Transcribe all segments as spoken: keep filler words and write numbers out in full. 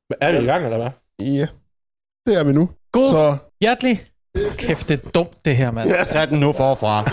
Er vi i gang, eller hvad? Ja, det er vi nu. God, så... hjertelig. Kæft, det er dumt, det her, mand. Ja. Tag den nu forfra.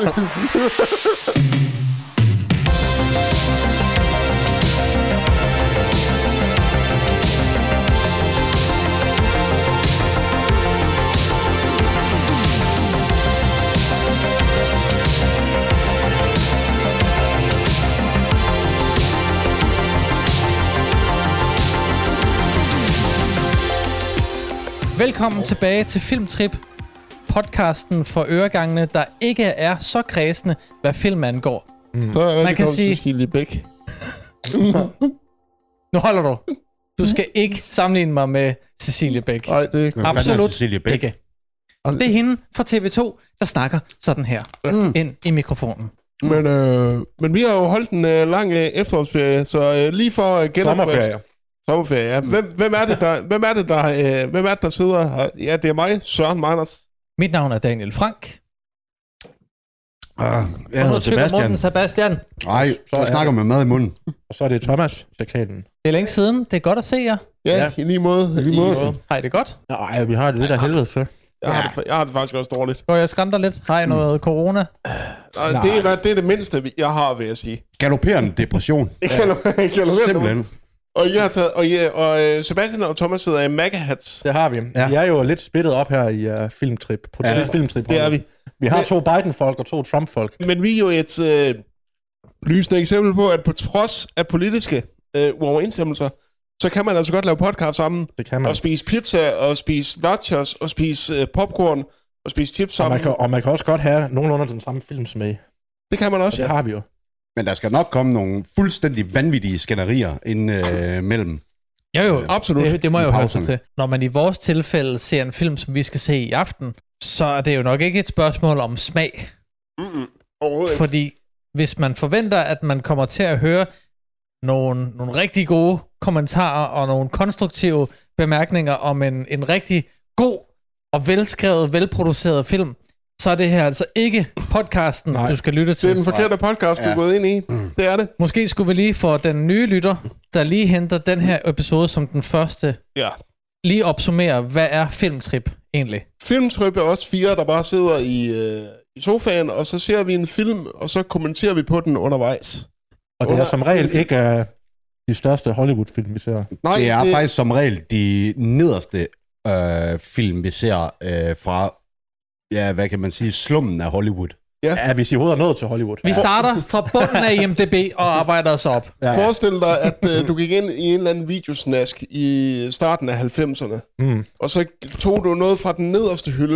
Velkommen tilbage til Filmtrip, podcasten for øregangene, der ikke er så kredsende, hvad film angår. Mm. Så er Man kan sige... Cecilie Bæk. Nu holder du. Du skal ikke sammenligne mig med Cecilie Bæk. Nej, det er ikke. Absolut Cecilie Bæk. ikke. Det er hende fra T V to, der snakker sådan her mm. ind i mikrofonen. Men, øh, men vi har jo holdt en øh, lang øh, efterårsferie, så øh, lige for at genopfriske... Sommerferie. Sommerferie, ja. Hvem, hvem er det, der, hvem er det, der, øh, hvem er det, der sidder her? Ja, det er mig, Søren Meiners. Mit navn er Daniel Frank. Ah, jeg hedder Sebastian. Munden, Sebastian. Nej, så jeg snakker med mad i munden. Og så er det Thomas, chakanen. Det er længe siden. Det er godt at se jer. Ja, ja. i lige måde. I lige måde. Hej, det er godt. Nej, vi har det lidt af helvede til. Jeg har, det, jeg har det faktisk også dårligt. Går jeg skrænter lidt? Har I noget mm. corona? Nej, det er, det er det mindste, jeg har, vil jeg sige. Galopperende depression. Ja. Simpelthen. Og, jeg har taget, og, ja, og Sebastian og Thomas sidder i MAGA-hats. Det har vi. Ja. Vi er jo lidt splittet op her i uh, Filmtrip. På ja, filmtrip det er vi. Vi har men, to Biden-folk og to Trump-folk. Men vi er jo et øh, lysende eksempel på, at på trods af politiske øh, uoverensstemmelser, så kan man altså godt lave podcast sammen. Det kan man. Og spise pizza, og spise nachos, og spise øh, popcorn, og spise chips sammen. Og man, kan, og man kan også godt have nogenlunde den samme film som I. Det kan man også, og det ja. har vi jo. Men der skal nok komme nogle fuldstændig vanvittige skænderier ind øh, mellem. Jo jo, absolut. Det, det må jeg jo høre sig til. Når man i vores tilfælde ser en film, som vi skal se i aften, så er det jo nok ikke et spørgsmål om smag. Mm-mm. Overhovedet ikke. Fordi hvis man forventer, at man kommer til at høre nogle, nogle rigtig gode kommentarer og nogle konstruktive bemærkninger om en, en rigtig god og velskrevet, velproduceret film, så er det her altså ikke podcasten, Nej. du skal lytte til. Det er den forkerte podcast, ja. du er gået ind i. Mm. Det er det. Måske skulle vi lige få den nye lytter, der lige henter den her episode som den første, ja. lige opsummere, hvad er Filmtrip egentlig? Filmtrip er også fire, der bare sidder i, øh, i sofaen, og så ser vi en film, og så kommenterer vi på den undervejs. Og det er som regel ikke uh, de største Hollywood-film, vi ser. Nej, det er det... faktisk som regel de nederste øh, film, vi ser øh, fra... Ja, hvad kan man sige? Slummen af Hollywood. Ja, ja hvis I overhovedet er nået til Hollywood. Vi starter fra bunden af I M D B og arbejder os op. Ja. Forestil dig, at uh, du gik ind i en eller anden videosnask i starten af halvfemserne, mm. og så tog du noget fra den nederste hylde,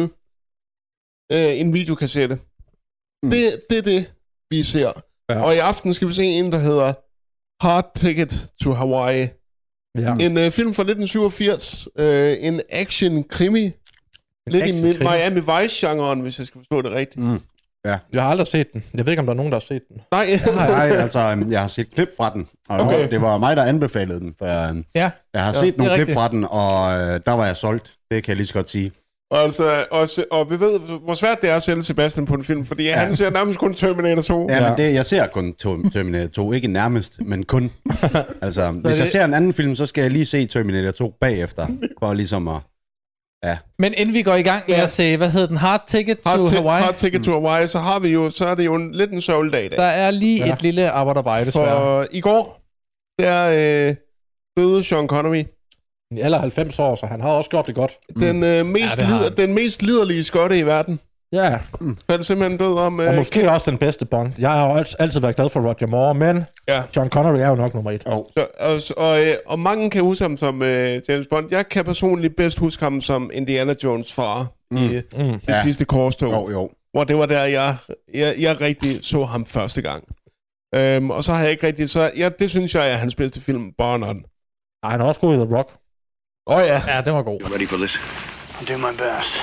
uh, en videokassette. Mm. Det, det er det, vi ser. Ja. Og i aften skal vi se en, der hedder Hard Ticket to Hawaii. Ja. En uh, film fra nitten syvogfirs. Uh, en action-krimi. Lidt i Miami Vice-genren, hvis jeg skal forstå det rigtigt. Mm. Ja. Jeg har aldrig set den. Jeg ved ikke, om der er nogen, der har set den. Nej, Nej altså, jeg har set klip fra den. Og okay. Det var mig, der anbefalede den. For jeg, ja. jeg har set ja, nogle klip rigtigt. fra den, og øh, der var jeg solgt. Det kan jeg lige så godt sige. Og, altså, og, og vi ved, hvor svært det er at sælge Sebastian på en film, fordi ja. han ser nærmest kun Terminator to. Ja, men det, jeg ser kun Terminator to. Ikke nærmest, men kun. Altså, hvis det... jeg ser en anden film, så skal jeg lige se Terminator to bagefter. For ligesom at... Ja. Men inden vi går i gang med ja. at se, hvad hedder den, Hard Ticket to Hard Hawaii? Hard Ticket to Hawaii, så har vi jo, så er det jo en, lidt en sørgelig dag i dag. Der er lige ja. et lille arbejderbejde, desværre. For i går, der øh, døde Sean Connery. I alle halvfems år, så han har også gjort det godt. Den, øh, mest, ja, lider, den mest liderlige skotte i verden. Ja. Mm. Han er simpelthen død om... Øh, og måske også den bedste Bond. Jeg har jo altid været glad for Roger Moore, men ja. Sean Connery er jo nok nummer et. Oh. Så, og, og, og, og mange kan huske ham som øh, James Bond. Jeg kan personligt bedst huske ham som Indiana Jones far mm. i mm. det ja. sidste korstog. Jo, jo. Hvor det var der, jeg, jeg, jeg rigtig så ham første gang. Øhm, og så har jeg ikke rigtig... Så ja, det synes jeg er hans bedste film, Bar None. Ej, han er også god i The Rock. Åh oh, ja. Ja, det var god. You ready for this? I'll do my best.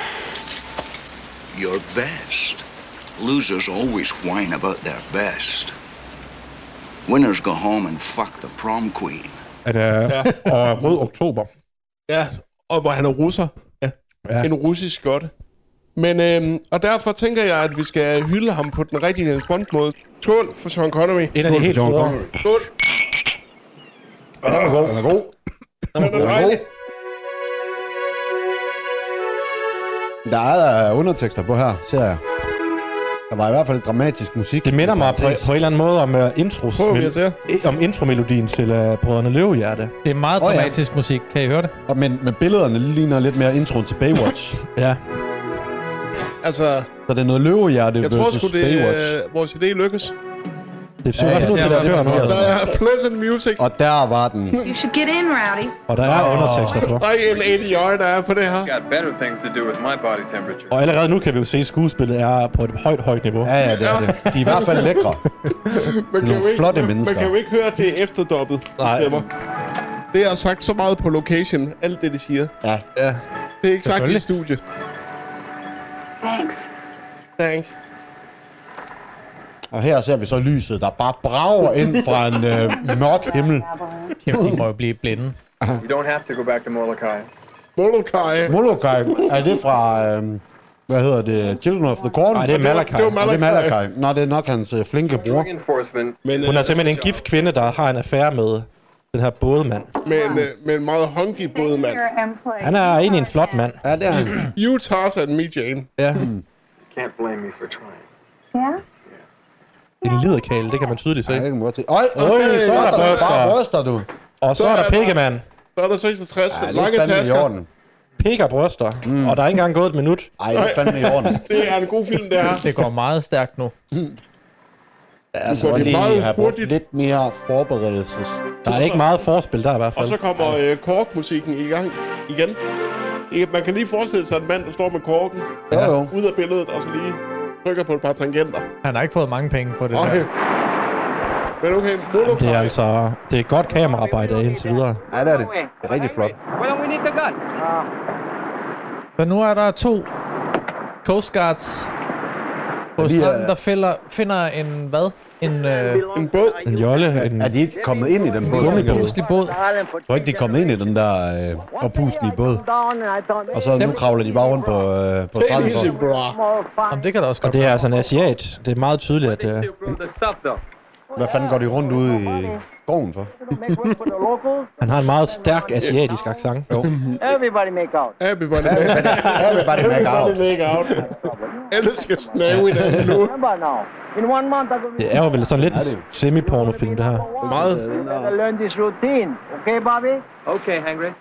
Your best? Losers always whine about their best. Winners go home and fuck the prom queen. Er det ja. og Rød Oktober? Ja, og hvor han er russer. Ja. Ja. En russisk skotte. Men, øhm, og derfor tænker jeg, at vi skal hylde ham på den rigtige James Bond-måde. Skål for Sean Connery. En af de helt store. Skål. Den er god. Den er god. Den er dejlig. Der er undertekster på her, ser jeg. Der var i hvert fald dramatisk musik. Det minder mig på, på en eller anden måde om uh, intros, Prøv, mel- om intromelodien til uh, Brødrene Løvehjerte. Det er meget oh, dramatisk ja. musik. Kan I høre det? Og men, men billederne ligner lidt mere introen til Baywatch. Ja. Altså... Så det er noget Løvehjerte jeg tror sgu, det Baywatch. Uh, vores idé lykkes. Det er ja, ja, ser, det der, der er pleasant music. Og der var den. You should get in, Rowdy. Og der er oh. undertekster på. Der er en A D R, der er på det her. Got better things to do with my body temperature. Og allerede nu kan vi jo se, at skuespillet er på et højt, højt niveau. Ja, ja, det er det. De er i hvert fald lækre. Man kan nogle ikke, flotte man, mennesker. Man kan jo ikke høre, at det er efterdobbet. Nej. Stemmer. Det er sagt så meget på location, alt det, de siger. Ja. Ja. Det er ikke sagt i studiet. Thanks. Thanks. Og her ser vi så lyset, der bare brager ind fra en øh, mørk himmel. Jamen, de må jo blive blinde. You don't have to go back to Molokai. Molokai. Molokai, er det fra, øh, hvad hedder det, Children of the Corn? Nej, det er Malakai. Det var Malakai. Det er Malakai. Nå, det er nok hans øh, flinke bror. Drug enforcement. Men, Hun er simpelthen en gift kvinde, der har en affære med den her bådemand. med, en, øh, med en meget hunky bådemand. Han er egentlig en flot mand. Ja, det er han. You Tarzan, me Jane. Ja. Can't blame me for trying. Yeah? En liderkale, det kan man tydeligt se. Ja, det kan man godt se. Øj, Øj, så er der bryster. Bare bryster, du. Og så er der pikkemand. Så er der seksogtres Ja, det lange er fandme i tasker. orden. Pikker bryster. Mm. Og der er ikke engang gået et minut. Ej, det er fandme i orden. Det er en god film, det her. Det går meget stærkt nu. Altså, går det lige meget have brugt hurtigt. lidt mere forberedelses. Der er ikke meget forspil der i hvert fald. Og så kommer øh, korkmusikken i gang igen. Ikke? Man kan lige forestille sig en mand, der står med korken Jo, jo. ud af billedet, og så lige trykker på et par tangenter. Han har ikke fået mange penge for det Okay. der. Men okay, Det Molokai. er altså det er godt kameraarbejde indtil videre. Ja, det er det. Det er rigtig flot. Why don't we need the gun? Men nu er der to Coast Guards på vi stranden, er- der finder, finder en hvad? En øh, En båd. En jolle, en Er de ikke kommet ind i den båd? tænker du? pludselig båd. Jeg tror ikke, de er kommet ind i den der øh, oppustelige båd. Og så nu kravler de bare rundt på, øh, på Take it stranden. easy, Så. bro. Jamen, det kan da også og godt det er altså en asiat. Det er meget tydeligt, at øh, Still prove the stuff, though. Hvad fanden går de rundt ude i skoven for? han har en meget stærk asiatisk accent. Jo. Everybody make out. Everybody make Everybody make out. Everybody make out. Alle skal snave i den nu. Remember now, in one month I'm going Det er jo vel sådan lidt Ja, en det er- semi-pornofilm, det her. Meget. to learn this routine. Okay, Bobby? Okay, Hangry.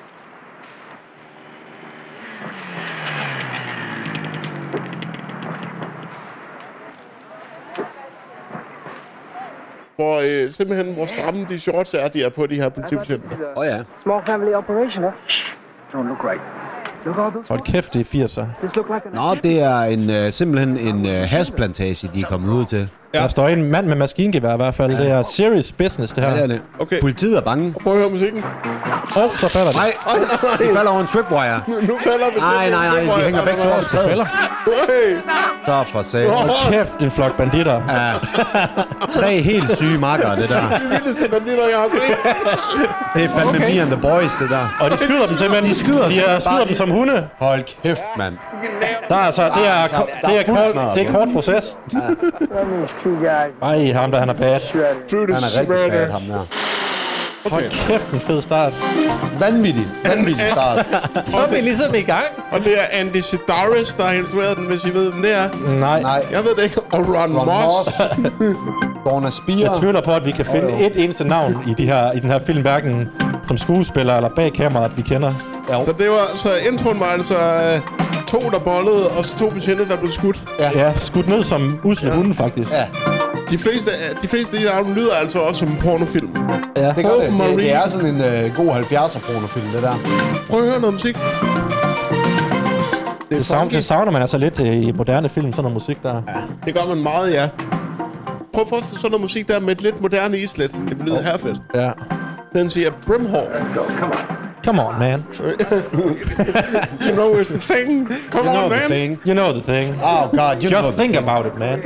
Hvor øh, simpelthen, hvor stramme de shorts er, de er på de her politibetjente. Åh oh, ja. Small family operation, huh? Don't look right. Look all those. Hold kæft, det er firser. This look like an Nå, det er en, øh, simpelthen en øh, hashplantage, de er kommet ud til. Ja. Der står en mand med maskingevær i hvert fald. Ja. Det er serious business, det her. Ja, det er det. Okay. Politiet er bange. Prøv at høre musikken. Åh, oh, så falder det. Nej, de falder over en tripwire. Nu, nu falder vi. Nej, nej, nej, de hænger begge to over træet. Falder. Hey. Så for sag. Hold kæft, en flok banditter. Ja. Tre helt syge makkere, det der. De vildeste banditter, jeg har set. Det er fandme okay. Me and the boys, det der. Og de skyder dem simpelthen. De skyder de er, skyder dem som hunde. Hold kæft, mand. Der er altså, det er, Altså, der det er er, fuld kort, smadret det er på. kort proces. these two guys. Ej, ham der, han er bad. Fruit Han er rigtig bad, ham der. Hold kæft, en fed start. Vanvittig. Vanvittig start. Så er vi ligesom i gang. Og det er Andy Sidaris, der har instrueret den, hvis I ved, hvem det er. Nej. Nej. Jeg ved det ikke. Og Ron, Ron Moss. Moss. Donna Spear. Jeg tvivler på, at vi kan finde Jo, jo. et eneste navn i, de her, i den her film, hverken som skuespiller eller bag kameraet, vi kender. Så det var, så introen var altså øh, to, der bollede, og så to betjente, der blev skudt. Ja, skudt ned som usle hunde, faktisk. Ja, De fleste, de fleste af de der lyder altså også som en pornofilm. Ja. det gør det. Det, Marie. det er sådan en øh, god halvfjerdser pornofilm, det der. Prøv at høre noget musik. Det, er Det, savner, funky. det savner man altså lidt øh, i moderne film, sådan noget musik der. Ja. Det gør man meget, ja. Prøv at forestille sådan noget musik der med et lidt moderne islet. Det bliver her fedt. Ja. Den siger Brimhall. Come on, man. You know it's the thing. Come You know on, the man. thing. You know the thing. Oh god, you know Just the think thing. about it, man.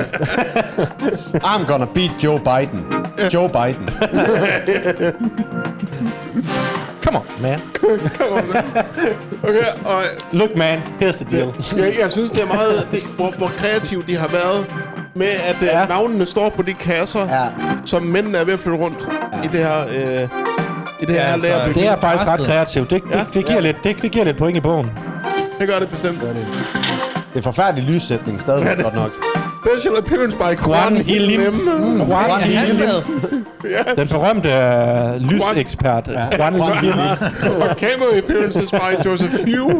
I'm gonna beat Joe Biden. Joe Biden. Come on, man. Come on, man. Okay, og Look, man. Here's the deal. jeg, jeg synes, det er meget, det, hvor, hvor kreativt de har været med, at ja. Ja. navnene står på de kasser, Ja. som mændene er ved at flytte rundt ja. i det her, øh, i det her Ja, altså, lagerbygning. Det er faktisk ret kreativt. Det, det, Ja. det, giver lidt, det, det giver lidt point i bogen. Det gør det bestemt. Det er det. Det er forfærdelig lyssætning stadigvæk godt nok. Special appearance by Quan Hilim. Mm, Quan Hilim. Den berømte uh, lysekspert, Quan Hilim. Og cameo appearances by Joseph Hugh.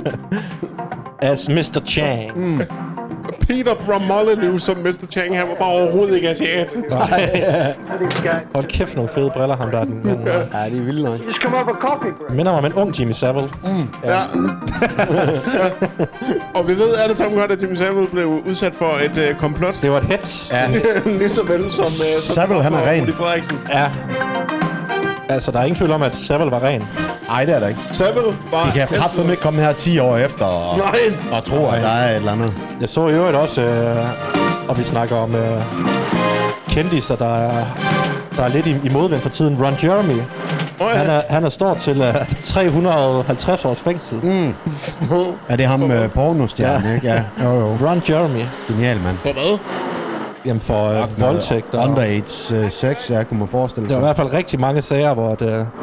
As mister Chang. Mm. Peter Bromolyneux som mister Chang, han var bare overhovedet ikke asiat. Hold kæft, nogle fede briller, ham der er den. den ja, det er vildt nok. Minder mig om en ung Jimmy Savile. Mm, ja. ja. Og vi ved alle sammen godt, at Jimmy Savile blev udsat for et uh, komplot. Det var et hets. Ja. Lige så vel som... Uh, Savile, han er ren. Ja. Altså, der er ingen tvivl om, at Savile var ren. Nej, det er der ikke. Savile var... De kan kraftedeme ikke komme her ti år efter og, og tro, at der er et eller andet. Jeg så i øvrigt også, øh, og vi snakker om øh, kendiser, der er, der er lidt i, i modvind for tiden. Ron Jeremy. Oh, ja. han, er, han er stort til øh, tre hundrede og halvtreds års fængsel. Mm. Er det ham øh, pornostjerne, ja. Ikke? Ja. Jo, jo. Ron Jeremy. Genial, mand. For hvad? Jamen for øh, voldtægt. Og underage øh, sex, ja, kunne man forestille sig. Der var i hvert fald rigtig mange sager, hvor det... Øh,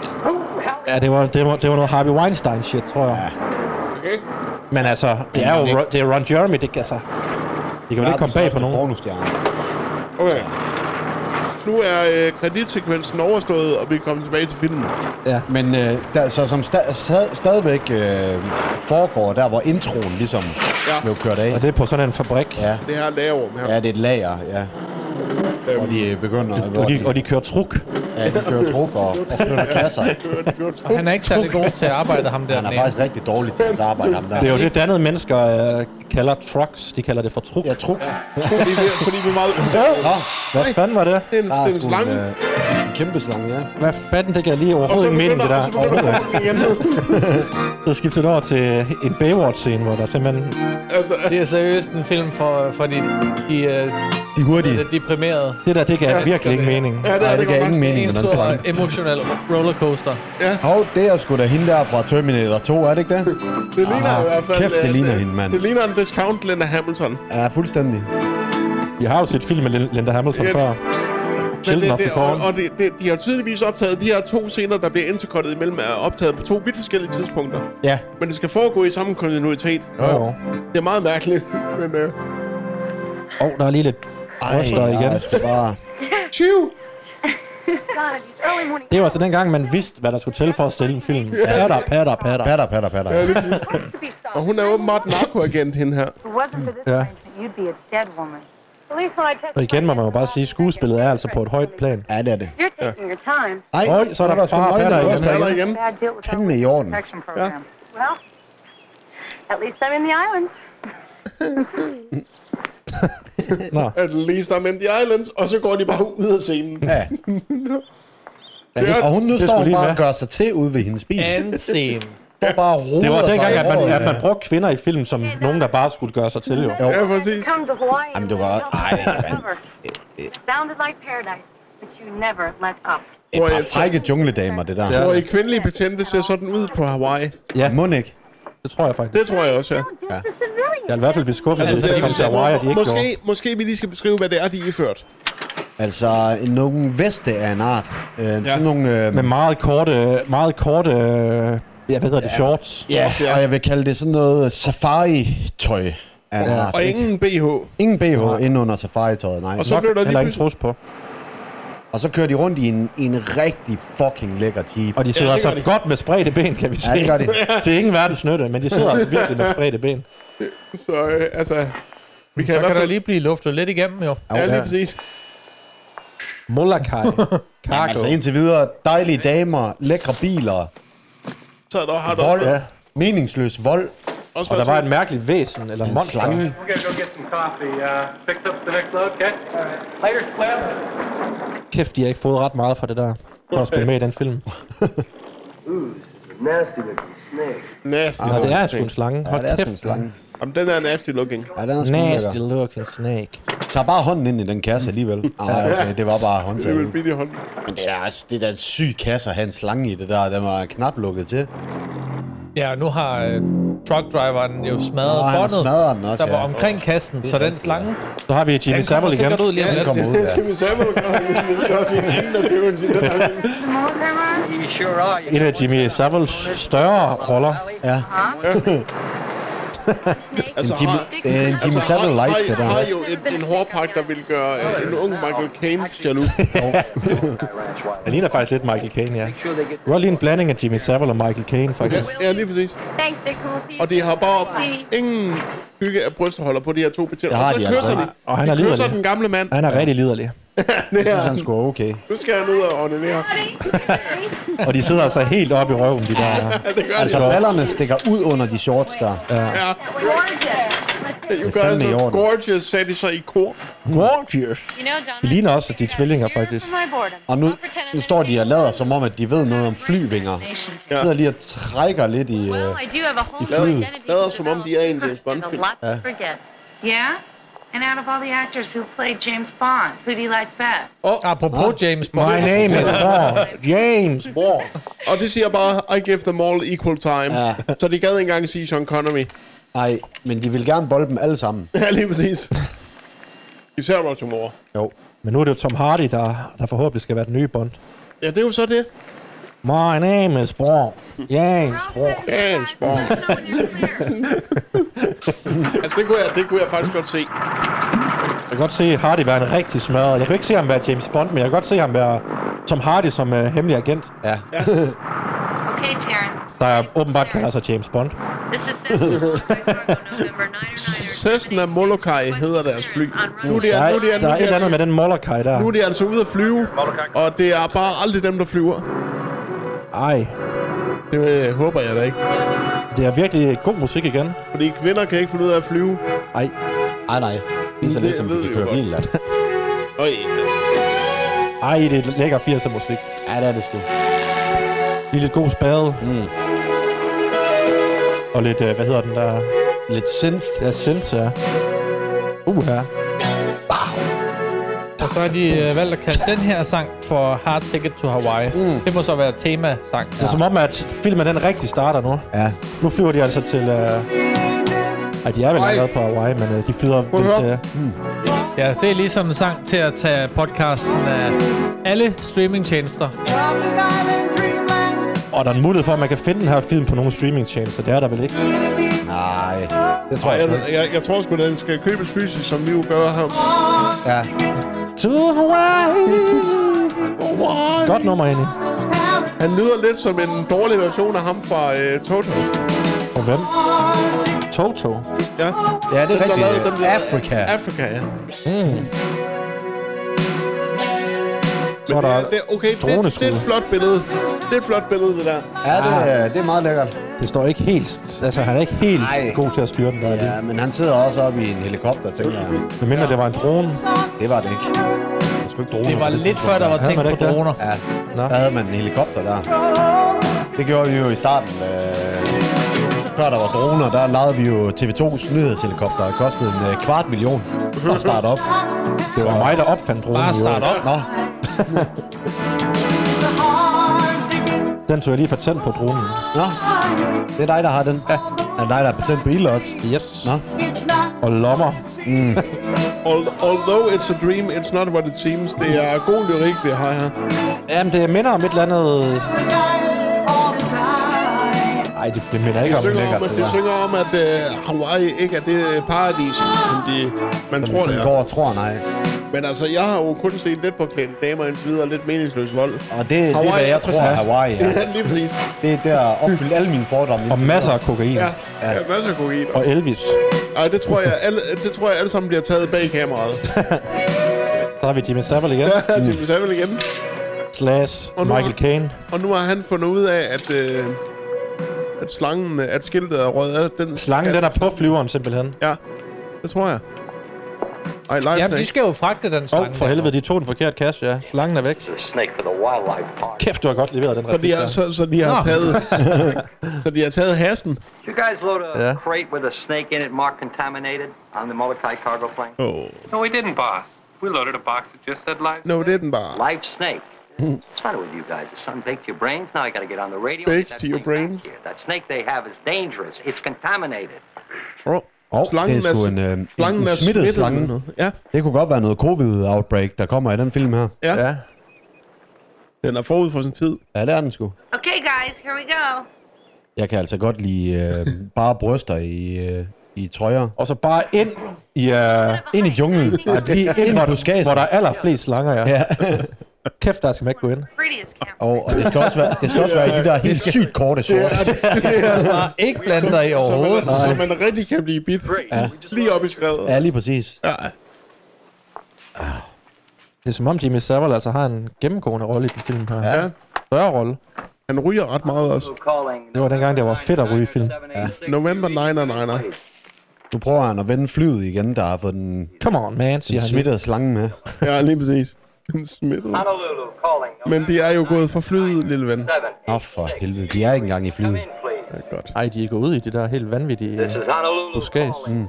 ja, det var, det, var, det var noget Harvey Weinstein-shit, tror jeg. Ja. Okay. Men altså, det er jo det er Ron Jeremy, det, altså, det kan jo ikke komme bag på nogen. Pornostjerne. Okay. Nu er øh, kreditsekvensen overstået, og vi er kommet tilbage til filmen. Ja. Men øh, der, så som sta- sta- stadigvæk øh, foregår der, hvor introen ligesom ja. blev kørt af. Og det er på sådan en fabrik. Ja. Det her lagerrum her. Ja, det er et lager, ja. Øhm. Og de begynder... De, og, de, og de kører truk. Ja, de kører truk og, og flytter kasser. Og han er ikke særlig god til at arbejde, ham der. Han er med. Faktisk rigtig dårlig til at arbejde, ham der. Det er jo det, dannede mennesker øh, kalder trucks. De kalder det for truk. Ja, truk. Truk, fordi vi er meget... Nå, hvad fanden var det? Det er en, det er en slange. En, øh, en kæmpe slange, ja. Hvad fanden, det gav lige overhovedet ikke mening, det der. Og så begynder han igen. Så skiftede over til en Baywatch-scene, hvor der simpelthen... Altså, det er seriøst en film for, for de, de, de, de hurtige. De deprimerede. Det der, det gav ja, virkelig ingen mening. Ja, det, Nej, det, det gav ingen mening. En stor emotionel rollercoaster. Ja. Hov, det er sgu da hende der fra Terminator to, er det ikke det? Det ligner Aha, i hvert fald... Kæft, det ligner det, hende, mand. Det ligner en discount Linda Hamilton. Ja, fuldstændig. Vi har jo set film med Linda Hamilton ja, før. Children of the Corn. Og, og det, det, de har tydeligvis optaget de her to scener, der bliver intercuttet imellem, er optaget på to vidt forskellige tidspunkter. Ja. Men det skal foregå i samme kontinuitet. Jo, jo. Det er meget mærkeligt, men... Øh... Åh, oh, der er lige lidt... Ej, igen. Jeg skal bare... Chiu! Det var altså dengang, man vidste, hvad der skulle til for at sælge en film. Patter, patter, patter. Patter, patter, patter. Ja, og hun er åbenbart narkoagent, hende her. Ja. Og igen må man jo bare sige, at skuespillet er altså på et højt plan. Ja, det er det. Ja. Ej, Øj, så er der bare patter igen. Patter igen. Tænk med i orden. Ja. At least I'm in the islands. Nå. At least I'm in the islands. Og så går de bare ud af scenen. Ja. Ja, og hun nu står bare og gør sig til ude ved hendes bil. Anden scene. Bare det var dengang, at man, at man brugte kvinder i film som nogen, der bare skulle gøre sig til, jo. jo. Ja, præcis. Jamen, det var... Ej, Sounded like paradise, but you never let up. Et par frække jungledamer, det der. Tror I kvindelige betjente ser sådan ud på Hawaii? Ja. Må ikke. Det tror jeg faktisk. Det tror jeg også, ja. Ja. Jeg vil i hvert fald blive skuffet, altså, hvis de kom til Hawaii, og de ikke måske, gjorde. måske vi lige skal beskrive, hvad det er, de er ført. Altså, nogle veste af en art. Øh, ja. Sådan nogle... Øh, med meget korte, meget korte, øh, jeg ved det, ja. shorts. Ja, og jeg vil kalde det sådan noget safari-tøj af en ja. art. Og ingen B H. Ingen B H ja. Inde under safari-tøjet, nej. Og så kører der lige ikke trus på. Og så kører de rundt i en, en rigtig fucking lækker jeep. Og de sidder ja, altså godt med spredte ben, kan vi se. Ja, det gør de. Til ingen verdens nytte, men de sidder altså virkelig med spredte ben. Så øh, altså... Vi kan så kan fald... der lige blive luftet lidt igennem, jo. Ja, lige præcis. Molokai. Jamen, altså indtil videre, dejlige damer, lækre biler. Så der har vold, der... ja. Meningsløs vold. Også og der var et mærkeligt væsen, eller en monster. We're gonna go get some coffee. Uh, picked up the next load, okay? Later, Slim. Kæft, de har ikke fået ret meget for det der, for at spille med i den film. Ooh, nasty looking snake. Nasty ah, det er sgu en slange. Ja, det er sgu en slange. Jamen, den er nasty looking. Ja, den er nasty looking snake. Tag bare hånden ind i den kasse alligevel. Ah, okay, det var bare håndtaget. Det er en billig hånd. Men det er altså, det er en syg kasse at have en slange i det der. Den var knap lukket til. Ja, nu har uh, truckdriveren jo smadret Nå, båndet, smadret den også, der var ja. omkring kassen, så den slange... Så har vi Jimmy Savile igen. Den kommer sikkert ud lige om lidt. Ud, ja. Jimmy Savile gør sin anden oplevelse i den her film. You sure are. En af Jimmy Saviles større roller. Ja. altså, Jimmy, har, øh, Jimmy altså, Savile har, Light, det der. har, har jo en, en hårpak, der vil gøre øh, en ung Michael Caine jaloux. Han ligner faktisk lidt Michael Caine, ja. Du har lige en blanding af Jimmy Savile og Michael Caine, faktisk. Ja, lige præcis. Og de har bare ingen hygge af brystholder på de her to betjenter. Og så de kysser altså. de. Og han er de kysser liderlig. den gamle mand. Han er rigtig liderlig. Jeg synes, han skulle være okay. Nu skal han ud og ordinere. Og de sidder altså helt oppe i røven, de der... Ja, det gør Altså, de. ballerne stikker ud under de shorts der. Ja. Ja. You Det er fandme i guys are orden. gorgeous, sagde de så i kor. Gorgeous. De ligner også de tvillinger, faktisk. Og nu, nu står de og lader som om, at de ved noget om flyvinger. De sidder lige og trækker lidt i, øh, i flyet. Lader som om de er i en James Bond-film. Ja. Yeah? And out of all the actors who played James Bond, who do you like best? Oh, Apropos James Bond. My name is Bond. James Bond. og det siger bare, I give them all equal time. Ja. Så de gad ikke engang sige Sean Connery. Nej, men de vil gerne bolde dem alle sammen. Ja, lige præcis. Især Roger Moore. Jo. Men nu er det jo Tom Hardy, der, der forhåbentlig skal være den nye Bond. Ja, det er jo så det. My name is Bond. James Bond. James Bond. altså, det kunne, jeg, det kunne jeg faktisk godt se. Jeg kan godt se Hardy være en rigtig smadret. Jeg kan ikke se ham være James Bond, men jeg kan godt se ham være Tom Hardy som uh, hemmelig agent. Ja. Ja. Okay, Taryn. Der åbenbart kalder sig James Bond. This is November Cessna Molokai hedder deres fly. Nu er de, Der nu er de, er, nu der er er et eller andet de, med den Molokai der. nu er de altså ude at flyve, og det er bare aldrig dem, der flyver. Ej, Det øh, håber jeg da ikke. det er virkelig god musik igen. Fordi kvinder kan ikke finde ud af at flyve. Ej, Ej, nej. Lige så Det lidt som ved de vi kan jo køre godt. bil, at. Øj. ej, det er lækker firser musik. Ja, det er det sgu. Lige lidt god spade. Mm. Og lidt, uh, hvad hedder den der? Lidt synth. Ja, synth, ja. Uha. Og så har de øh, valgt at kalde den her sang for Hard Ticket to Hawaii. Mm. Det må så være temasang. Det er som om, at filmen den rigtig starter nu. Ja. Nu flyver de altså til... Uh... Ej, de er vel allerede på Hawaii, men uh, de flyder vel til... Mm. Ja, det er ligesom en sang til at tage podcasten af alle streamingtjenester. Og der er en mulighed for, at man kan finde den her film på nogle streamingtjenester. Det er der vel ikke? Nej, det tror Og jeg jeg, ikke. jeg, jeg tror sgu, den skal købes fysisk, som vi jo gør her. Ja. To Hawaii. Godt nummer, egentlig. Han lyder lidt som en dårlig version af ham fra uh, Toto. Og hvem? Toto. Ja, Ja, det er Dem, der lavede rigtigt. dem der- Afrika. Afrika, ja. Mm. Så er Men der det, er- det, er- okay, det, det er droneskud. et flot billede. Det er et flot billede, det der. Ja, det, er, det er meget lækkert. Det står ikke helt... Altså, han er ikke helt Ej. god til at styre den der. Ja. Ja, men han sidder også oppe i en helikopter, tænker jeg. Men mindre det var en drone. Det var det ikke. Det skulle ikke droner. Det var på lidt tidspunkt, før, der var ja. tænkt man på ikke det? droner. Ja, Nå. der havde man en helikopter der. Det gjorde vi jo i starten. Øh, før der var droner, der lavede vi jo T V to's nyhedshelikopter. Det kostede en øh, kvart million at starte op. Det var mig, der opfandt dronen. Bare i start øvrigt. op. Nå, Den tog jeg lige patent på dronen. nå. Det er dig, der har den. Ja. Er det dig, der har patent på ilde også? Yes. Nå. Og lommer. Al- Although it's a dream, it's not what it seems. Det er god lyrik, vi har her. Jamen, det minder om et eller andet... Ej, det, det minder ikke Det om synger lækkert, om, at, det det der. synger om, at uh, Hawaii ikke er det paradis, som de, man tror, det Den er. går og tror, nej. Men altså, jeg har jo kun set lidt på klædte damer indtil videre, lidt meningsløs vold. Og det, det er, Hawaii hvad er jeg tror, præcis- Hawaii er. Ja, lige præcis. Det er der opfyldt alle mine fordomme. Og indtil masser videre. af kokain. Ja, Ja. ja. masser af kokain. Og Elvis. Ej, det tror jeg, alle, det tror jeg alle sammen bliver taget bag kameraet. Så har vi Jimmy Savile igen. Ja, Jimmy Savile igen. Slash Og nu Michael har- Caine. Og nu har han fundet ud af, at, øh, at slangen, at skiltet er røget af. Den Slangen, den er på flyveren simpelthen. Ja, det tror jeg. Ej, live Ja, snake. de skal jo fragte den Åh, slange. oh, for helvede, de tog den forkerte kasse, ja. Slangen er væk. Kæft, du har godt leveret den Så replik de har, der. så, så de har Nå. taget... så de har taget hasen. Did you guys load a Yeah. crate with a snake in it marked contaminated on the Molokai cargo plane? Oh. No, we didn't, boss. We loaded a box that just said live. No, det er den bare. Live snake. What's the matter with you guys? The sun baked your brains? Now I gotta get on the radio. and Baked get that your thing back brains? here. That snake they have is dangerous. It's contaminated. Oh. Åh, Slangen det er sgu er- en, øh, en, Slangen en er smittet smittet slange. med noget. Ja, Det kunne godt være noget covid-outbreak, der kommer i den film her. ja, Ja. den er forud for sin tid. Ja, det er den sgu. Okay, guys, here we go. Jeg kan altså godt lide øh, bare bryster i, øh, i trøjer. Og så bare ind i... Uh, ind i junglen. Ja, lige ind, hvor, hvor der er allerflest slanger, ja. ja. Kæft, der skal man ikke gå ind. Og, og det skal også være, det skal også være i de der helt sygt korte shorts. Ja, ikke blande dig i overhovedet. Så man, så man rigtig kan blive bit. Ja. Lige op i skrevet. Ja, lige præcis. Ja. Det er som om Jimmy Savile altså har en gennemgående rolle i den film her. Ja. Større rolle. Han ryger ret meget også. Det var dengang, det var fedt at ryge i film. Ja. November nioghalvfems. Nu prøver han at vende flyet igen, der har fået den, Come on, man, den smittede slange med. Ja, lige præcis. Den smittede. Men de er jo gået fra flyet, lille ven. Åh, oh, for helvede. De er ikke engang i flyet. Ja, godt. Ej, de er gået ud i det der helt vanvittige buskage. Mm.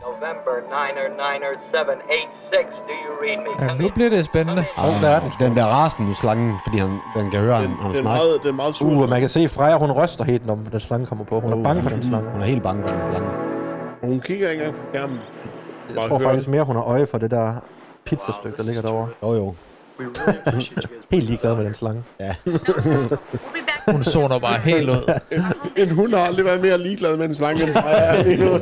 Ja, nu bliver det spændende. Ah, oh, der er den, den der rasen nu slangen, fordi han, den kan høre, den, han, han den snakker. Meget, den er meget sur. Uh, man kan se Freja, hun ryster helt, når den slange kommer på. Hun er bange for den slange. Hun er helt bange for den slange. Hun kigger ikke engang på skærmen. Jeg tror faktisk mere, hun har øje for det der pizzastykke, der ligger derovre. Jo, jo. Helt ligeglad med den slange. Ja. Hun zoner bare helt ud. En hund har aldrig været mere ligeglad med en slange end Freja.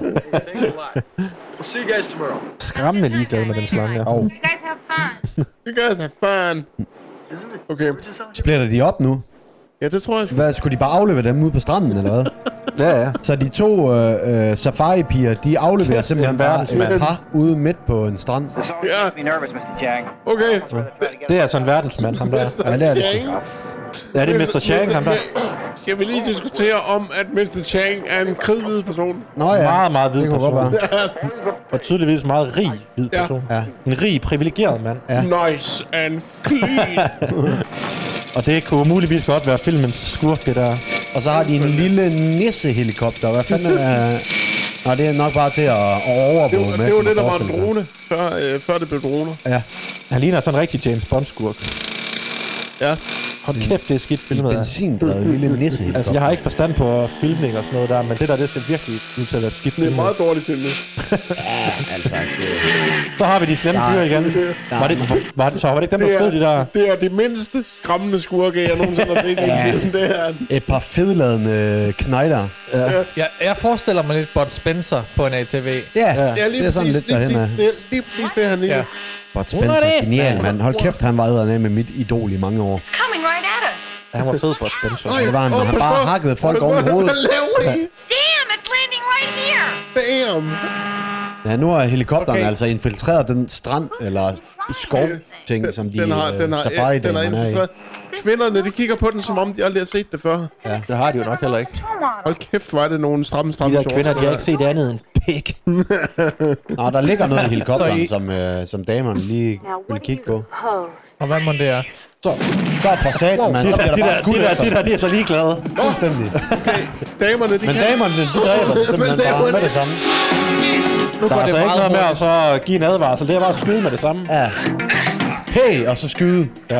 We'll see you guys tomorrow. Skræmmende ligeglad med den slange. You Oh. guys have fun. You guys have fun. Okay. Splitter de op nu? Ja, det tror jeg sgu. Hvad, skulle de bare aflevere dem ude på stranden, eller hvad? Ja, ja. Så de to øh, øh, safari-piger, de afleverer simpelthen bare et par ude midt på en strand. Ja. Okay. Det er sådan en verdensmand, ham der. Ja, det er det. Ja, det er mister Chang, ham der. Skal vi lige diskutere om, at mister Chang er en kridhvid person? Nå ja, meget, meget hvid det kunne person. godt være. Og tydeligvis meget rig hvid Ja. person. Ja. En rig, privilegeret mand. Ja. Nice and clean. Og det kunne muligvis godt være filmens skurk, det der. Og så har de en lille nissehelikopter. Hvad fanden er... Nå, det er nok bare til at, at overvåge Det var, med. det, var kan det, der man var en forestille sig. drone, før, øh, før det blev droner. Ja. Han ligner sådan en rigtig James Bond-skurk. Ja. Hold kæft, det er skidt filmet. En benzindrevet lille nissehelikopter. Altså, jeg har ikke forstand på filmning og sådan noget der, men det der, det ser virkelig ud til at være skidt Det er filmet. meget dårligt filmet. Ja, altså... Det... Så har vi de slemme fyre igen. Var det, var det, så var det ikke dem, der skød de der? Det er det mindste skræmmende skurke, jeg nogensinde har set i en film. Det er... Et par fedladende knejder. Ja. Jeg, jeg forestiller mig lidt Bud Spencer på en A T V. Ja, Ja, lige det er sådan præcis, lidt lige derhen af. præcis, det er lige præcis det, han ligner. Ja. Bud Spencer, genial mand. Hold kæft, han var eddermame med mit idol i mange år. It's coming right at us. Ja, han var fed på Spencer. Øj, Det var han, åh, han pas bare på. hakkede folk Pas på, oven i hovedet. Hvad laver I? Damn, it's landing right here. Damn. Ja, nu har helikopteren Okay. altså infiltreret den strand, eller skov-ting, som de Den har, øh, den har, den safari-damer har er i. infiltreret. Kvinderne, de kigger på den, som om de aldrig har set det før. Ja, det har de jo nok heller ikke. Hold kæft, var det nogle stramme, De stramme der kvinder, de har ikke set andet end pik. Nå, der ligger noget i helikopteren, Så I- som, øh, som damerne lige vil kigge på. Og hvad må det er? Så, så for satan, mand. De Så der, bliver de der bare der, de skudt der, efter. de der, de er så ligeglade. Fuldstændig. Damerne, de Men kan... damerne, de dræber det simpelthen bare med det samme. Nu Der går er det altså ikke meget noget med at hurtigt. så give en advarsel. Det er bare at skyde med det samme. Ja. Hey, og så skyde. Ja.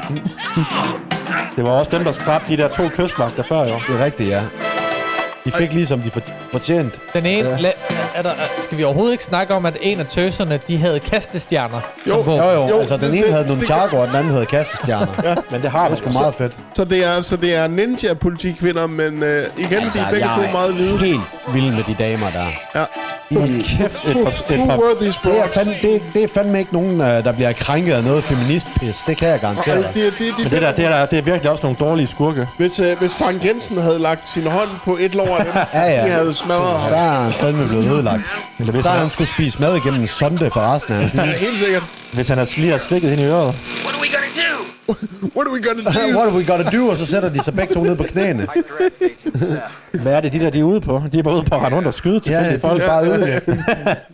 Det var også dem, der dræbte de der to kystvagter før, jo. Det er rigtigt, ja. De fik ligesom de for- fortjent. Den ene, Ja. ja. er der, skal vi overhovedet ikke snakke om, at en af tøserne, de havde kastestjerner Jo, som våben? Jo, jo, Jo, altså den det- ene det- havde nogle charger, og den anden havde kastestjerner. Ja, Men det har det vi er sgu meget fedt. Så det er, så det er ninja-politikvinder, men øh, igen, altså, de er begge jeg to meget hvide. er helt vild med de damer der. Ja. De, Kæft, et par, et Who par, were these det, er sports? fandme, det, det er fandme ikke nogen, øh, der bliver krænket af noget feministpis. Det kan jeg garantere Ej, dig. det, det, det, men det der, det, der, det er virkelig også nogle dårlige skurke. Hvis, øh, hvis Frank Jensen havde lagt sin hånd på et lår af dem, Ja, ja. de havde smadret Så ham. er han fandme blevet ødelagt. Eller hvis Så har han, han skulle spise mad igennem en sonde for resten af hans liv. Ja, helt sikkert. hvis han har lige har slikket hende i øret. What are we gonna do? What are we gonna do? What are we gotta do? Og så sætter de sig begge to ned på knæene. Hvad er det, de der, de er ude på? De er bare ude på at rende rundt og skyde til Ja, ja, de folk. er bare ødelægge.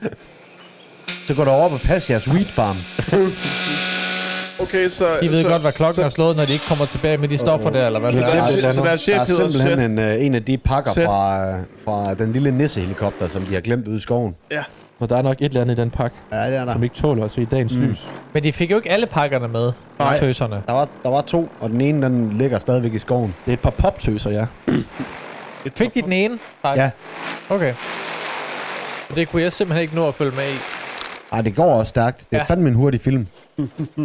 Så går der op og passe jeres wheat farm. Okay, så... De ved så, godt, hvad klokken er slået, når de ikke kommer tilbage med de stoffer der, eller hvad det Så, er. der, så deres Der chef er hedder simpelthen Seth. en, øh, en af de pakker Seth. fra, øh, fra den lille nissehelikopter, som de har glemt ude i skoven. Ja. Og der er nok et eller andet i den pakke, Ja, det er der. som ikke tåler at se dagens mm. lys. Men de fik jo ikke alle pakkerne med, Nej. tøserne. Der var, der var to, og den ene den ligger stadigvæk i skoven. Det er et par poptøser, ja. Fik de den ene pakke? Ja. Okay. Det kunne jeg simpelthen ikke nå at følge med i. Ej, det går også stærkt. Det er Ja. fandme en hurtig film.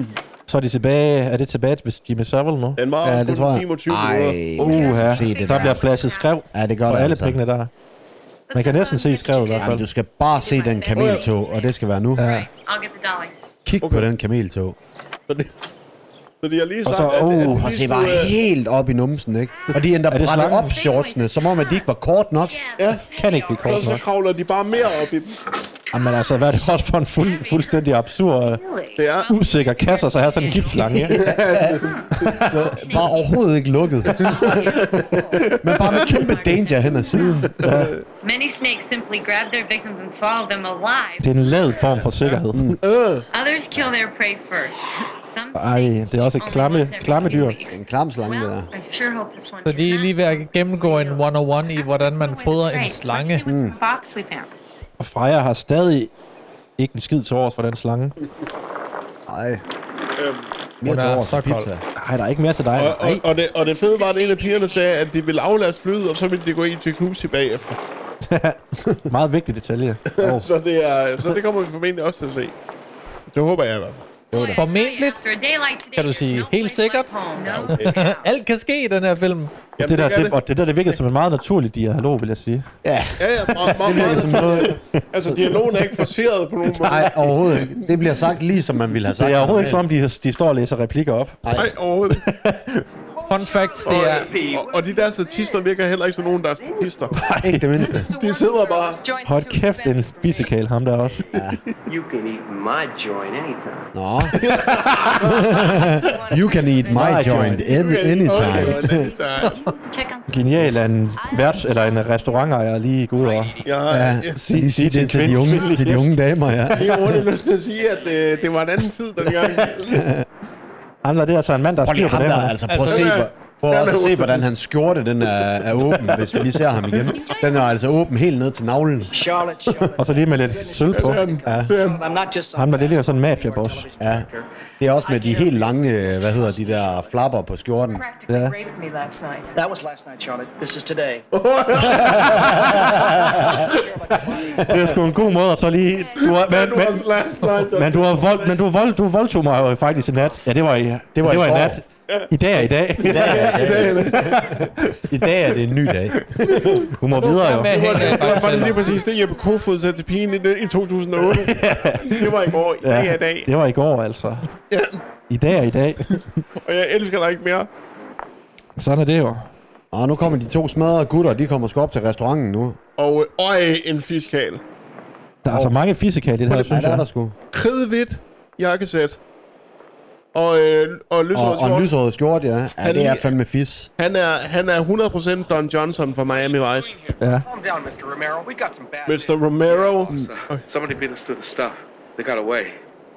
Så er de tilbage... Er det tilbage til Jimmy Savile nu? Den var Ja, også det tror kun jeg. en time og tyve Ej, minutter. Uh, ja. se det Der der. bliver flashet skrev Ja, det gør på det alle altså. pengene der. Man kan næsten se skrevet i hvert Jamen, fald. du skal bare se den kameltog, og det skal være nu. Ja. I'll get the dolly. Kig på den kameltog. Så de har lige Og sagt, så, at, uh, at de Og lige se bare skulle, øh, helt op i numsen, ikke? Og de endda Er det brættet slangen? op shortsene, som om at de ikke var kort nok. Ja, Kan ikke blive og kort så nok. kravler de bare mere op i dem. Jamen altså, hvad er det også for en fuld, fuldstændig absurd, Det er... usikker kasse, så her sådan en gipslange, ja? Bare overhovedet ikke lukket. Men bare med kæmpe danger hen ad siden. Many snakes simply grab their victims and swallow them alive. Det er en lavet form for sikkerhed. Mm. Others kill their prey first. Some Ej, det er også et klamme, klamme dyr. En klamslange, det der. Well, I sure hope this one Så de er lige ved at gennemgå en one oh one i, hvordan man fodrer en slange. Let's see what's in the box we found. Og Freja har stadig ikke en skid til års for den slange. Ej. Øhm, Mere Hun til er over så for kold. pizza. Nej, der er ikke mere til dig. og, og, og, det, og det fede var, at en af pigerne sagde, at de ville aflaste flyet, og så ville de gå i jacuzzi bagefter. Meget vigtig detalje. Oh. så, det er, så det kommer vi formentlig også til at se. Det håber jeg da. Formentligt, After a day like today, kan du there's sige, no helt place sikkert. like home. No. Alt kan ske i den her film. Jamen, Det der, gør det, og det der, det virkede som en meget naturlig dialog, vil jeg sige. Ja, Ja, ja, meget, meget, det virker som noget... altså, dialogen er ikke forseret på nogen måde. Nej, overhovedet ikke. Det bliver sagt lige, som man ville have sagt. Det er overhovedet ikke som om, de, de står og læser replikker op. Nej, overhovedet ikke. Fun facts, det Og, er... og, og de der statister virker heller ikke som nogen, der er statister. Ikke det mindste. De sidder bare... Hold kæft, en bisekal, ham der også. You can eat my joint anytime. Nå. You can eat my joint every anytime. Check on Genial, at en vært eller en restaurantejer lige går ud og Jeg Ja, har sige lige sige til det til de kvinde- unge, kvindelig til de gæst. unge damer, ja. helt hurtigt lyst til at sige, at øh, det var en anden tid dengang. ham der, det er altså en mand, der har Prøv lige styr på ham det der, her. altså prøv at Altså, se, den er- hvor- prøv den også er at se, åben. hvordan hans skjorte, den er, er åben, hvis vi lige ser ham igen. Den er altså åben helt ned til navlen. Charlotte, Charlotte. Og så lige med lidt sølv på. Ja. I'm not just Ham der, det ligner sådan en mafiaboss. Ja. Det er også med de helt lange, hvad hedder de der flapper på skjorten. practically Ja. raped me last night. That was last night, Charlotte. This is today. Det er sgu en god måde at så lige... Du har, men, Du var last night. men du har vold, men du har vold, du voldtog mig jo faktisk i nat. Ja, det var i, det var, i det var i går. nat. I dag er i dag. I dag, er, I dag er det en ny dag. Du må videre jo. Med at Det var, hænge det var faktisk lige bagtæller. præcis det, Jeppe Kofod sagde til pigen i, i to tusind og otte. Det var i går. I dag er i dag. Det var i går, altså. I dag er i dag. Og jeg elsker dig ikke mere. Sådan er det jo. Og nu kommer de to smadrede gutter, de kommer sgu op til restauranten nu. Og øh, øj, en fiskal. Der er så mange fisikal i det her, Ja, synes der er der jeg. sgu. Kridhvidt jakkesæt. Og, øh, og Og, lyserød og en skjort. lyserød skjort, ja. Ja, Han det er lige- fandme fis. Han er, han er hundrede procent Don Johnson fra Miami Vice. Ja. Calm down, mister Romero. We got some bad mister Romero. Somebody beat us to the stuff. They got away.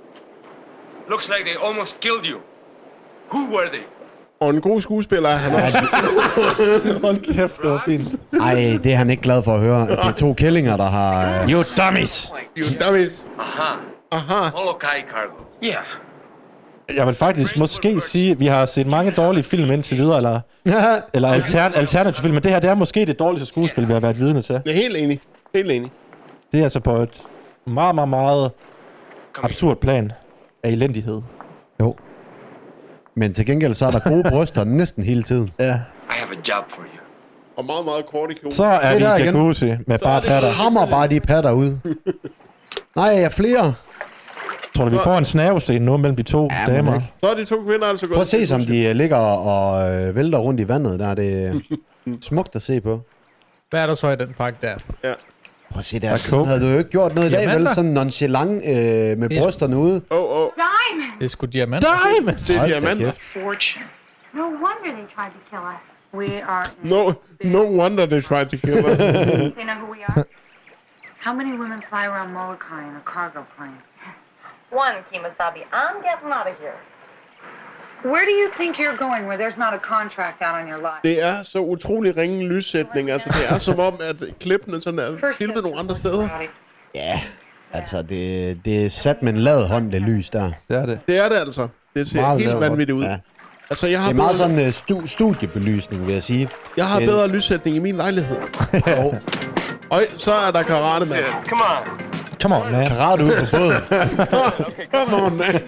Looks like they almost killed you. Who were they? Og en god skuespiller er han også. Hold kæft, det var fint. Ej, det er han ikke glad for at høre. At det er to kællinger, der har... øh, You dummies! You dummies. Aha. Aha. Molokai cargo. Yeah. Jeg vil faktisk måske sige, at vi har set mange dårlige film indtil videre, eller, eller altern, alternative film, men det her, det er måske det dårligste skuespil, vi har været vidne til. Jeg er helt enig. Helt enig. Det er altså på et meget, meget, meget absurd plan af elendighed. Jo. Men til gengæld, så er der gode bryster næsten hele tiden. Ja. I have a job for you. Og meget, meget kort i kjole. Så er Det vi der i igen. jacuzzi med bare patter. Hammer bare de patter ud. Nej, jeg er flere. Tror du, vi får en snavescene nu mellem de to Ja, må damer? ikke. Så er de to kvinder altså gået. Prøv at se, som de øh, ligger og øh, vælter rundt i vandet. Der er det øh, smukt at se på. Hvad er der så i den pakke der? Ja. Prøv at se der. Der er Sådan coke. havde du jo ikke gjort noget i dag, vel? Diamanter. Sådan nonchalant øh, med brysterne ude. Åh, oh, åh. Oh. Diamond! Det er sgu diamant. Diamond! Det er Hold da diamanter. kæft. Fortune. No wonder they tried to kill us. We are. No, no wonder they tried to kill us. They know who we are. How many women fly around Molokai in a cargo plane? One, Kimasabi. I'm getting out of here. Where do you think you're going where there's not a contract out on your life? Det er så utrolig ringe lyssætning. Altså, det er som om, at klippene sådan er filmet nogle andre steder. Ja, altså det, det er sat med en lad hånd, det lys der. Det er det. Det er det altså. Det ser Meget helt lavet vanvittigt ud. Ja. Altså, jeg har, Det er meget bedre, sådan uh, stu- studiebelysning, vil jeg sige. jeg har Det- bedre lyssætning i min lejlighed. Jo. Og så er der karate, mand. Come on. Come on, man. Karate ud på båden. Come on, man.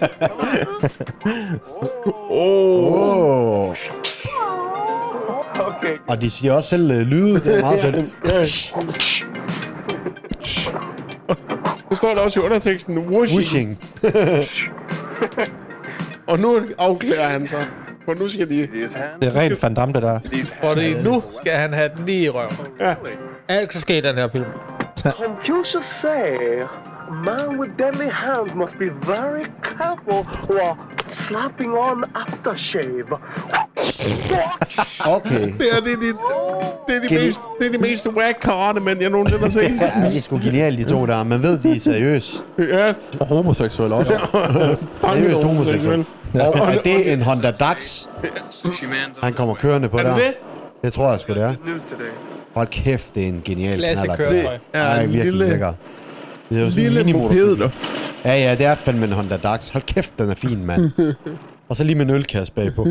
Åh. Oh. Og de siger også selv uh, lyde. Det er meget fedt. Så står der også i underteksten, whooshing. Whooshing. Og nu afklæder han sig. For nu skal de... Det er rent Van Damme, det der. Fordi nu skal han have den lige i røven. Ja. Alt skal ske i den her film. Confucius say, a man with deadly hands must be very careful while slapping on aftershave. Okay. Det er, det, det, det, er de mest, det er de mest whack karate-mænd, jeg nogensinde har set. Ja, de er sgu geniale, de to der. Man ved, de er seriøse. Ja. Og homoseksuelle også. Seriøst homoseksuelle. Og er det en Honda Dax? Han kommer kørende på er der. Det det? Det tror jeg sgu, det er. Hold kæft, det er en genial Classic knaller. køretøj. Det er en virkelig lille, lækker. Det er jo sådan en lille moped, du. Ja, ja, det er fandme en Honda Dax. Hold kæft, den er fin, mand. Og så lige med en ølkasse bagpå.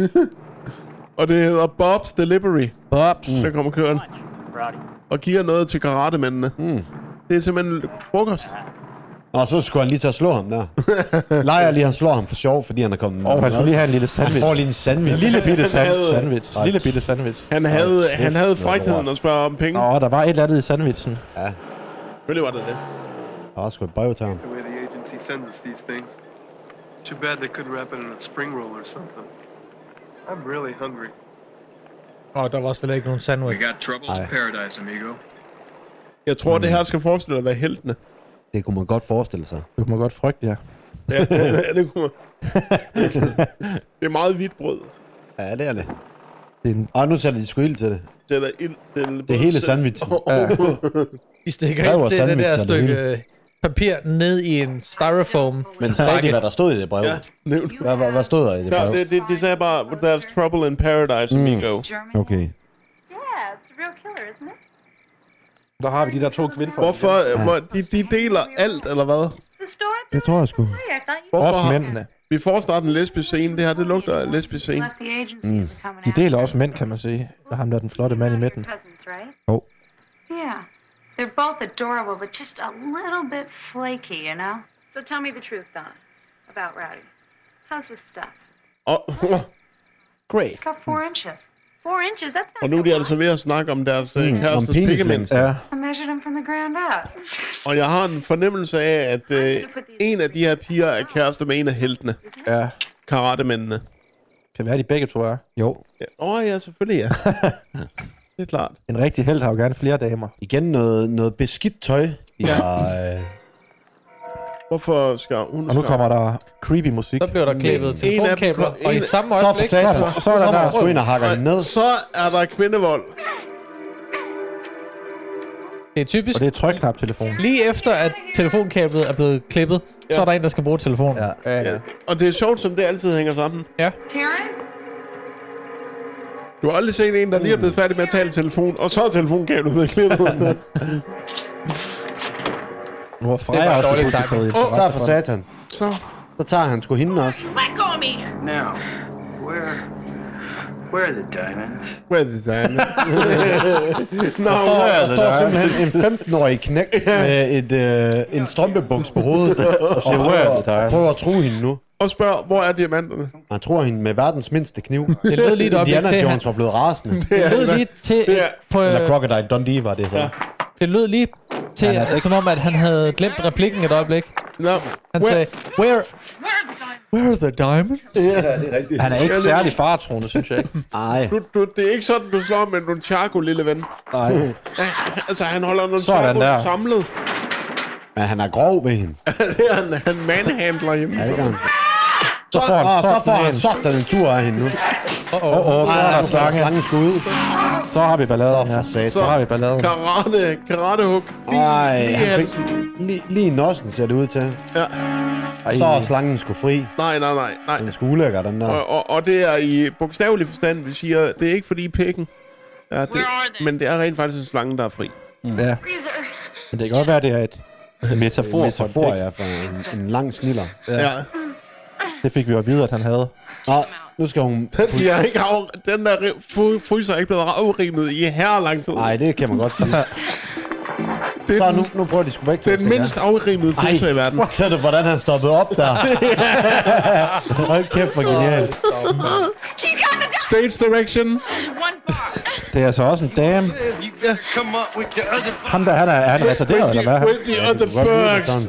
Og det hedder Bob's Delivery. Bob's. Mm. Der kommer køren. Og giver noget til karatemændene. Mm. Det er simpelthen frokost. Og så skulle han lige tage at slå ham der. Lejer lige, han slår ham for sjov, fordi han er kommet... Og han skulle lige have en lille sandwich. Han får lige en sandwich. En lille bitte havde- sandwich. En lille bitte sandwich. Han havde, han havde frækheden at spørge om penge. Nå, der var et eller andet i sandwichen. Ja. Selvfølgelig var det det. Der var sgu et brev til ham. The way the agency sends us these things. Too bad they couldn't wrap it in a spring roll or something. I'm really hungry. Og der var slet ikke nogen sandwich. We got trouble in paradise, amigo. Jeg tror, Mm. det her skal forestille at være heltene. Det kunne man godt forestille sig. Det kunne man godt frygte, ja. Ja, det, det kunne man. Det er meget hvidt brød. Ja, det er det. det er en... Og nu sætter de sgu ild til det. Sætter ild til... Det er hele sandwichen. Ja. De stikker ind til det der stykke papir ned i en styrofoam. Men sagde de, hvad der stod i det brev? Ja, hvad, hvad, hvad stod der i det brev? Ja, det, det, de sagde bare, there's trouble in paradise, Mm. amigo. Okay. Yeah, it's a real killer, isn't it? Der har vi de der to kvindefolk. Hvorfor? Ja. Hvor, de, de deler alt, eller hvad? Det tror jeg sgu. Hvorfor Også har- mændene. Vi får snart en lesbisk scene. Det her, det lugter af lesbisk scene. Mm. De deler også mænd, kan man sige. Der ham der den flotte mand i midten. Cousins, right? Oh. Yeah. They're both adorable, but just a little bit flaky, you know? So tell me the truth, Donna, about Rowdy. How's his stuff? Og, Great. It's got four inches. Four inches? That's not og nu er de altså ved at snakke om deres mm, kærestes pikkemænd. Ja. I measured him from the ground up. Og jeg har en fornemmelse af, at øh, en af de her piger er kæreste med en af heltene. Ja. Karatemændene. Kan være, de begge to er. Jo. Ja. Åh oh, ja, selvfølgelig ja. Det er klart. En rigtig held har jo gerne flere damer. Igen noget, noget beskidt tøj. De Ja. har, øh... Hvorfor skal hun... Og nu kommer der creepy musik. Så bliver der klippet telefonkabler, En af dem- og i en- samme Så øjeblik... fortalte han, så så er der kommer der- han sgu ind og hakker hende ned. Så er der kvindevold. Det er typisk. Og det er trykknap-telefon. Lige efter, at telefonkablet er blevet klippet, ja. så er der en, der skal bruge telefonen. Ja. Ja. Og det er sjovt, som det altid hænger sammen. Ja. Taryn? Du har aldrig set en, der lige er blevet færdig med at tale i telefon, og så er telefonkablet blevet klippet. Nu har Det Freja var også dårlig pludselig timing. fået Så interesse er for for satan. Så. Så tager han sgu hende også. Let go of me! Now, where, where are the diamonds? Where is that? Nå, Der står, where der is står that? simpelthen en femten-årig knægt med et, øh, en strømpebuks på hovedet. Og siger, "Where are the diamonds?" prøver at true hende nu. Og spørg, hvor er diamanterne? Han tror hende med verdens mindste kniv. Det lød lige et øjeblik Indiana til, Jones var blevet rasende. Det lød lige til... Det er- På, Eller Crocodile Dundee var det så. Ja. det lød lige til, Han er altså ikke- som om, at han havde glemt replikken et øjeblik. Nå, Han where, sagde, where, where are the diamonds? Han er ikke særlig faretroende, synes jeg ikke. Ej. du, du, det er ikke sådan, du slår med nogle charco, lille ven. Nej. Ja, altså, han holder nogle Sådan charco der. samlet. Men han er grov ved hende. Det er han, han manhandler hjemme. Ja, det gør han. Så får han Og så sådan får han en. sådan en tur af hende nu. Åh, Åh, åh, så er Ej, der nu får slange. slangen sgu ud. Så har vi balladen. Så for satan. Så har vi balladen. Karate, karatehug. Lige, Ej, lige i han fik, halsen. lige, lige i nossen ser det ud til. Ja. Så er slangen sgu fri. Nej, nej, nej, nej. Den er sgu ulækker, den der. Og, og, og det er i bogstavelig forstand, vi siger, det er ikke fordi pikken. Ja, det, men det er rent faktisk en slange, der er fri. Ja. Men det kan godt være, det er et metafor. En metafor, for et ja, for en, en lang sniller. Ja. ja. Det fik vi jo at vide, at han havde. Nå, nu skal hun... Den, bliver ikke af, den der ri- fry- fryser er ikke blevet afrimet i her lang tid. Nej, det kan man godt sige. Det så den, nu, nu prøver de sgu begge to. Det er den mindst afrimede følelse i verden. Så er det, hvordan han stoppede op der. Hold kæft, hvor genialt. Stage direction. Det er altså også en dame. Ham der, han er, han er retarderet, eller hvad? With the other bugs.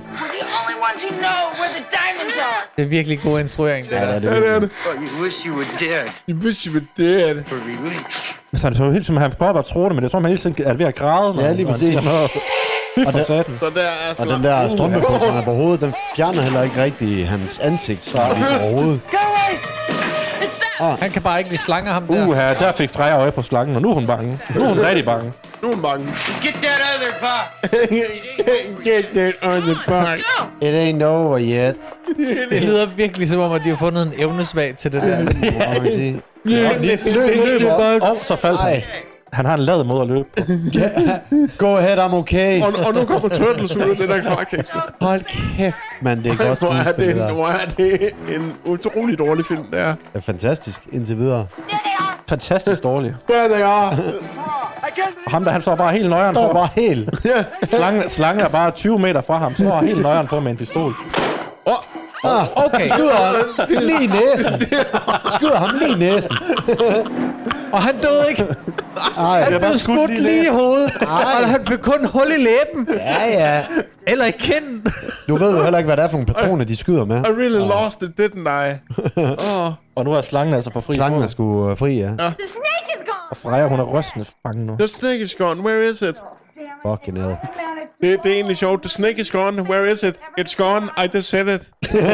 Det er virkelig god instruering, det Ja, der. det er det. Ja, det er det. You wish you were dead. You wish you were dead. For relief. Så han så helt som han godt var troende, men det tror man hele tiden er ved at græde. Ja, lige præcis. Og det, Så der er Og den der strømpe på, han er på hovedet, den fjerner heller ikke rigtig hans ansigt overhovedet. Han kan bare ikke lide slanger, ham der. Uha, der fik Freja øje på slangen, og nu er hun bange. Nu er hun rigtig bange. Nu er mange. Get that other box. Get that other box. It ain't over yet. Det lyder virkelig som om, at de har fundet en evnesvag til det der. Må man sige. Og så faldt han. Han har en lad mod at løbe. Go ahead, I'm okay. Og, og nu kommer Turtles ud af det der kvarkæk. Hold kæft, mand, det er godt Hvor er skuespil, det, det en, der. hvor er det en utrolig dårlig film, det er. Det er fantastisk indtil videre. Fantastisk dårlig. Der they are. Og ham der, han står bare helt nøjeren Står på. bare helt. Slangen, slangen er bare tyve meter fra ham. Står helt nøjeren på med en pistol. Ah, Okay. skyder ham lige i næsen. Skyder ham lige i næsen. Og han døde ikke. Ej, Han blev skudt lige i hovedet. Ej. Og han blev kun hul i læben. ja, ja. Eller i kinden. Du ved jo heller ikke, hvad det er for nogle patroner, de skyder med. I really lost it, didn't I? Oh. Og nu er slangen altså på fri Slangen er fod. sgu uh, fri, ja. The snake is gone! Og Freja, hun er rystende bange nu. The snake is gone. Where is it? Fucking hell. Det, det er egentlig sjovt. The snake is gone. Where is it? It's gone. I just said it.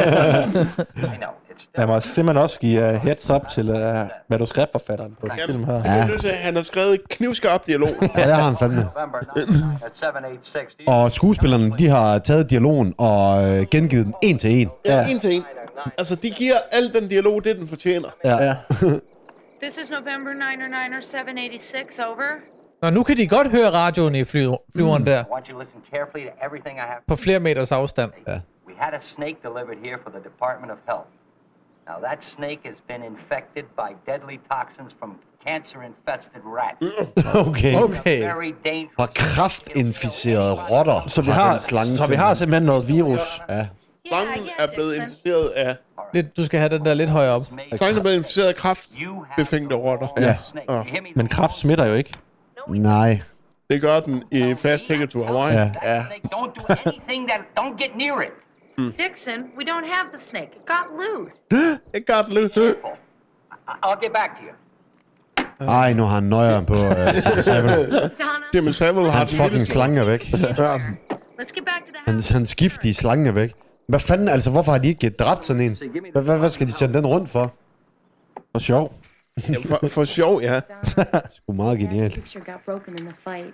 Jeg må simpelthen også give uh, heads up til uh, manuskriptforfatteren på den film her. Jeg er nødt til, at han har skrevet knivskarp dialog. Ja, det har han fandme. Og skuespillerne, de har taget dialogen og øh, gengivet den en til en. Ja, en til en. Altså, de giver al den dialog, det den fortjener. Ja. ja. This is November niner niner seven eighty-six, over. Nå, nu kan de godt høre radioen i fly, flyveren der. I want you to listen carefully to everything I have. På flere meters afstand. Ja. We had a snake delivered here for the Department of Health. Now that snake has been infected by deadly toxins from cancer-infested rats. Okay. Okay. Very dangerous. Og kraftinficerede rotter. Så vi har, så vi har simpelthen noget virus. Ja. Slangen er blevet inficeret af... Lidt, du skal have den der lidt højere op. Slangen er blevet inficeret af kraftbefængte rotter. Ja. Oh. Men kræft smitter jo ikke. Nej. Det gør den i Fast Ticket to Hawaii. Ja. That snake don't do anything that don't get near it. Dixon, we don't have the snake. It got loose. It got loose. Careful. I- I'll get back to you. Ej, nu har han nøjeren på uh, Jimmy Savile. Donna, Jimmy Savile har Hans den fucking vildeste. slange er væk. Ja. let's get back to the house. Hans, hans giftige slange er væk. Hvad fanden, altså, hvorfor har de ikke dræbt sådan en? Hvad, hvad, hvad skal de sende den rundt for? For sjov. Ja, for, for sjov, ja. Sgu meget genialt. Picture got broken in the fight.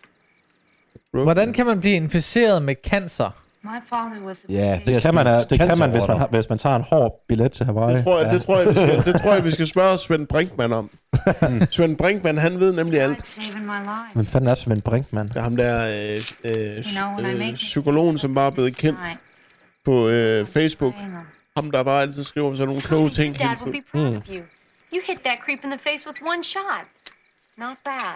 Hvordan kan man blive inficeret med cancer? My father was a Ja, Det kan man, da- det kan man hvis, man har, hvis man tager en hård billet til Hawaii. Det tror jeg, det tror jeg, vi skal, det tror jeg, vi skal spørge Svend Brinkmann om. Svend Brinkmann, han ved nemlig alt. saving my life. Men fanden er Svend Brinkmann? Det er ham der øh, øh, know, when I make øh, this psykologen, som bare er blevet kendt tonight, på øh, Facebook. hang on. Ham, der bare altid skriver sådan nogle kloge ting hele Dad will tiden. be proud of you. You hit that creep in the face with one shot. Not bad.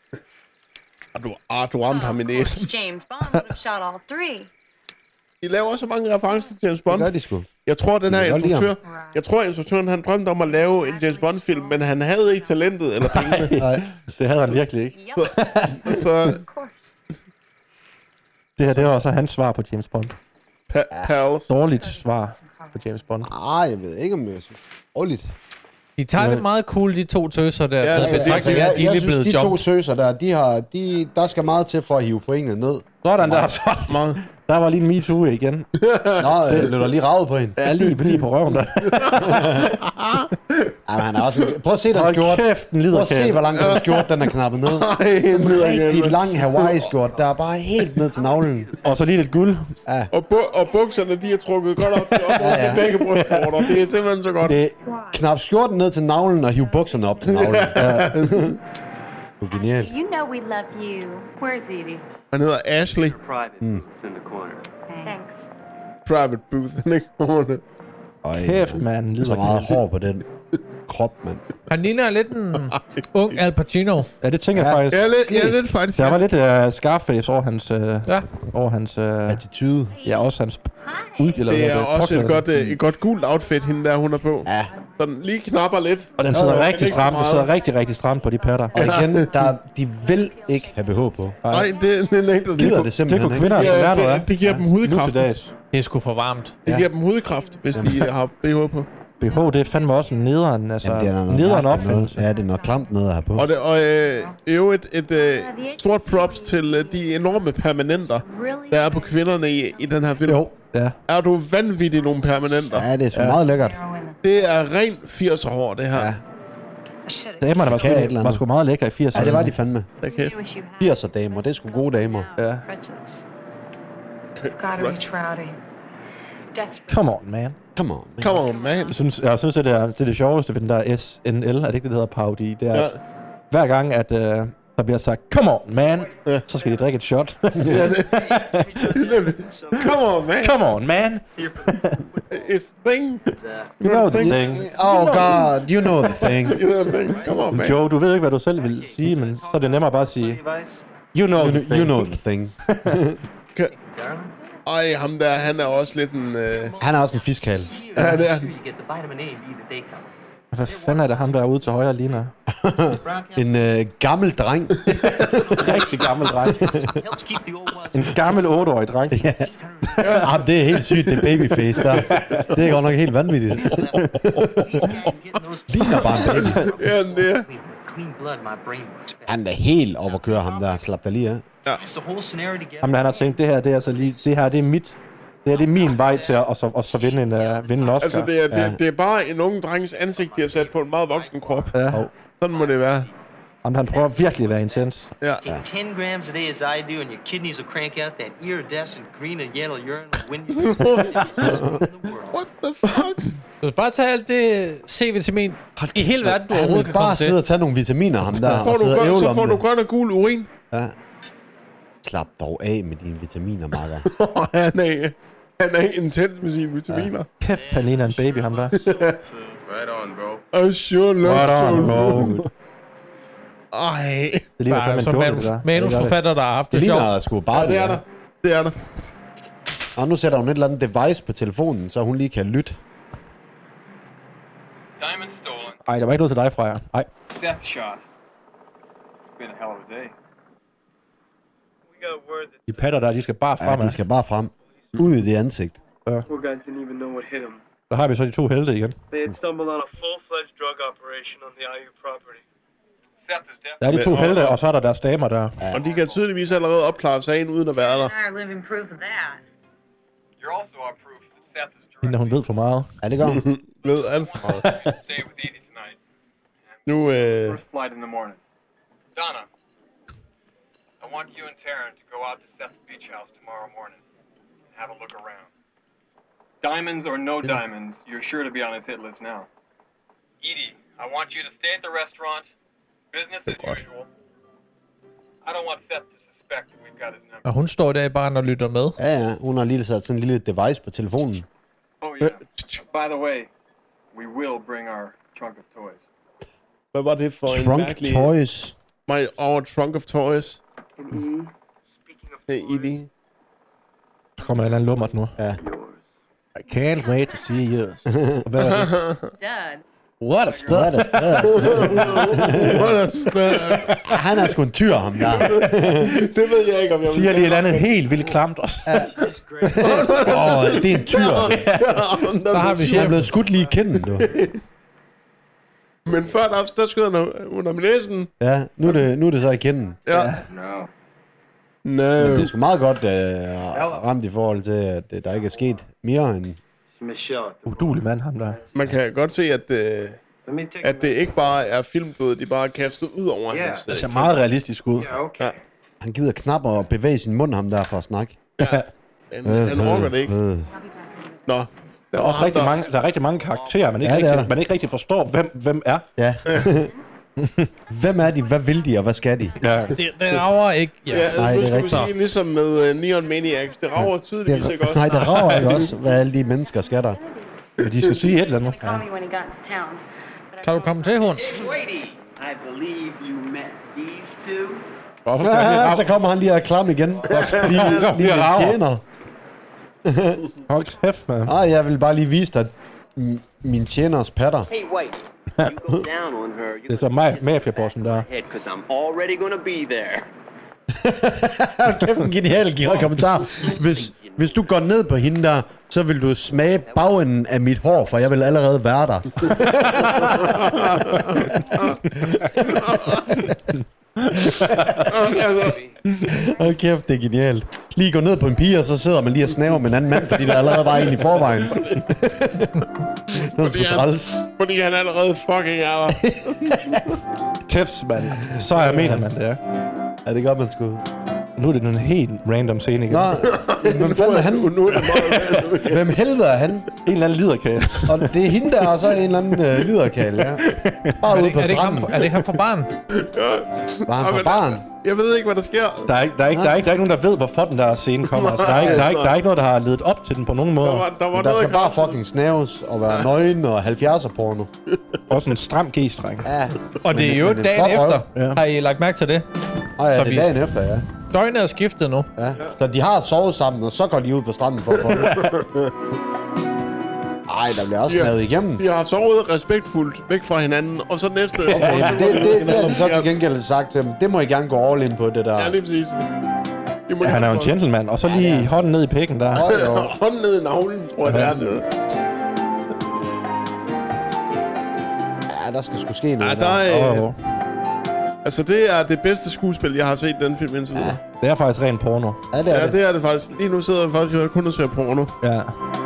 Og du, ah, du ramte ham i Of course, næsen. James Bond would have shot all three. De laver så mange referencer til James Det Bond. gør de sgu. Jeg tror, den her Jeg kan godt lide instruktør, jeg tror, instruktøren, han drømte om at lave en James Bond-film, men han havde ikke talentet eller pengene. Nej. Det havde han virkelig ikke. Så Of course. Det her, det var så hans svar på James Bond. pa- Pals. Dårligt svar på James Bond. Ej, jeg ved ikke, om jeg synes. Årligt. De tager det meget cool, de to tøser der. Ja, Ja, ja, til ja. betragtning, jeg, at de jeg er lige synes, blevet de to jumped. tøser der, de har, de, der skal meget til for at hive pointet ned. Sådan der, så Meget. der var lige en MeToo igen. Nå, øh, blev der lige ravet på hende? Ja, lige, lige på røven der. Ej, men han er også... Prøv at se den Hold skjort. kæft, den lider Prøv at se, hvor lang den skjort, den er knappet ned. Rigtig lang Hawaii-skjort, der er bare helt ned til navlen. Og så lige lidt guld. Ja. Og, bu- og bukserne, de er trukket godt op til op Ja, ja. ja, ja. begge brystvorter. Det er simpelthen så godt. Det knap skjorten ned til navlen og hive bukserne op til navlen. Ja. Det er genialt. You know we love you. Where's Edie? Han hedder Ashley. Private Mm. in the corner. Thanks. Private booth. Den ikke kommer det. Øj, Kæft, mand. så Lider meget genialt. hår på den. krop, mand. Han ligner lidt en ung Al Pacino. Ja, det tænker Ja. jeg faktisk. Ja, lidt, ja, lidt faktisk. Der ja. var lidt uh, Scarface over hans... Uh, Ja. over hans... Uh, Attitude. ja, også hans... Ud, eller Det hvad er det, også et påklædning. godt, øh, et godt gult outfit, hende der, hun er på. Ja. Så den lige knapper lidt. Og den sidder Ja, rigtig ikke stramt. Den meget. sidder rigtig, rigtig stramt på de patter. Og igen, der, de vil ikke have B H på. Nej, det, det nægter Gider det. det simpelthen Det kunne kvinder ikke. altså Ja, være, du er. det, det giver dem Nu hudkræft. til dags. Det er sgu for varmt. Det Ja. giver dem hudkræft, hvis de har B H på. B H, det er fandme også en nederen, altså Jamen, det er noget nederen mærkeligt noget. opfindelse. Ja, det er noget klamt noget at have på. Og, det, og øh, jo et, et øh, stort props til øh, de enorme permanenter, der er på kvinderne i, i den her film. Jo. Ja. Er du vanvittig nogle permanenter? Ja, det er sgu meget lækkert. Det er ren firserne hår, det her. Ja. Damerne var sgu, Kan et eller var andet. sgu meget lækre i firserne. Ja, det var de fandme. Der kæft. firser damer, det er sgu gode damer. Ja. Gotta reach Rowdy. Desperate. Come on, man. Come on, man. Come on, man. Jeg synes, jeg synes at det er det, er det sjoveste ved den der S N L, er det ikke det, der hedder parodi? Det er, Ja. ja. hver gang, at uh, der bliver sagt, come on, man, Ja. så skal de drikke et shot. Come on, man. Come on, man. It's thing. You know the thing. Oh god, you know the thing. You know the thing. Come on, man. Joe, du ved ikke, hvad du selv vil sige, men så er det nemmere bare at sige, you know You, the you thing. know the thing. Ej, ham der, han er også lidt en... Øh... Han er også en fiskal. Ja, det er han. Hvad fanden er det ham, der er ude til højre ligner? En øh, gammel dreng. Rigtig gammel dreng. En gammel otteårig dreng. Ja. Ah, det er helt sygt, det babyface der. Det er godt nok helt vanvittigt. Ligner bare en baby. Ja, det er. Han er helt op at køre ham der. Slap dig lige af. Ja. Ham der, han har tænkt, det her, det er altså lige, det her, det er mit, det her, det er min vej til at og så, og så vinde en, uh, vinde en Oscar. Altså, det er, det, Ja. er, det er bare en unge drengs ansigt, de har sat på en meget voksen krop. Ja. Sådan må det være. Ham, han prøver virkelig at være intens. Ja. Take ten grams a day as I do, and your kidneys will crank out that iridescent green and yellow urine when you... What the fuck? Du skal bare tage alt det C-vitamin i hele verden, du Han overhovedet vil kan komme bare sidde til. og tage nogle vitaminer, ham der. Får Og du sidde og grøn, ævle så om får du det. grøn og gul urin. Ja. Slap dog af med dine vitaminer, makker. han, er, han er intens med sine vitaminer. Ja. Kæft, han ligner en baby, ham der. Right on, bro. I sure love Right on, soul bro. food. Ej. Det ligner Bare fandme som en dukke, manus, det der. manusforfatter, der har haft Det det sjovt. ligner sgu bare Ja, det er der. Det er der. Og nu sætter hun et eller andet device på telefonen, så hun lige kan lytte. Diamond stolen. Ej, der var ikke noget til dig, Freja. Ej. Seth shot. It's been a hell of a day. We got word that De patter der, de skal bare Ja, frem de af. skal bare frem. Ud i det ansigt. Poor guys didn't even know what hit them. Så har vi så de to helte igen. They had stumbled on a full-fledged drug operation on the I U property. Seth is dead. Der er de to helte, og så er der deres damer der. Og de kan tydeligvis allerede opklare sagen uden at være der. Our living proof of that. You're also our proof that Seth is Hende, hun ved for meget. Ja, det gør hun. Ved alt for meget. stay with Edie tonight. Nu, øh... First flight in the morning. Donna, I want you and Taryn to go out to Seth's beach house tomorrow morning and have a look around. Diamonds or no diamonds, you're sure to be on his hit list now. Edie, I want you to stay at the restaurant, business as usual. I don't want Seth to suspect that we've got his number. Og hun står der i baren og lytter med. Ja, ja. Hun har lige sat sådan en lille device på telefonen. Oh yeah. By the way, we will bring our trunk of toys. Hvad var det for en Trunk mærkelig... toys. My, our trunk of toys. Hey, Edie. Så kommer der en eller anden lummert nu. Ja. I can't wait to see yours. Og hvad var det? Dad. What a stud. What a stud. What a stud. Han er sgu en tyr, ham der. Det ved jeg ikke, om jeg vil... Siger lige et eller andet helt vildt klamt. Åh, oh, det er en tyr. Så har vi Han er chefen. blevet skudt lige i kinden, du. Men før der, der skød han under næsen. Ja, nu er det, nu er det så i kinden. Ja. No. No. Men det er sgu meget godt uh, ramt i forhold til, at uh, der ikke er sket mere end... It's Michelle. Udulig mand, ham der. Man kan godt se, at, øh, Let me take at det ikke bare er filmblod, de bare er kastet ud over Ja. hans... Det ser meget realistisk ud. Yeah, okay. Ja. Han gider knap at bevæge sin mund, ham der, for at snakke. Han, han orker det ikke. Øh. Nå. Der er også rigtig mange, der er rigtig mange karakterer, man ikke, Ja, det er rigtig, der. man ikke rigtig forstår, hvem, hvem er. Ja. Hvem er de? Hvad vil de? Og hvad skal de? Ja. Det, det rager ikke. Ja. Ja, Nej, nu det er skal vi rigtigt. sige, ligesom med uh, Neon Maniacs, det rager tydeligvis ikke Det, også. nej, det rager ikke også, hvad alle de mennesker skal der. Men de skal sige et eller andet. Call me when he got to town. But Kan du komme til, hund? Lady, I believe you met these two. Ja, så kommer han lige og klam igen. Lige, lige med tjener. Hold kæft, man. Ah, jeg vil bare lige vise dig m- min tjeners patter. Hey, wait. You go down on her. Det er så mig, mafiabossen der. Head, because I'm already gonna be there. Kæft en genial kommentar. Hvis, hvis du går ned på hende der, så vil du smage bagenden af mit hår, for jeg vil allerede være der. Hold kæft, det er genialt. Lige gå ned på en pige, og så sidder man lige og snaver med en anden mand, fordi der allerede var en i forvejen. Det er fordi, sgu træls. han, fordi han allerede fucking er der. Kæft, mand. Så er jeg mener, man det er. Ja, det gør man sgu. Nu er det en helt random scene igen. Nå, hvem fanden er han? Hvem helvede er han? En eller anden liderkale. Og det er hende der, og så en eller anden uh, liderkale, ja. Bare Er ude det, på er, det ikke stranden. ham, er det ikke ham fra barn? Var han fra barn? Jeg ved ikke, hvad der sker. Der er, ikke, der, er ikke, der, er ikke, der er ikke nogen, der ved, hvorfor den der scene kommer. Altså, der, er ikke, der, er ikke, der er ikke noget, der har ledet op til den på nogen måde. Der, var, der, var Der noget, skal bare fucking snaves og være nøgen og halvfjerdser porno. Også en stram G-streng. Ja. Og det er jo Men en dagen flot efter. Ja. Har I lagt mærke til det? Ej, ja, Så det vi- er dagen efter, ja. Døgnet er skiftet nu. ja. Så de har sovet sammen, og så går de ud på stranden for at få det. Ej, der bliver også Ja. snavet igennem. De har sovet respektfuldt væk fra hinanden, og så næste... Ja, jamen, det, det, det har de så til gengæld sagt til dem. Det må I gerne gå all in på, det der. Ja, lige præcis. De må Ja, han er jo en gentleman. Og så lige ja, ja. hånden ned i pikken der. Hold jo. Hånden ned i navlen, tror jeg, det er det. Ja, der skal sgu ske noget. Ja, der er... Oh, oh. Altså, det er det bedste skuespil, jeg har set i den film indtil videre. Det er faktisk ren porno. Ja, det er Ja, det. det er det faktisk. Lige nu sidder jeg faktisk kun og ser porno. Ja.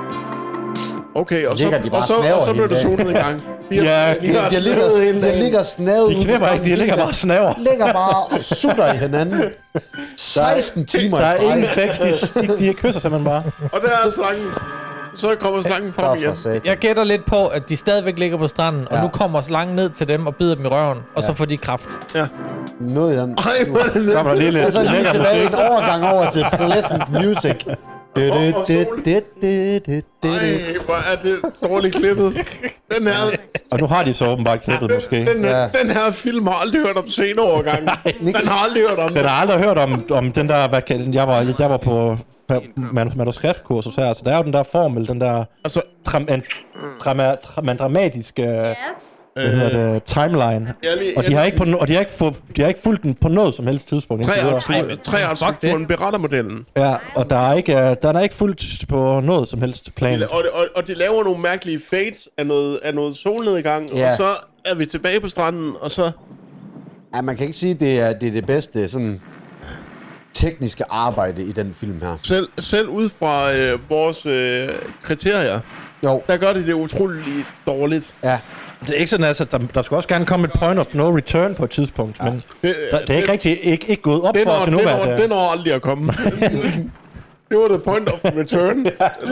Okay, og så, Ligger de bare og så, snaver og så blev det hele zonet i gang. De har- Ja, de har De ligger, snavet hele de dagen. ligger snavet De knipper ikke, de ligger bare og snaver. ligger bare og sutter i hinanden. seksten timer Der i er streg. ingen sex, de, de, de kysser simpelthen bare. Og der er slangen. Så kommer slangen frem Så igen. for satan. Jeg gætter lidt på, at de stadigvæk ligger på stranden, og Ja. nu kommer slangen ned til dem og bider dem i røven, og så får de kraft. Noget i den. Ej, hvor er det Kommer der lige lidt Og så lige lækker tilbage musik. en overgang over til pleasant music. Du, du, du, du, du, du, du, du. Ej, hvor er det dårligt klippet. Den her, Og nu har de så åbenbart klippet måske. den, Ja. den her film har aldrig hørt om sceneovergang. Den har aldrig hørt om Den det. har aldrig hørt om, om den der, hvad kan den, jeg var, jeg var på man- manuskriptkursus her, så der er jo den der formel, den der Altså, dram, en, drama, dram, en dramatisk uh, Yes? hvad hedder det, timeline. jeg er lige, Og de har ikke, på, no- og de har ikke, få, de har ikke fulgt den på noget som helst tidspunkt. indtil videre. Treartsstrukturen beretter modellen. Ja, og der er ikke, uh, der er ikke fulgt på noget som helst plan. Og, og, og de laver nogle mærkelige fades af noget, af noget solnedgang, Ja. og så er vi tilbage på stranden, og så... Ja, man kan ikke sige, det er det, er det bedste sådan tekniske arbejde i den film her. Selv, selv ud fra øh, vores øh, kriterier, Jo. der gør de det utroligt dårligt. Ja. Det er ikke sådan, altså, der, der skal også gerne komme et point of no return på et tidspunkt, ja. men Det, der, det er ikke rigtig ikke, ikke gået op det for os når, endnu, det, hvad når, det det er. når aldrig at komme. Det var the point of return.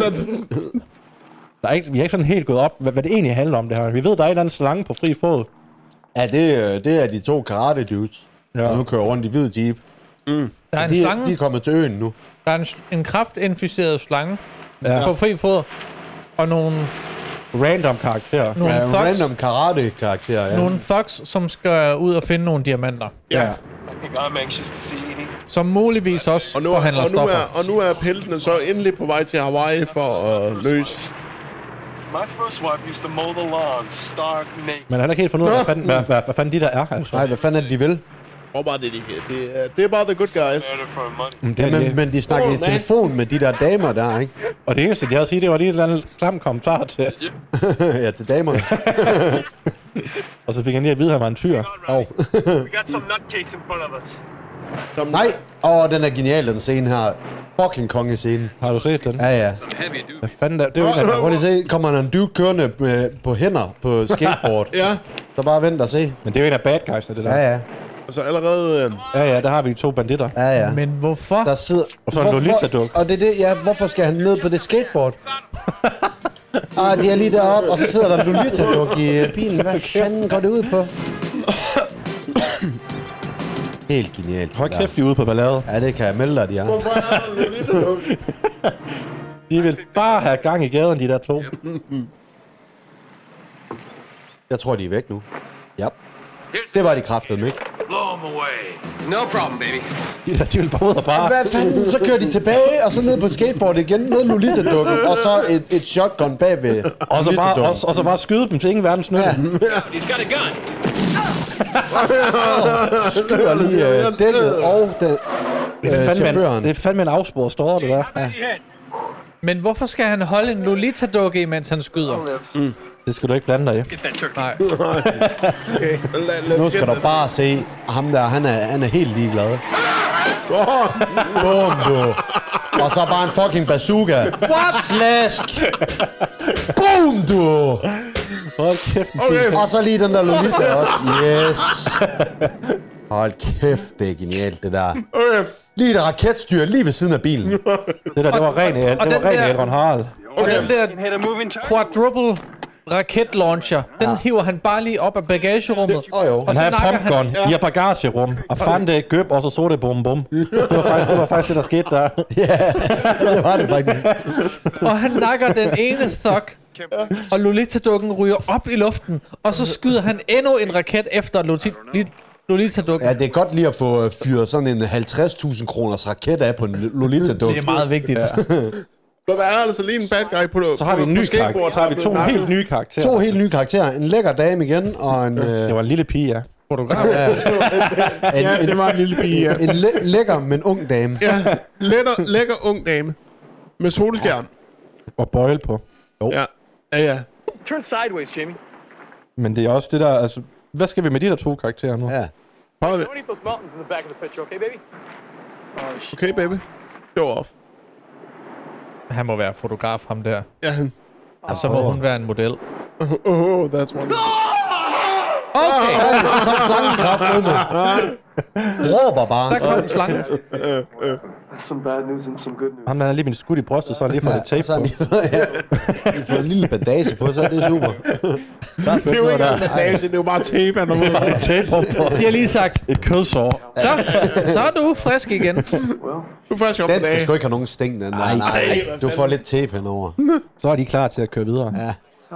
Der er ikke, vi er ikke sådan helt gået op, hvad, hvad det egentlig handler om det her. Vi ved, der er en eller anden slange på fri fod. Ja, det, øh, det er de to karate dudes, Ja. der nu kører rundt i hvid jeep. Mm. Der er en De, slange, de er kommet til øen nu. der er en, en kraftinficeret slange Ja. på fri fod, og nogle, Random karakterer. nogle, Ja, thugs, random karate-karakterer, ja. nogle thugs, som skal ud og finde nogle diamanter, Ja. I think I'm anxious to see Edie. som muligvis også Og nu, forhandler og, nu stoffer. er, og nu er peltene så endelig på vej til Hawaii for at løse. My first wife used to mow the lawn, stark naked. Men han har ikke helt fundet ud af, hvad fanden, hvad, hvad, hvad fanden de der er, altså. Nej, hvad fanden er det, de vil? Og bare det, de her. Det, er- det er bare the good guys. Better for money. Men Ja, det, men, det, men de snakkede i Åh, man. telefon med de der damer der, ikke? og det eneste, de havde at sige, det var lige et eller andet klam kommentar til. Ja, til damerne. Og så fik han lige at vide, at han var en fyr. Oh. We got some nutcase in front of us. Som, Nej! Åh, oh, den er genial, den scene her. Fucking kongescene. Har du set den? Ja, ja. Hvad fanden der? Det er jo ikke, Prøv lige at se, kommer der en dude kørende med, på hænder på skateboard. Ja, Så bare vent og se. men det er jo en af bad guys, det der. Ja, ja. altså allerede... Øh, Ja, ja, der har vi de to banditter. Ja, ja. Men hvorfor? Der sidder... Og så en Lolita-duk. Og det er det, ja, hvorfor skal han ned på det skateboard? Ah, de er lige deroppe, og så sidder der en Lolita-duk i øh, bilen. Hvad fanden går det ud på? Helt genialt. Hold kæft, de er ude på ballade. Ja, det kan jeg melde dig, de er. hvorfor er der lidt duk? De vil bare have gang i gaden, de der to. Jeg tror, de er væk nu. Ja. Det var de kraftedeme ikke. Blow them away. No problem, baby. De, de vil bare ud og bare... Hvad fanden? Så kører de tilbage, og så ned på skateboard igen, ned Lolita-dukken, og så et, et shotgun bagved og så, bare, og, og så bare skyde dem til ingen verdens nytte. Ja. He's got a gun. Skyder lige øh, dækket og den, det, er øh, chaufføren. En, det er fandme en afsporet story, det der. Ja. Men hvorfor skal han holde en Lolita-dukke, mens han skyder? Mm. Det skal du ikke blande dig i. Nej. Okay. Nu skal du bare se, ham der, han er, han er helt ligeglad. Bum, du. Og så bare en fucking bazooka. What? Slask. Boom, du. Hold kæft. Okay. Og så lige den der Lolita også. Yes. Hold kæft, det er genialt, det der. Okay. Lige et raketstyr lige ved siden af bilen. Det der, det var ren el. Det var ren Elron Harald. Og den der quadruple raket-launcher, den ja. hiver han bare lige op af bagagerummet. Det, oh jo. Og han har pumpgun han... i et bagagerum, og fandt det gøb, og så så det bum bum. Det var faktisk det, var faktisk det der skete der. Ja, det var det faktisk. Og han nakker den ene thug, og Lolita-dukken ryger op i luften, og så skyder han endnu en raket efter Lolita-dukken. Ja, det er godt lige at få fyret sådan en halvtreds tusind kroners raket af på en Lolita-dukke. Det er meget vigtigt. Ja. Så der er altså lige en bad guy på det. Så har vi en ny karakter. Så har vi to helt nye karakterer. To helt nye karakterer. En lækker dame igen, og en... Øh... Det var en lille pige, ja. Fotograf. Ja, en, ja, det var en lille pige, ja. En læ- lækker, men ung dame. Ja, lækker, lækker ung dame. Med solskærm. Og bøjle på. Jo. Ja, ja, ja. Turn sideways, Jamie. Men det er også det der, altså... Hvad skal vi med de der to karakterer nu? Ja. Prøv Don't eat those mountains in the back of the picture, okay, baby? Okay, baby. Show off. Han må være fotograf, ham der. Ja, han. Og så må oh. hun være en model. Oh, oh that's one. Okay. Oh, så kom slangen kraft ud med. Råber bare. Der kom slangen. That's some bad news and some good news. Han er lige min skud i brystet, så han lige får ja, lidt tape så på. Ja, lige får en lille bandage på, så er det super. Det er jo ikke en bandage, det er jo bare tape, han har bare tape på. De har lige sagt, et kødsår. Så, så er du frisk igen. Du er frisk op. Den skal sgu ikke have nogen sting, den. Nej, nej, du får lidt tape henover. Så er de klar til at køre videre. Ja.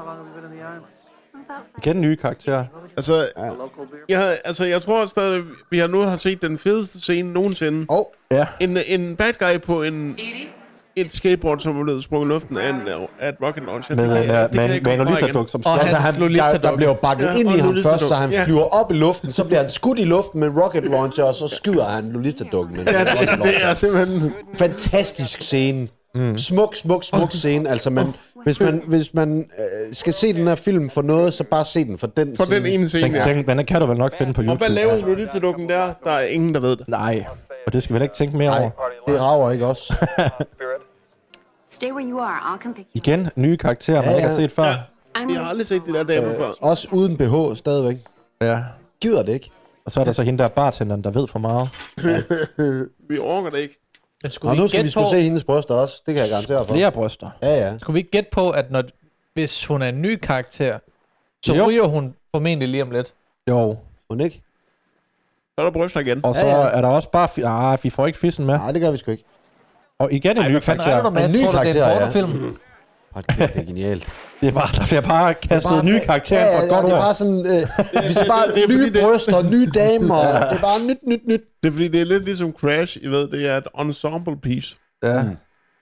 Igen nye karakterer. Altså, ja. jeg, altså, jeg tror stadig, vi har nu har set den fedeste scene nogensinde. Oh. Ja. En, en bad guy på en, en skateboard, som er blevet sprunget i luften af, en, af et rocket launcher. Med, det, ja, med, med en Lolita-duk, som og altså, han, der, der bliver bakket ja, ind i ham først, så han ja. flyver op i luften, så bliver han skudt i luften med en rocket launcher, og så skyder han Lolita-dukken med ja, det, det er simpelthen... Fantastisk scene. Mm. Smuk, smuk, smuk scene. Altså, man, hvis man, hvis man øh, skal se den her film for noget, så bare se den for den for scene. den ene scene, den, ja. Den, den kan du vel nok finde på YouTube. Og hvad lavede Lolita-dukken der? Der er ingen, der ved det. Nej, og det skal vi ikke tænke mere Nej, over. Det rager ikke også. Stay where you are. I'll come pick you. Igen, nye karakterer, man ja, ja. ikke har set før. Ja. Jeg har aldrig set de der damer øh, før. Også uden B H stadigvæk. Ja. Gider det ikke. Og så er der så hende der bartenderen, der ved for meget. Ja. Vi orker det ikke. Og nu skal vi skulle se hendes bryster også. Det kan jeg garantere for. Flere bryster. Ja, ja. Skulle vi ikke gætte på, at når, hvis hun er en ny karakter, så jo. ryger hun formentlig lige om lidt? Jo. Hun ikke? Så er der bryster igen. Og så ja, ja. er der også bare... Fi- ah, vi får ikke fissen med. Nej, det gør vi sgu ikke. Og igen en Ej, ny karakter. En ny karakter, ja. Film? Det er genialt. Det er bare, der bliver bare kastet bare, nye karakterer ja, ja, for et godt ord. ord. Det er bare sådan, øh, vi skal bare det, nye bryster, det... nye damer, ja. Det er bare nyt, nyt, nyt. Det er fordi, det er lidt ligesom Crash, I ved, det er et ensemble piece. Ja. Mm.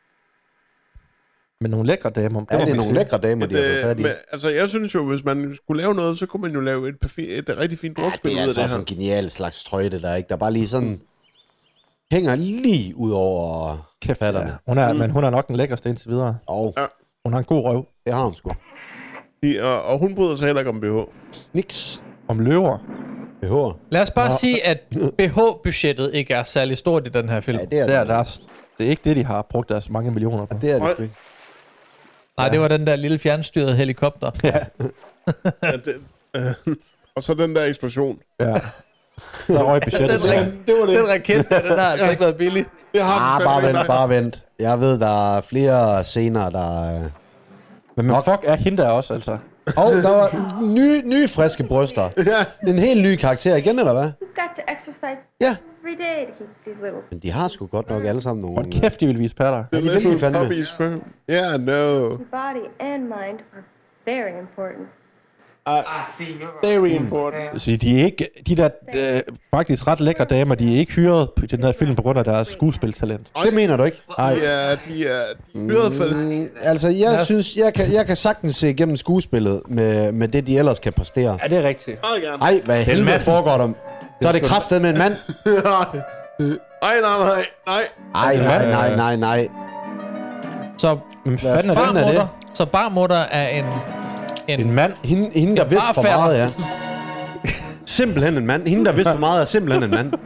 Men nogle lækre damer. Ja, det er nogle lækre damer, de har fået fat i. Altså, jeg synes jo, hvis man skulle lave noget, så kunne man jo lave et, perfi- et rigtig fint drukspil ud af det her. Det er altså også en genial slags trøje, det der, ikke? Der bare lige sådan... Mm. hænger lige ud over kæfterne. Ja. Hun er, mm. Men hun er nok den lækkerste indtil videre. Og ja. Hun har en god røv. Det har hun sgu. De, og, og hun bryder sig heller ikke om B H. Niks. Om løver. B H'er. Lad os bare Nå. sige, at B H-budgettet ikke er særlig stort i den her film. Ja, det er det. Det er, deres, det er ikke det, de har brugt deres mange millioner på. Ja, det er det sgu ikke. Nej, ja. Det var den der lille fjernstyrede helikopter. Ja. ja det, øh, og så den der eksplosion. Ja. Så røg budgettet. Den, ra- det var det. Den raket, der, den har altså ikke været billig. Det har ah, bare vent, bare vent. Jeg ved, der er flere scener, der... Men, men fuck er hende der også, altså. Og der var nye, nye friske bryster. Ja. En helt ny karakter igen, eller hvad? You've got to exercise Ja. every day to keep these little... Men de har sgu godt nok alle sammen nogle... Hvor kæft, de vil vise patter. Ja, de vil de fandme. Yeah, no. Your body and mind are very important. Uh, very important. Så de er ikke, de der øh, faktisk ret lækre damer, de er ikke hyret på den her film på grund af deres skuespiltalent. Det mener du ikke? Nej. De er, de er hyret for... Mm, altså, jeg Lad os- synes, jeg kan, jeg kan sagtens se igennem skuespillet med, med det, de ellers kan præstere. Ja, det er rigtigt. Ej, hvad en helvede mand. foregår der? Så er det kraftet med en mand. Nej, nej, nej, nej. Ej, nej, nej, nej, nej. Så Hvem fanden er den? er det? barmutter, så barmutter er en... En, En mand. Hende, hende der En vidste for barfærder. meget, ja. Simpelthen en mand. Hende, der vidste for meget, er simpelthen en mand.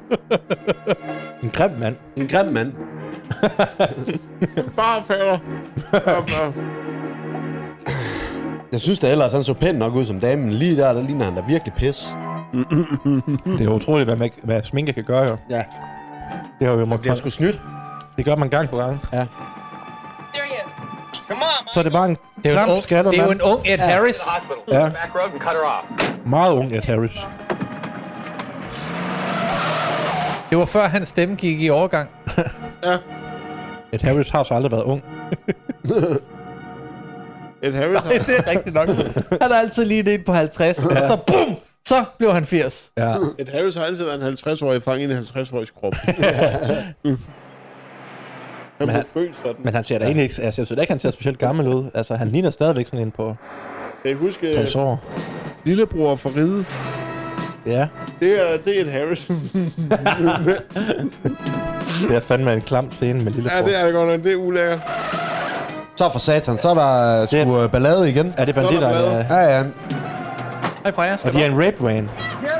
En grim mand. En grim mand. Bare fader. Jeg synes da ellers, han så pænt nok ud som dame, men lige der, der ligner han da virkelig pis. Det er jo utroligt, hvad, man, hvad sminke kan gøre, jo. Ja. Det har jo må Det er sgu snydt. Det gør man gang på gang. Ja. Så er det bare en det er jo en klam ung, skaldet det er jo mand. en ung Ed Harris. Ja. Back road and cut her off. Meget ung Ed Harris. Det var før hans stemme gik i overgang. Ja. Ed Harris har så aldrig været ung. Ed Harris Nej, det er rigtigt nok. Han er altid lige en på halvtreds, og så bum, så blev han firs. Ja. Ed Harris har altid været en halvtreds-årig fange i en halvtreds-årig krop. Han Men blev han- født sådan. Men han ser da egentlig ikke, altså, jeg synes da ikke, han ser specielt gammel ud. Altså, han ligner stadigvæk sådan en på Kan I huske tres uh, år. Lillebror for ride? Ja, Det er, det er Ed Harris. det er fandme en klam scene med lillebror. Ja, det er det godt nok. Det er ulækkert. Så for satan, så er der sgu Det- ballade igen. Er det banditter? Så er der eller- Ja, ja. Hej Freja, Og de er en rape van.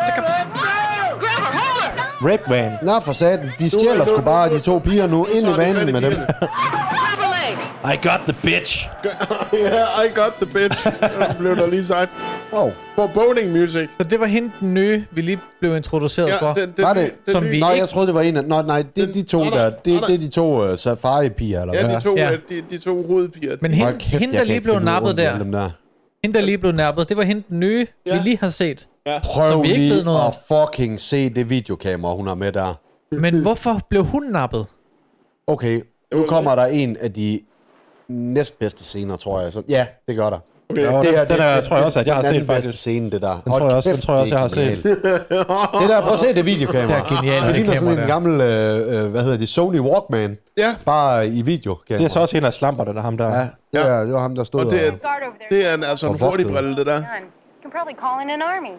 Rape van. Nå for satan, de stjæler sgu bare de to piger nu ind i vanen med dem. I got the bitch. Ja, I got the bitch. Det blev der lige sagt. Oh. For boning music. Så det var hende den nye, vi lige blev introduceret Ja, for. den, den, Var det? Den, Som nye- vi Nå, ikke- jeg troede, det var en af... Nå, nej, det er de to nej, nej, der. nej, Det, nej. det er de to uh, safari-piger, eller Ja, hvad? de to, Ja. ja. de, de to hovedpiger. Men Hold hende, kæft, hende jeg der kan lige ikke blev finde ud af nappet rundt i der, alle dem der. hende der lige blev nappet, det var hende den nye, Ja. vi lige har set. Prøv Som vi ikke ved lige noget om. at fucking se det videokamera, hun har med der. Men hvorfor blev hun nappet? Okay, nu kommer der en af de næstbedste scener, tror jeg. Så, ja, det gør der. Okay. Ja, den, den er, tror jeg også, at jeg har set faktisk. Den scene, det der. Den tror jeg også, den tror jeg også, jeg har set. Det der, prøv at se det videokamera. Det er genialt, Det det ligner sådan kamera en der. gammel, øh, øh, hvad hedder det, Sony Walkman. Ja. Bare i videokamera. Det er så også en af slamperne, der ham der. Ja, det, er, det var ham, der stod Og det er, Guard over there. det er en, altså en Og hurtig vogtet. brille, det der. Done. You can probably call in an army.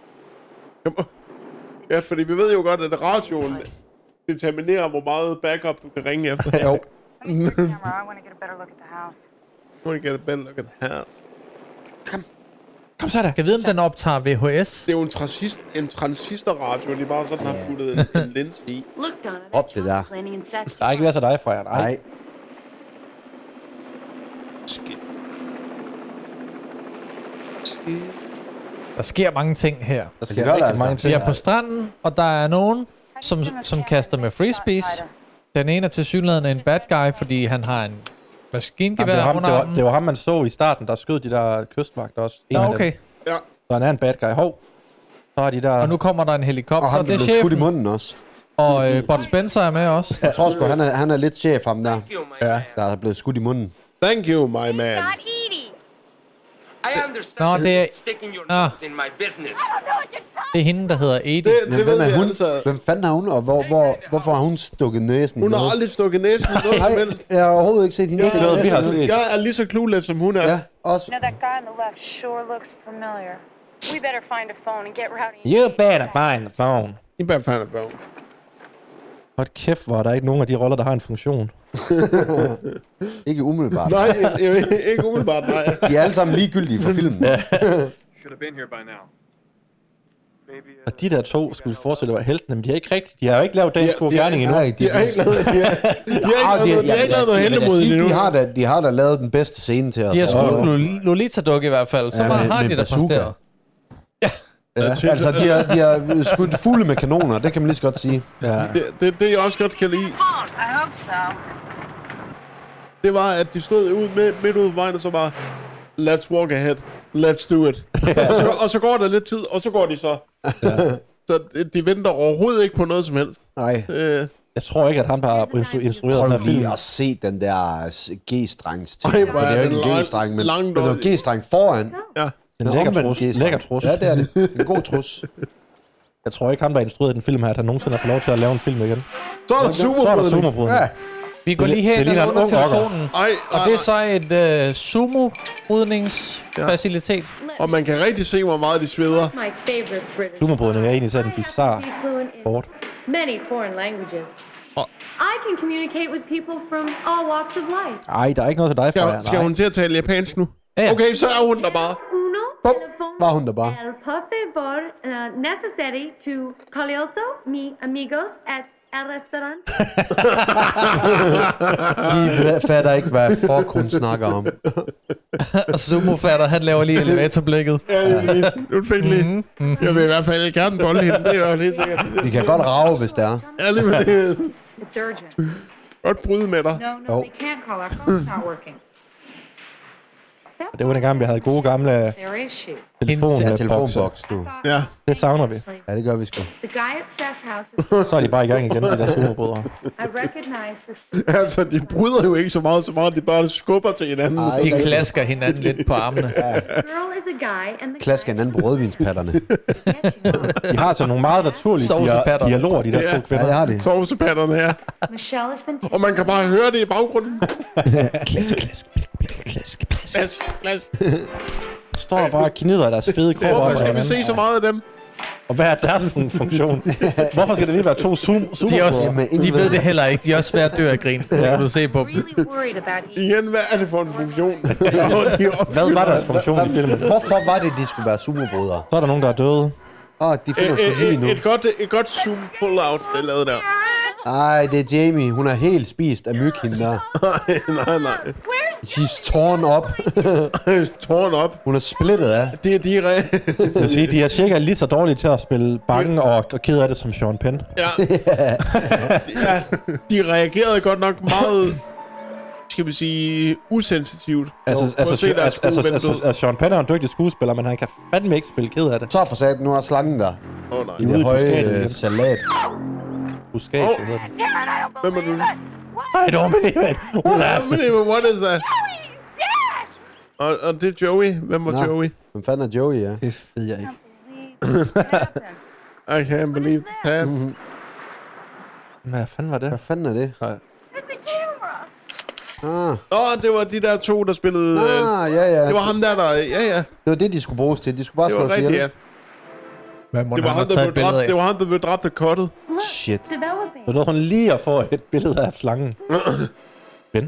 Ja, fordi vi ved jo godt, at radioen determinerer, hvor meget backup du kan ringe efter. Jo. Camera, I want to get a better look at the house. I want to get a better look at the house. Kom så da. Jeg ved, om den optager V H S. Det er jo en, transist, en transistorradio, de bare sådan har puttet en, en lens i. Look, Donna. Op det der. Planning inception. Der er ikke været så dig, Freja. Nej. Nej. Skidt. Der sker mange ting her. Der sker Det gør der rigtig altså. mange Vi ting. er på stranden, og der er nogen, som, som kaster med frisbees. Den ene er tilsyneladende en bad guy, fordi han har en Jamen, det, maskingevær var ham, under det, var, armen. det var ham, man så i starten, der skød de der kystvagter også. En Ja, af dem. okay. Ja. Så han er en bad guy. Hov. Så har de der... Og nu kommer der en Og helikopter, han det blev er skudt i chefen. munden også. Og øh, Bud Spencer er med også. Jeg tror sgu, han er, han er lidt chef, ham der. Ja. Der er blevet skudt i munden. Thank you, my man. Not Edie. I understand Nå, det er, sticking your ah, nose in my business. det er hende, der hedder Edie. Det, Men det hvem ved vi er hun? altså. Hvem fanden er hun, og hvor, hvor, hvorfor har hun stukket næsen i Hun har noget? aldrig stukket næsen i noget som Nej, helst. jeg har overhovedet ikke set hende. Jeg, Det er noget, vi har set. jeg er lige så clueless, som hun er. Ja, også. You know, that guy on the left sure looks familiar. We better find a phone and get Rowdy. You better find the phone. I bare fandt for. Hold kæft, hvor er der ikke nogen af de roller, der har en funktion. Ikke umiddelbart. Nej, ikke, ikke umiddelbart, nej. De er alle sammen ligegyldige for filmen. Should have been here by now. Maybe, uh, Og de der to skulle forestille at være heltene, men de har ikke rigtigt. De har jo ikke lavet dagens gode gerning endnu. Nej, De har ikke lavet, de har, de har ikke lavet, de har ikke lavet noget heltemod endnu. De har, da, de har da lavet den bedste scene til os. De har skudt en Lolita-dukke i hvert fald. Så Ja, meget med- har med de da bazooka. præsteret. Ja, altså, de har, de har skudt fulde med kanoner, det kan man lige så godt sige. Ja. Det, det, det jeg også godt kan lide, I hope so. det var, at de stod ud med, midt ude på vejen, og så bare, let's walk ahead, let's do it. og, så, og så går der lidt tid, og så går de så. Ja. Så de venter overhovedet ikke på noget som helst. Nej. Øh, Jeg tror ikke, at han har instru- instrueret den Prøv her film. lige at se den der G-strengs ting. Ej, For hvor det er er jo ikke den en lang- G-streng, men langt men det er ud. en G-streng foran. ja. En lækker trus. Lækker trus. Ja, det er det. En god trus. Jeg tror ikke, han der instruerede den film her, at han nogensinde har fået lov til at lave en film igen. Så er der sumobrydning. Så er der sumobrydning. Ja. Vi går lige hen og under telefonen. Ej, og det er så et uh, sumo-brydningsfacilitet. Ja. Og man kan rigtig se, hvor meget de sveder. Sumobrydning er egentlig sådan en bizarre sport. Many foreign languages. Oh. I can communicate with people from all walks of life. Ej, der er ikke noget til dig, Freja. Skal, skal hun til at tale japansk nu? Ja. Okay, så er hun der bare. Bum, var hun der bare. El por favor, uh, necessary to Calioso, mi amigos at el restaurant. De fatter ikke, hvad fuck hun snakker om. Og sumo-fatter, han laver lige elevatorblikket. Ja, lige. Du fik lige. Mm-hmm. Jeg vil i hvert fald gerne bolle hende. Det er jo helt sikkert. Vi kan godt rage, hvis det er. Ja, lige med det. It's urgent. Godt bryde med dig. No, no, they can't call. Our phone's not working. Det var dengang, vi havde gode gamle There is she. telefonbokse. Ja, telefonboks, du. Ja. Det savner vi. Ja, det gør vi sgu. The guy at Seth's house. Så er de bare i gang igen, de der sumobrydere. I recognize the. Altså, de bryder jo ikke så meget, så meget, de bare skubber til hinanden. Ej, de klasker hinanden lidt på armene. Ja. Girl is a guy and the Klasker hinanden på rødvinspatterne. De har så nogle meget naturlige dia- dialoger, de der Ja. to kvinder. Ja, det har de. Sovsepatterne her. Michelle has been. Og man kan bare høre det i baggrunden. Klask, klask, klask, klask. Glas, glas. Står bare og knider deres fede krop. Hvorfor skal vi se så meget af dem? Og hvad er deres funktion? Hvorfor skal det lige være to zoom de, er også, de ved det heller ikke. De er også svært at dø af grin. Det kan du se på dem. Igen, hvad er det for en funktion? Hvad var deres funktion i filmen? Hvorfor var det, de skulle være sumobrydere? Så er der nogen, der er døde. Åh, oh, de finder sgu lige nu. Et godt, et godt zoom pull-out, det er lavet der. Ej, det er Jamie. Hun er helt spist af myg, hende der. nej, nej, nej. She's torn up. torn up. Hun er splittet af. Det er de re... Jeg vil sige, de er cirka lige så dårlige til at spille bange og, og ked af det som Sean Penn. Ja. ja. De reagerede godt nok meget, skal vi sige, usensitivt. Altså, altså, altså, altså, altså, altså, altså, Sean Penn er en dygtig skuespiller, men han kan fandme ikke spille ked af det. Så for sat, nu er slangen der. Åh oh, nej. I det høje øh, salat. Buskage, oh. hedder det. Hvem er du? I don't believe it. What is that? Og, og det er Joey. Hvem var Nå, Joey? hvem fanden er Joey, ja? Det ved jeg ikke. I can't believe this happened. Mm-hmm. Hvad fanden var det? Hvad fanden er det? Nej. Ah. Åh, oh, det var de der to, der spillede... Ah, ja, ja. Det var ham der, der... Ja, ja. Det var det, de skulle bruges til. De skulle bare det slå var rigtigt, ja. Hvad må det, var ham, der blev dræbt, det var ham, der blev dræbt af kottet. Shit. Så nåede hun lige at få et billede af slangen. Ven.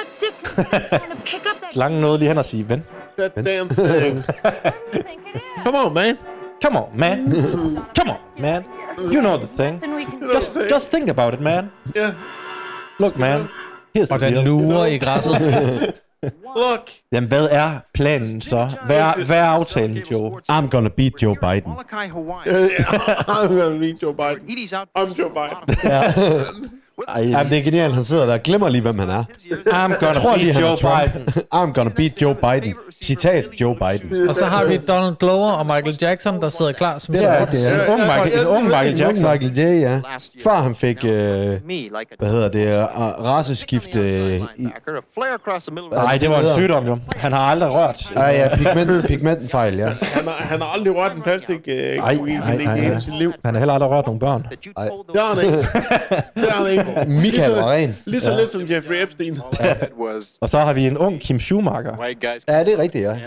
Slangen nåede lige hen og sige, ven. That damn thing. Come on, man. Come on, man. Come on, man. You know the thing. Just, just think about it, man. Yeah. Look, man. Here's og the den deal. lurer i græsset. Look. Jamen, hvad er planen så? Hvad er, hvad er aftalen, Joe? I'm gonna beat Joe Biden. I'm gonna beat Joe Biden. I'm Joe Biden. Ja. Jamen, det er genialt, han sidder der og glemmer lige, hvem han er. I'm gonna tror, beat lige, Joe Biden. I'm gonna beat Joe Biden. Citat Joe Biden. Og så har vi Donald Glover og Michael Jackson, der sidder klar som det er det, ja. Ung Michael, ung Michael Jackson. Ung Michael J, ja. Før han fik, øh, hvad hedder det, uh, raceskift. Øh, Nej, det var en sygdom, jo. Han har aldrig rørt. Nej, ja, pigment, pigmentenfejl, ja. Han har, han har aldrig rørt en plastik øh, nej, nej, nej, nej. i sit liv. Han har heller aldrig rørt nogle børn. Nej. Det har han ikke. Det har han ikke. Michael var ren. Lige så ja. lidt som Jeffrey Epstein. Ja. Og så har vi en ung Kim Schumacher. Ja, det er rigtigt, ja.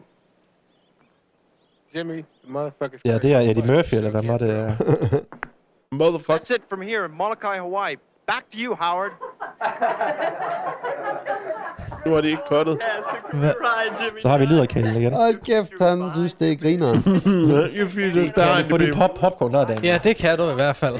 Ja, det er Eddie Murphy, eller hvad var det? Motherfucker. That's it from here in Molokai, Hawaii. Back to you, Howard. Nu har de ikke kottet. Så har vi liderkælden igen. Hold kæft, han synes, det er grineren. You feel just Kan du få dit pop popcorn der, Dan? Ja, det kan du i hvert fald.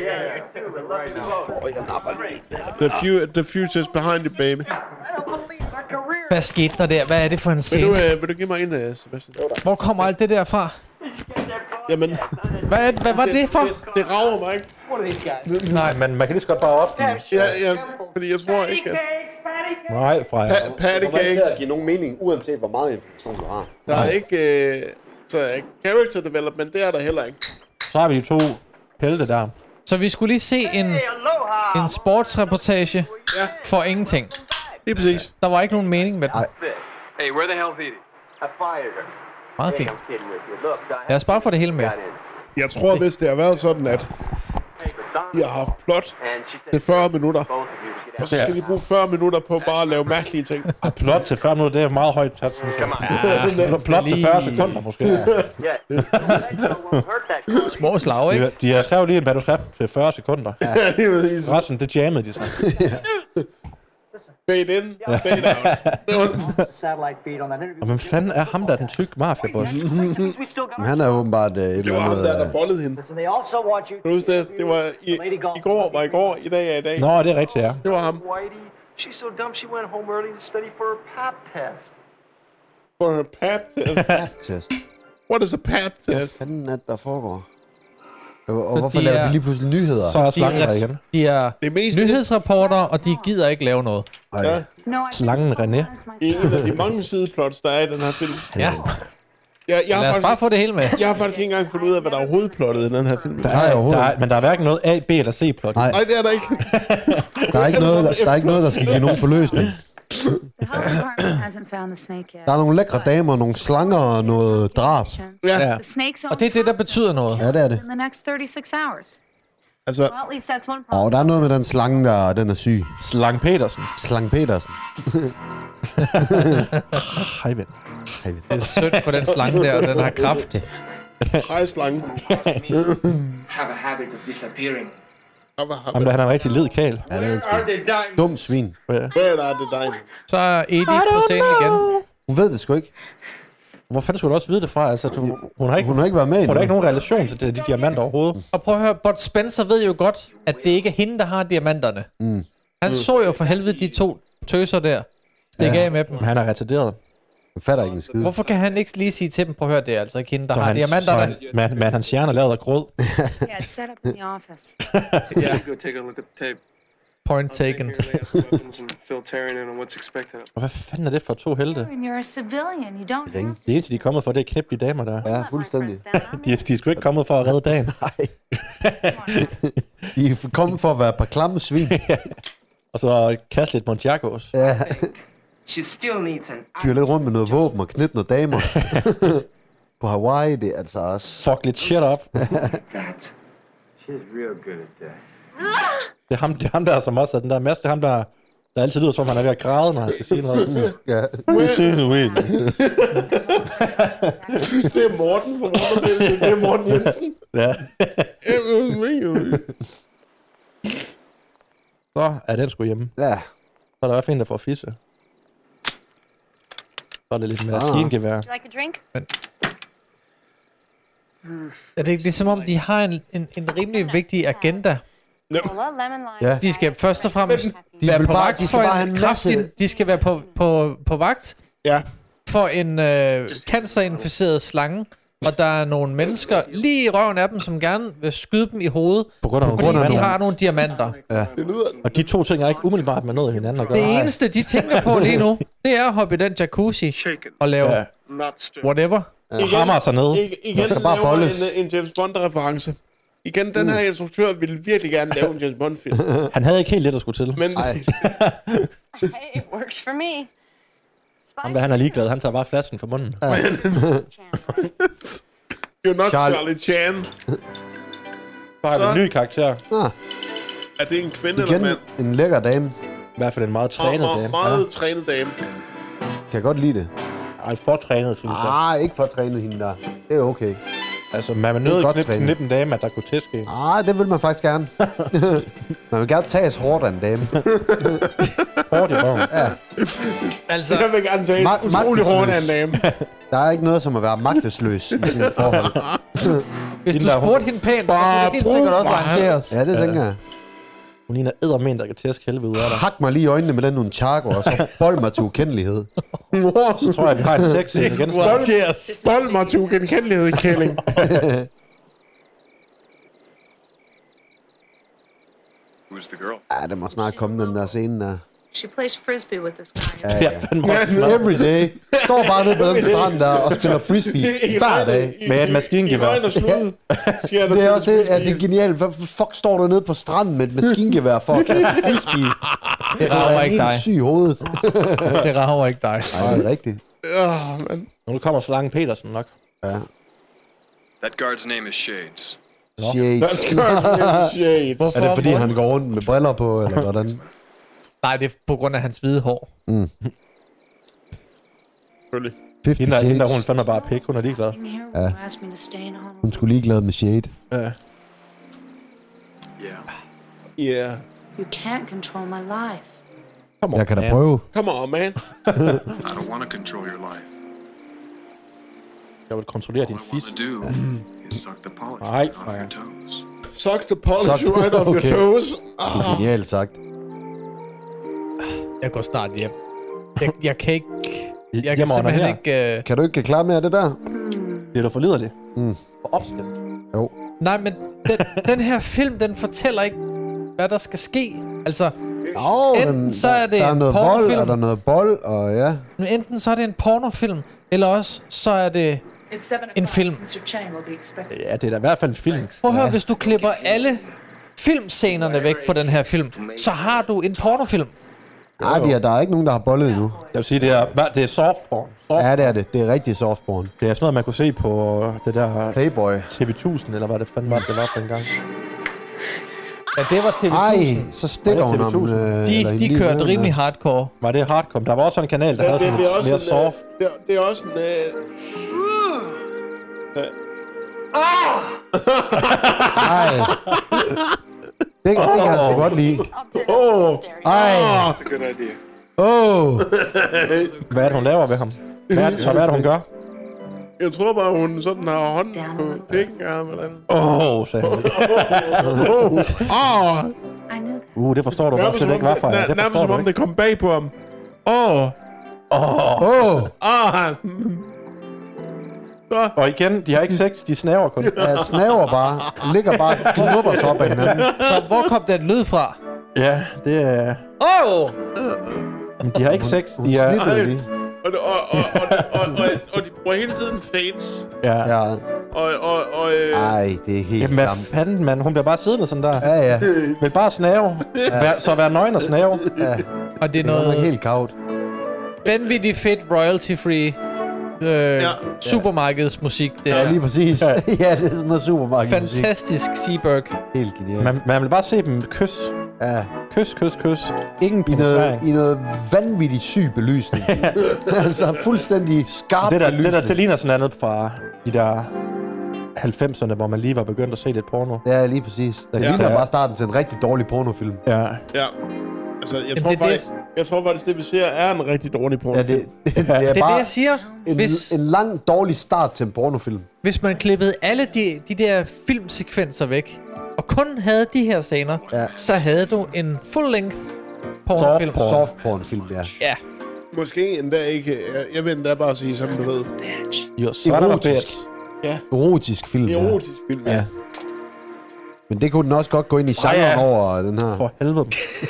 The, fu- the future's behind you, baby. Hvad skete der der? Hvad er det for en scene? Vil du, uh, vil du give mig en, uh, Sebastian? Hvor kommer alt det der fra? Jamen... Hvad, er, hvad var det, det for? Det, det rager mig ikke. Nej, men man kan lige så godt bare opgive. Ja, ja, fordi jeg tror ikke, at... Nej, Freja. Pa- patty Det kommer ikke cake. til at give nogen mening, uanset hvor meget information du har. Der er ikke... Uh, så character development, det er der heller ikke. Så har vi de to helte der. Så vi skulle lige se en, en sportsreportage ja. for ingenting. Lige præcis. Der var ikke nogen mening med den. Hey, where the hell's Edie? I fired her. Meget fint. Lad os bare få det hele med. Jeg tror, hvis det har været sådan, at de har haft plot til fyrre minutter, og så skal de bruge fyrre minutter på bare at lave mærkelige ting. Og plot til fyrre minutter, det er meget højt sat, synes jeg. Ja, plot til fyrre sekunder, måske. Ja. Små slag, ikke? De, de har skrevet lige en manuskript til fyrre sekunder. Ja, det er præcis. Resten, det jammede de så. Fade in, fade out. Og hvem fanden er ham, der er den tykke mafia-boss? Han er åbenbart øh, et Det eller var ham andet... der, der øh, bollede hende. Kan du huske det? Det var i, i går, var i går, i dag er i dag. Nå, det er rigtigt, ja. Det var ham. Whitey, she's so dumb she went home early to study for her pap test. For her pap test? Pap-test. What is a pap Hvad test? fanden er det, der foregår? Og, og Så hvorfor de laver er- de lige pludselig nyheder? Så er De slangen der er, igen. de er Det mest nyhedsreporter, og de gider ikke lave noget. Ej. Slangen René. Det er en af de mange sideplots, der er i den her film. Ja. Jeg, jeg, har Lad os faktisk, bare få det hele med. jeg har faktisk ikke engang fundet ud af, hvad der er hovedplottet i den her film. Der Nej, er, overhovedet der er, ikke. men der er hverken noget A, B eller C-plot. Nej, Nej, det er der ikke. der er ikke noget, der, der, er ikke noget, der skal give nogen forløsning. The health department hasn't found the snake yet. Der er nogle lækre damer, nogle slanger og noget drab. Ja. The snake's Og det er det, der betyder noget. Ja, det er det. in the next thirty-six hours. Altså, Well, at least that's one problem. Og der er noget med den slange, der den er syg. Slang Petersen. Slang Petersen. Hej, ven. Hej, ven. Det er synd for den slange der, og den har kraft. hej slange. Have a habit of disappearing. Ham der, han er en rigtig led kæl. Ja, det er en Are they dying? dum svin. Ja. Where are the diamonds? Så er Edith på scenen igen. Hun ved det sgu ikke. Hvor fanden skulle du også vide det fra? Altså, du, hun har ikke, Hun har ikke været med hun har endnu. ikke nogen relation til de, de diamanter overhovedet. Og prøv at høre, Bud Spencer ved jo godt, at det ikke er hende, der har diamanterne. Mm. Han så jo for helvede de to tøser der stikke Ja. af med dem. Men han er retarderet. Hun fatter ikke en skid. Hvorfor kan han ikke lige sige til dem, prøv at høre, det er altså ikke hende, der Så har han, så diamanterne? han, men, men hans hjerne er lavet af grød. Yeah, it's set up in the office. Yeah. Go take a look at the tape. Point I'll take taken. here, lay out the weapons and fill Taryn in on what's expected. Og hvad fanden er det for to helte? And you're a civilian. You don't have to. Det eneste, de er kommet for, det er knip de damer der. Ja, fuldstændig. De, de er sgu ikke kommet for at redde dagen. Nej. De er kommet for at være et par klamme svin. Og så kaste lidt Montiagos. Ja, She still needs an fyrer lidt rundt med noget våben og knip noget damer. På Hawaii, det er altså også... Fuck lidt shit up. that. She's real good at that. Det er ham, det er ham der, som også er den der maske. Det er ham, der, der altid lyder, som om han er ved at græde, når han skal sige noget. Ja. Det er Morten fra Morten. Det er Morten Jensen. Ja. Så er den sgu hjemme. Ja. Ah. Så er der i hvert fald en, der får fisse. Så er det lidt mere skingevær. Would you like a drink? Men, er det ikke ligesom om, de har en, en, en rimelig vigtig agenda? Cola, lemon lime. Ja. De skal først og fremmest De være vil på bare- vagt de skal for bare have en en masse- kraftig, de skal være på, på, på vagt Ja. for en øh, cancerinficeret slange, og der er nogle mennesker lige i røven af dem, som gerne vil skyde dem i hovedet, På grund af nogle fordi de diamanter. har nogle diamanter. Ja. Og de to ting er ikke umiddelbart med noget af hinanden at gøre. Det eneste, de tænker på lige nu, det er at hoppe i den jacuzzi Shaken, og lave Ja. not stirred. whatever. Og hammer sig ned. Igen, igen skal bare laver bolles. en, en James Bond-reference. Igen, den her instruktør ville virkelig gerne lave en James Bond-film. Han havde ikke helt lidt at skulle til. Men Ej. Hey, it works for me. Ham der, han er ligeglad. Han tager bare flasken fra munden. you're not Charlie- Charlie, Chan. Så har vi en ny karakter. Ah, Er det en kvinde igen eller mand? en lækker dame. I hvert fald en meget trænet Meget, dame. meget, meget trænet dame. Kan jeg godt lide det. Ej, for trænet, synes jeg. Ah, ikke for at træne hende der. Det er okay. Altså, man vil Det er nødt godt knip, trænet. knip en dame, at der kunne tæske en. Ah, det vil man faktisk gerne. Man vil gerne tages hårdt af en dame. Hårdt i røven. Ja. Altså, Jeg vil gerne tage Ma- en utrolig magtesløs. hård af en dame. Der er ikke noget som at være magtesløs i sine forhold. hvis du Hende der, spurgte hende pænt, så kunne det helt sikkert også arrangeres. Ja, det tænker jeg. Hun ligner eddermænd, der kan tæske helvede ud af dig. Hak mig lige i øjnene med den nunchaku, og så bold mig til ukendelighed. Så tror jeg, vi har et sexscene igen. Wow, cheers. Bold mig til ugenkendelighed, Kælling. Who's the girl? Ja, det må snart komme den der scene der. She plays frisbee with this guy. Ja, Det ja. er fandme også flot. Every day. Står bare nede på den strand der og spiller frisbee hver dag. Med et maskingevær. I regn og slud. Sker der Det er også det, frisbee. ja, det er genialt. Hvad fuck står du nede på stranden med et maskingevær for at kaste frisbee? Det Du rager er ikke helt dig. syg i hovedet. Det rager ikke dig. Nej, det er rigtigt. Ja, men Nu kommer så langt Petersen nok. Ja. That guard's name is Shades. Shades. That's guard's Shades. Hvorfor? Er det fordi, han går rundt med briller på, eller hvordan? Nej, det er på grund af hans hvide hår. Mm. Selvfølgelig. halvtreds Hende der, hende der, Shades. hun fandme bare pik, hun er ligeglad. Ja. Hun skulle ligeglad med Shade. Ja. Yeah. Yeah. You can't control my life. Come on, Jeg kan da man. prøve. Come on, man. I don't want to control your life. Jeg vil kontrollere din All I want fis. to do is suck the polish Nej, right off Freja. your toes. Suck the polish Suck- right off okay. your toes. Det er genialt sagt. Jeg går snart hjem. Jeg, jeg kan ikke... Jeg kan Hjemme under simpelthen her. ikke... Uh... Kan du ikke klare mere af det der? Det er da for liderligt. Mm. For opstemt. Jo. Nej, men den, den her film, den fortæller ikke, hvad der skal ske. Altså, Oh, enten den, så er det der er en noget bold, pornofilm, og der er noget bold, og ja. men enten så er det en pornofilm, eller også så er det en film. Ja, det er da i hvert fald en film. Prøv at høre, hvis du klipper alle filmscenerne væk fra den her film, så har du en pornofilm. Nej, de er, der er ikke nogen, der har bollet endnu. Jeg vil sige, det er, hvad- det er soft porn. Soft. Ja, det er det. Det er rigtig soft porn. Det er sådan noget, man kunne se på det der Playboy. T V tusind, eller hvad det fandme var, det var for en gang. Ja, det var T V Ej, tusind. så stikker Var det hun T V ham. tusind? Øh, De, eller de lige kørte ned, rimelig ja. hardcore. Var det hardcore? Der var også en kanal, der Det, havde det, sådan det, er også mere en, soft. øh, det, er- det er også en... Øh... Ej. Det kan, det kan jeg sgu godt lide. Åh! Ej. That's a good idea. Åh. Hvad er det, hun laver ved ham? Hvad er det, så hvad er det, hun gør? Jeg tror bare, hun sådan har hånden på pikken af ham eller andet. Åh, oh, sagde han. Åh! Uh, det forstår du godt, Nærmest slet som ikke om hvorfor. det- Ja, det Nærmest forstår som du om ikke. det kom bag på ham. Åh! Åh. Åh. Åh! Så. Og igen, de har ikke sex, de snaver kun. Ja, snaver bare. Ligger bare og knupper sig op af hinanden. Så hvor kom den lyd fra? Ja, det er... Åh! Oh! Men de har ikke sex, Hun de er... snittede lige. Og, og, og, og, og, og, og de bruger hele tiden fades. Ja. Ja. Og, og, og, øh, Ej, det er helt Jamen, hvad samme. fanden, mand? Hun bliver bare siddende sådan der. Ja, ja. Vil bare snave. Vær, så vær nøgen og snave. Ja. Og det er Det er nok noget helt kaut. vanvittigt fedt royalty-free øh, ja. supermarkedsmusik. Det Ja, er lige præcis. Ja, det er sådan noget supermarkedmusik. fantastisk Seaberg. Helt genialt. Man, man vil bare se dem kys. Ja. Kys, kys, kys. Ingen I noget, penetrering. I noget vanvittigt syg belysning. Altså fuldstændig skarp Det der, belysning. det der, det ligner sådan andet fra de der halvfemserne, hvor man lige var begyndt at se lidt porno. Ja, lige præcis. Det Ja. ligner Ja. bare starten til en rigtig dårlig pornofilm. Ja. ja. Altså, jeg Jamen, tror, det er faktisk, jeg tror faktisk, det vi ser, er en rigtig dårlig porno. Ja, det, det, det er Det er bare det, jeg siger. en, Hvis, en lang, dårlig start til en pornofilm. hvis man klippede alle de, de der filmsekvenser væk, og kun havde de her scener, Ja. så havde du en full-length pornofilm. Porn. Soft pornofilm, ja. Ja. Måske endda ikke... Jeg, jeg vil endda bare sige, som du ved. Jo, så er der Erotisk. Ja. Erotisk film, ja. Erotisk film, ja. Ja. Men det kunne den også godt gå ind i genren ja. over den her. For helvede.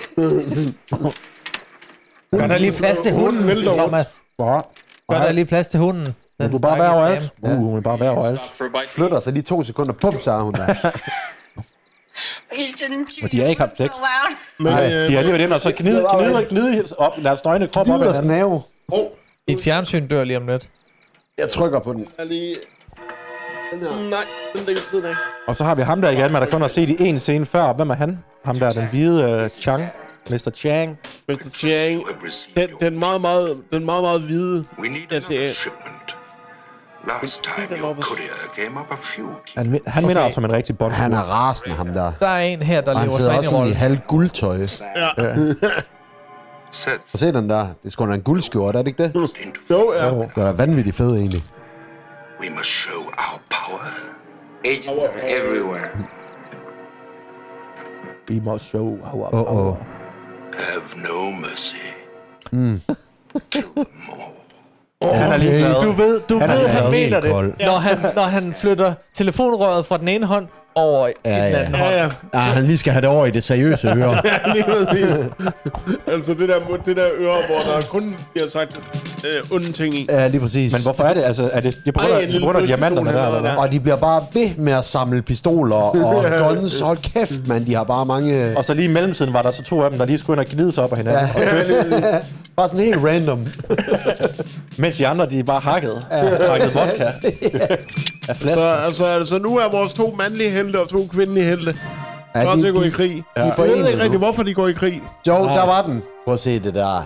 Gør der lige plads til hunden, vælter rundt. Thomas. Hvor? Gør der lige plads til hunden. Hun vil bare være overalt. Uh, hun vil bare være overalt. Stop for a bite. Flytter sig lige to sekunder. Pum, så er hun der. Og de har ikke haft sex. Men, Nej, øh, de har lige været inde og så gnide, gnide, gnide op, deres nøgne krop op Gnid ad og hinanden. snave. Dit fjernsyn dør lige om lidt. Jeg trykker på den. jeg lige... Den her. Nej, den ligger ved siden af. Og så har vi ham der igen, man der kun har set i en scene før. Hvem er han? Ham der, den hvide uh, Chang. mister Chang. mister Chang. Den, den meget, meget, den meget, meget hvide. Jeg ser... Last time your courier came up a few. Han, mi- han minder Okay. også som en rigtig bond. Han er rasende, ham der. Der er en her, der Og han lever sidder sig også ind i sådan i rollen. halv guldtøj. Ja. Said Og se den der. Det er sgu da en guldskjort, er det ikke det? Jo, ja. Jo. Det er da vanvittigt fed, egentlig. we must show our power. Agents are everywhere. We must show our Åh, power. åh. Have no mercy. Mm. Han er lige glad. Du ved, du Han er ved, glad. han mener Helt det, kold. når han, når han flytter telefonrøret fra den ene hånd over i Ja, den ja. anden Ja, hånd. ja. Ja, han lige skal have det over i det seriøse øre. Ja, lige præcis. Altså, det der, det der øre, hvor der kun bliver sagt øh, onde ting i. Ja, lige præcis. Men hvorfor er det? Altså, er det, det er på grund Ej, af, en det er lille på grund af bøssepistol diamanterne der, her, eller hvad? der. Og de bliver bare ved med at samle pistoler og guns. Hold kæft, mand. De har bare mange... Og så lige i mellemtiden var der så to af dem, der lige skulle ind og gnide sig op af hinanden. Ja. Og Bare sådan helt random. Mens de andre, de er bare hakket. Ja. Hakket vodka. Af så, altså, altså, nu er vores to mandlige helte og to kvindelige helte. Ja, de, de, gå i krig. De, de jeg ved ikke rigtig, hvorfor de går i krig. Jo, Nej. der var den. Prøv at se det der.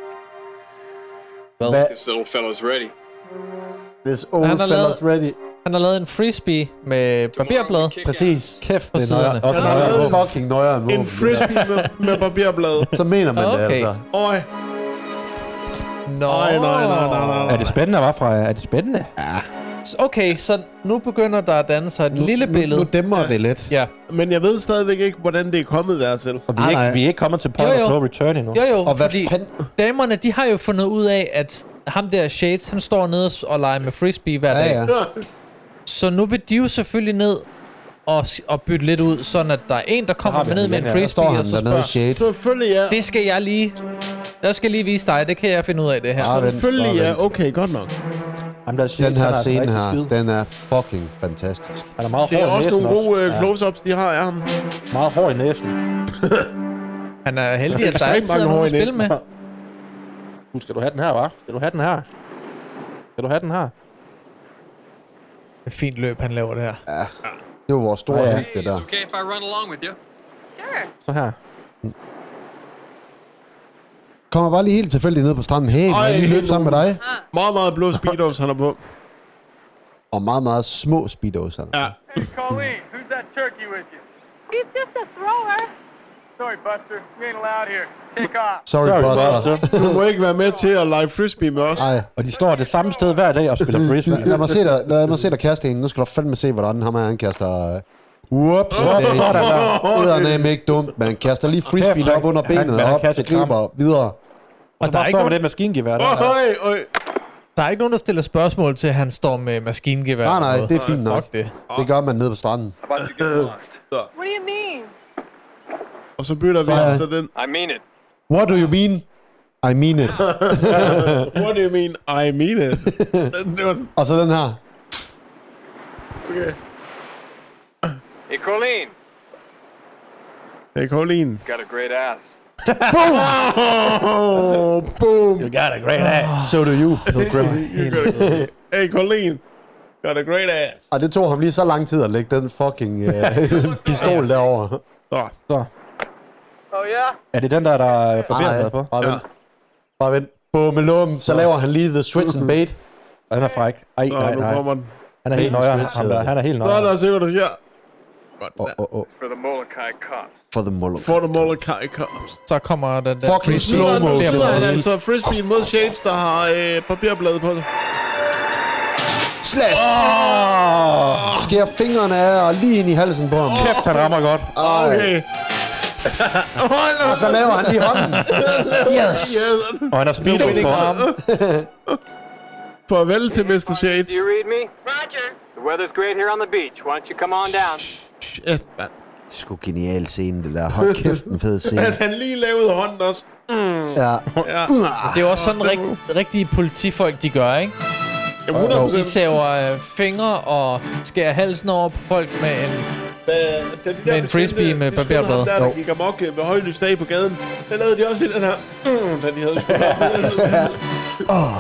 Hvad? This little fellow's ready. This old fellow's lavet, ready. Han har lavet en frisbee med barberblad. Præcis. Kæft på siderne. Han har lavet fucking nøjere en frisbee med, med barberblad. Så mener man okay. det altså. Øj. Nå. Nej, nej, nej, nej, nej. Er det spændende, hvad fra? Er det spændende? Ja. Okay, så nu begynder der at danne sig et nu, lille billede. Nu, nu dæmmer det lidt. Ja. Men jeg ved stadigvæk ikke, hvordan det er kommet dertil. Og vi er, ikke, vi er ikke kommet til point of no return endnu. Jo, jo, og fordi damerne, de har jo fundet ud af, at ham der Shades, han står nede og leger med frisbee hver dag. Ja, ja. Så nu vil de jo selvfølgelig ned og, og bytte lidt ud, sådan at der er en, der kommer med ned med en frisbee, og så spørger, selvfølgelig ja. Det skal jeg lige, jeg skal lige vise dig, det kan jeg finde ud af det her. Ja, selvfølgelig ja, okay, godt nok. Jamen, der den her scene her, skid. Den er fucking fantastisk. Han er meget det er hård også nogle gode uh, ja. close-ups, de har af ham. Meget hård i næsen. Han er heldig, at der altid er nogen at spille med. Nu skal du have den her, hva'? Skal du have den her? Skal du have den her? Et fint løb, han laver det her. Ja, det var vores store held, det der. Okay if I run along with you? Sure. Så her. Kommer bare lige helt tilfældigt ned på stranden. Hey, må jeg lige løbe sammen med dig? Meget, meget blå speedos, han er på. Og meget, meget små speedos, han er. Hey, Colleen, who's that turkey with you? He's just a thrower. Sorry, Buster. We ain't allowed here. Take off. Sorry, Sorry Buster. Buster. Du må ikke være med til at lege frisbee med os. Nej. Og de står det samme sted hver dag og spiller frisbee. Lad mig se dig, lad mig se dig kaste en. Nu skal du fandme se, hvordan ham her, han kaster... Whoops, det er ikke dumt. Man kaster lige frisbee op under benet og op, griber videre. Og der er ikke nogen med det maskingevær der. Øj, øj. Der er ikke nogen, der stiller spørgsmål til, at han står med maskingevær. Nej, nej, det er fint nok. Fuck det. Det gør man nede på stranden. What do you mean? Og så bytter vi altså den. I mean it. What do you mean? I mean it. What do you mean? I mean it. Og så den her. Okay. Hey, Colleen. Hey, Colleen. Got a great ass. Boom! Oh, boom! You got a great ass. So do you, Pilgrim. Hey, Colleen. Got a great ass. Og det tog ham lige så lang tid at lægge den fucking uh, pistol derovre. Så. Så. Oh, yeah? Er det den der, der er barberet på? Bare vent. Ja. Bare vent. Boom, så laver han lige the switch and bait. Og den er fræk. Ej, nej, nej. Han er helt nøjere. Han er helt nøjere. Så lad os se, hvad der sker. Oh, oh, oh. For the Molokai cops. For the Molokai. For the Molokai cops. Så kommer den der fucking slow-mo. Nu slider han altså frisbeen mod Shades, der har øh, papirbladet på det. Slash! Oh! Skær fingrene af og lige ind i halsen på ham. Oh! Kæft, han rammer godt. Okay. Og så laver han lige hånden. Yes! Og han har speedo på ham. Farvel til mister Shades. Do you read me? Roger. The weather's great here on the beach. Why don't you come on down? Shit, man. Det er sgu genial scene, det der. Hold kæft, en fed scene. At han lige lavede hånden også. Mm. Ja. Ja. Det er jo også sådan, rig, rigtige politifolk, de gør, ikke? hundrede procent. De saver øh, fingre og skærer halsen over på folk med en, da, da med en frisbee med barberblad. Der, der gik amok med højlys dag på gaden. Der lavede de også i den her, mm, da de havde Åh.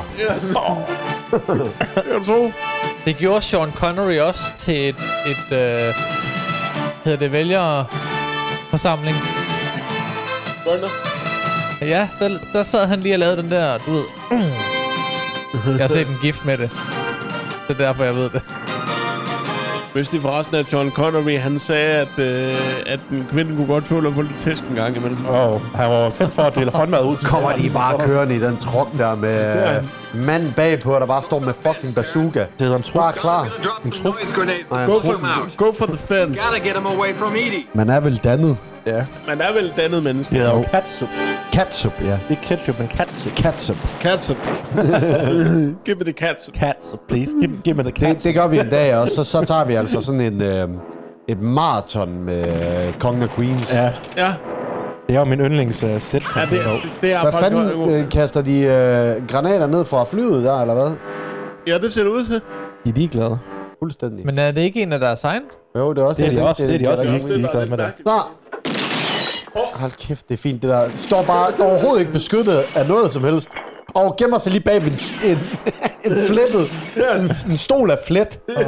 Jeg tro. Det gjorde Sean Connery også til et, et øh, hedder det vælgerforsamling. Bønder. Ja, der, der sad han lige og lavede den der, du ved. Jeg har set en gift med det. Det er derfor, jeg ved det. Hvis det forresten at Sean Connery, han sagde, at, øh, at en kvinde kunne godt føle at få lidt tæsk en gang imellem. Wow, han var kendt for at dele håndmad ud. Kommer de bare kørende i den truck der med ja. manden bagpå, der bare står med fucking bazooka. Det hedder en truck. Bare klar. En truck. Nej, go, for, go for the fence. Gotta get him away from Edie. Man er vel dannet. Ja. Man er vel dannet menneske. Det hedder jo catsup. Catsup, ja. Ikke ketchup, men catsup. Catsup. Catsup. Give me the catsup. Catsup, please. Give, give me the catsup. Det, det gør vi en dag, og så, så tager vi altså sådan en, øh, et maraton med øh, Kongen af Queens. Ja. Ja. Det er jo min yndlings uh, sæt. Ja, det, det er hvad fanden øh, kaster de øh, granater ned fra flyet der, eller hvad? Ja, det ser det ud til. De er ligeglade. Fuldstændig. Men er det ikke en af deres egen? Jo, det er også det. Det er de også, det er de også ikke ligeglade med det. Nå. Hold kæft, det er fint det der. Står bare overhovedet ikke beskyttet af noget som helst. Og gemmer sig lige bag ved en, en, en flettet. En, en stol af flet. Oh,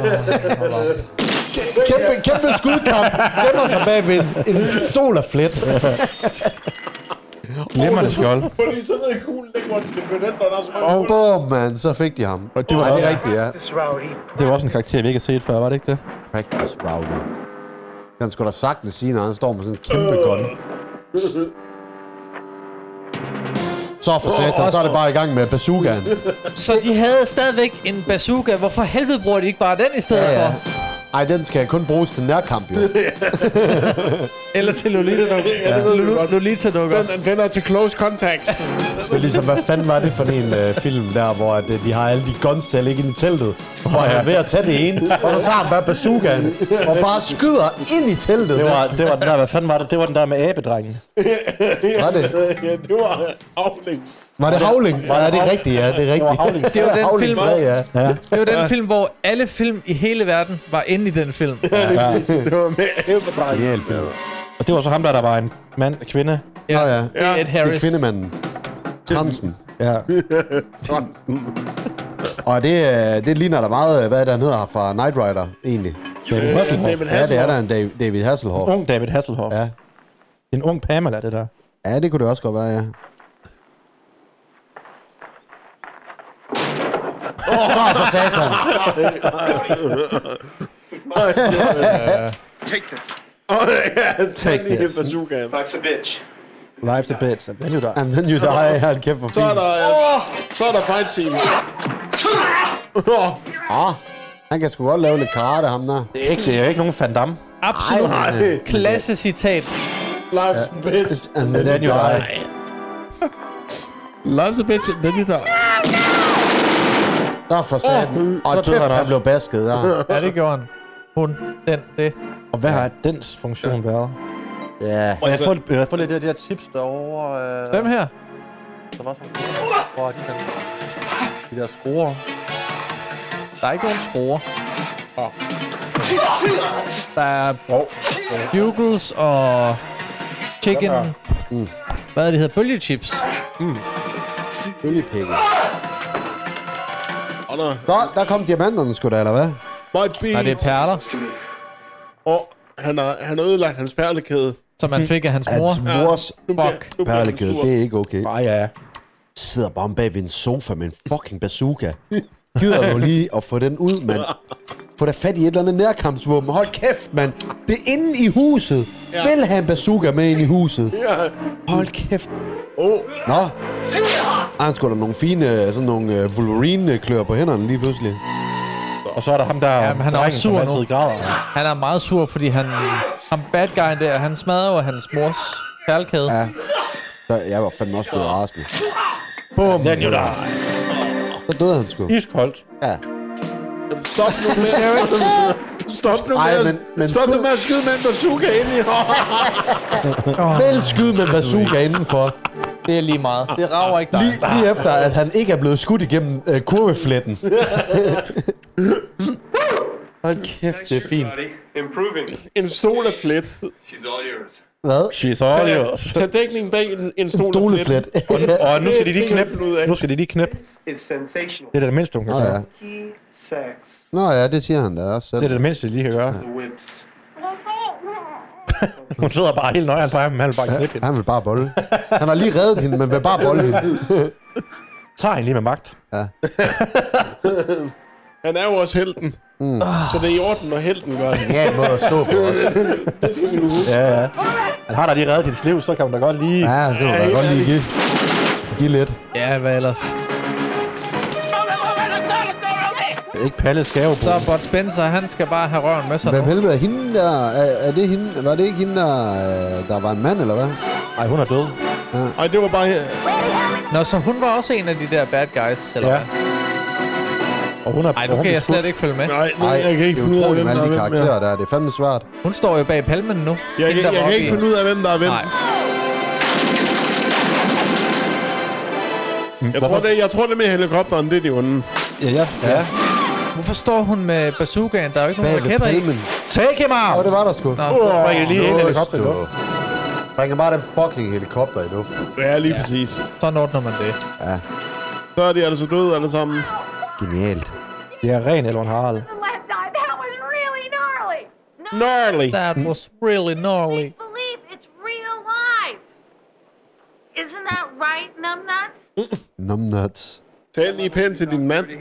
kæmpe, kæmpe skudkamp. Gemmer sig bag ved en, en stol af flet. Glemmer det skjold. Fordi så ved kuglen ikke, hvor den skal flytte den, når der er så mange Og bum, man, så fik de ham. Og det var, Ej, det er rigtigt, ja. Det var også en karakter, vi ikke har set før, var det ikke det? Practice Rowdy. Den skulle da sagtens sige, når han står med sådan en kæmpe gun. Så for satan, så er det bare i gang med bazookaen. Så de havde stadigvæk en bazooka. Hvorfor helvede bruger de ikke bare den i stedet ja, ja. for? Ej, den skal kun bruges til nærkamp, jo. Eller til Lolita-dukker. Ja. Lolita-dukker. Den, den er til close contact. Det er ligesom, hvad fanden var det for en øh, film der, hvor at, øh, de har alle de guns til at ligge inde i teltet. Hvor han er ved at tage det ene, og så tager han bare bazookaen og bare skyder ind i teltet. Det var, det var den der, hvad fanden var det? Det var den der med abedrengen. Var det? Ja, det var Havling. Var det Havling? Ja, det er rigtigt, ja, det er rigtigt. Det var den Havling film, tre, ja. ja. Det var den film, hvor alle film i hele verden var inde i den film. Ja, det, ja. det var med abedrengen. Film. Og det var så ham der, der var en mand, kvinde. Ja, ja. Det er Ed Harris. Det er kvindemanden. Transen. Ja. Transen. Og det, det ligner der meget, hvad er det, han hedder fra Knight Rider, egentlig. David Hasselhoff. David Ja, det er der en David, David Hasselhoff. En ung David Hasselhoff. Ja. En ung Pamela, det der. Ja, det kunne det også godt være, ja. Åh, oh, for satan. Take this. Åh, ja, Take this. bazookaen. Life's a bitch. Life's a bitch, and then you die. And then you die. Hold kæft for fint. Så er der, oh! så er der fight scene. Åh, oh, han kan sgu godt lave lidt karate, ham der. Det er ikke, det er ikke nogen Van Damme. Absolut. Nej. Klasse citat. Life's a bitch. And then, then you die. Life's a bitch, and then you die. Der for satan. Og kæft, han blev basket der. Ja, det gjorde han. Hun, den, det. Og hvad har dens funktion været? Ja. Og jeg får, jeg får lidt af de der tips derovre. Øh, Dem her? Der var sådan hvor er de der, de der skruer. Der er ikke nogen skruer. Oh. Der er bugles og chicken. Mm. Hvad er det hedder? Bølgechips. Mm. Bølgepikke. Og der, Nå, der kom diamanterne sgu da, eller hvad? White beads. Nej, det er perler. Og han har, han har ødelagt hans perlekæde. Som man fik af hans mor. Hans mors Fuck. perlekæde, det er ikke okay. Nej, ja. Sidder bare bag ved en sofa med en fucking bazooka. Gider du lige at få den ud, mand? Få da fat i et eller andet nærkampsvåben. Hold kæft, mand. Det er inde i huset. Ja. Vil have en bazooka med ind i huset. Ja. Hold kæft. Oh. Nå. Ej, han skulle da nogle fine, sådan nogle uh, Wolverine-klør på hænderne lige pludselig. Og så er der ham der, ja, men han er også sur nu. Græder. Han er meget sur, fordi han, ham bad guyen der, han smadrer jo hans mors perlekæde. Ja. Så jeg var fandme også blevet rasende. Bum. Den jo der. Så døde han sgu. Iskoldt. Ja. Stop nu med Stop nu Ej, med, men, men Stop nu med at skyde med en bazooka ind i. Vel skyde med bazooka indenfor. Det er lige meget. Det rager ikke dig. Lige, lige efter, at han ikke er blevet skudt igennem øh, kurvefletten. Hold kæft, det er fint. Improving. En stol af flet. She's all yours. Hvad? She's all yours. Tag dækning bag en, en stol En stoleflet. Og, og nu skal de lige knæppe. Nu skal de lige knæppe. It's sensational. Det er det mindste, hun kan Nå, gøre. ja. He sex. Nå ja, det siger han da også selv. Det er det mindste, de lige kan gøre. The whips. Hun sidder bare helt nøjeren på ham, han vil bare knippe hende. Han vil bare bolle. Han har lige reddet hende, men vil bare bolle hende. Tager hende lige med magt. Ja. Han er jo også helten. Mm. Så det er i orden, når helten gør det. Ja, en måde at stå på også. Det skal vi nu huske. Ja, ja. Han har da lige reddet hendes liv, så kan hun da godt lige... Ja, det kan da godt lige give. Give lidt. Ja, hvad ellers? Det er ikke Palles skave. Så Bud Spencer, han skal bare have røven med sig. Hvem helvede er hende der? Er, er det hende? Var det ikke hende, der, der var en mand, eller hvad? Nej, hun er død. Ja. Ej, det var bare her. Nå, så hun var også en af de der bad guys, eller Ja. hvad? Og hun er, Ej, nu kan jeg slet ikke følge med. Nej, nu, Ej, jeg kan ikke det er finde ud af, utroligt hvem med der er alle de hvem. karakterer Ja. der. Det er fandme svært. Hun står jo bag palmen nu. Jeg, Hende, jeg, der jeg var kan oppe ikke i- finde ud af, hvem der er hvem. Nej. Jeg tror, det, jeg tror, det med helikopteren, det er de onde. Ja, ja. ja. Hvorfor står hun med bazookaen? Der er jo ikke nogen Bag ved raketter i. palmen. Take him out! Åh, det var der sgu. Nå, Så springer lige en helikopter i Just luften. Bringer bare den fucking helikopter i luften. Ja, lige præcis. sådan ordner man det. Ja. Så er de altså døde alle sammen. Genialt. Det er ren Elrond Harald. Left eye, that was really gnarly. Gnarly. That was really gnarly. Believe it's real life. Isn't that right, numbnuts? Numbnuts. Tal lige pænt til din mand.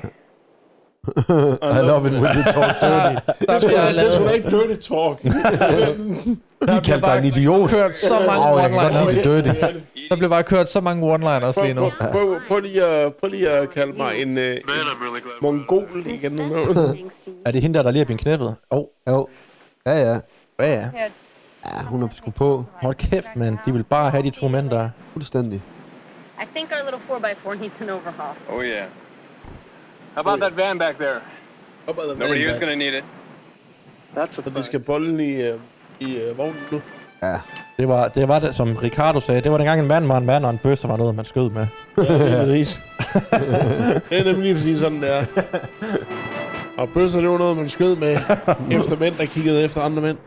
I love it when you talk dirty. Der bliver Det er sgu da lavet... ikke dirty talk. Vi kaldte dig en idiot. kørt så mange Åh, jeg kan godt lide one-liners. det dirty. Der bliver bare kørt så mange one-liners lige nu. Prøv, prøv, prøv, lige at, prøv lige at kalde mig en, uh, en mongol igen. Er det hende der, der lige er blevet knæppet? Åh. Oh. Jo. Ja, ja. Ja, ja. Ja, hun er sgu på. Hold kæft, mand. De vil bare have de to mænd der. Fuldstændig. I think our little four by four needs an overhaul. Oh, yeah. How about that van back there? Nobody here's gonna need it. That's a. Så de skal bolle i, uh, i uh, vognen nu. Ja. Det var, det var det, som Ricardo sagde. Det var dengang en mand var en mand, og en bøsse var noget, man skød med. Ja, lige præcis. Det er nemlig lige præcis sådan, der. Og bøsser, det var noget, man skød med efter mænd, der kiggede efter andre mænd.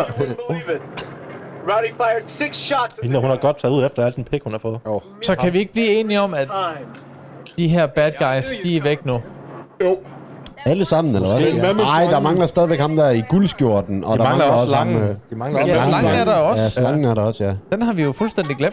Rowdy fired six shots. Hende, hun har godt taget ud efter al den pik, hun har fået. Oh. Så kan vi ikke blive enige om, at de her bad guys, de er væk nu? Jo. Alle sammen, eller hvad? Hvad med Nej, der slangen? mangler stadigvæk ham der i guldskjorten. Og De der mangler mangler også også ham... slangen. øh, De mangler Ja, også slangen slangen. er der også. Ja, slangen er der også, ja. Den har vi jo fuldstændig glemt.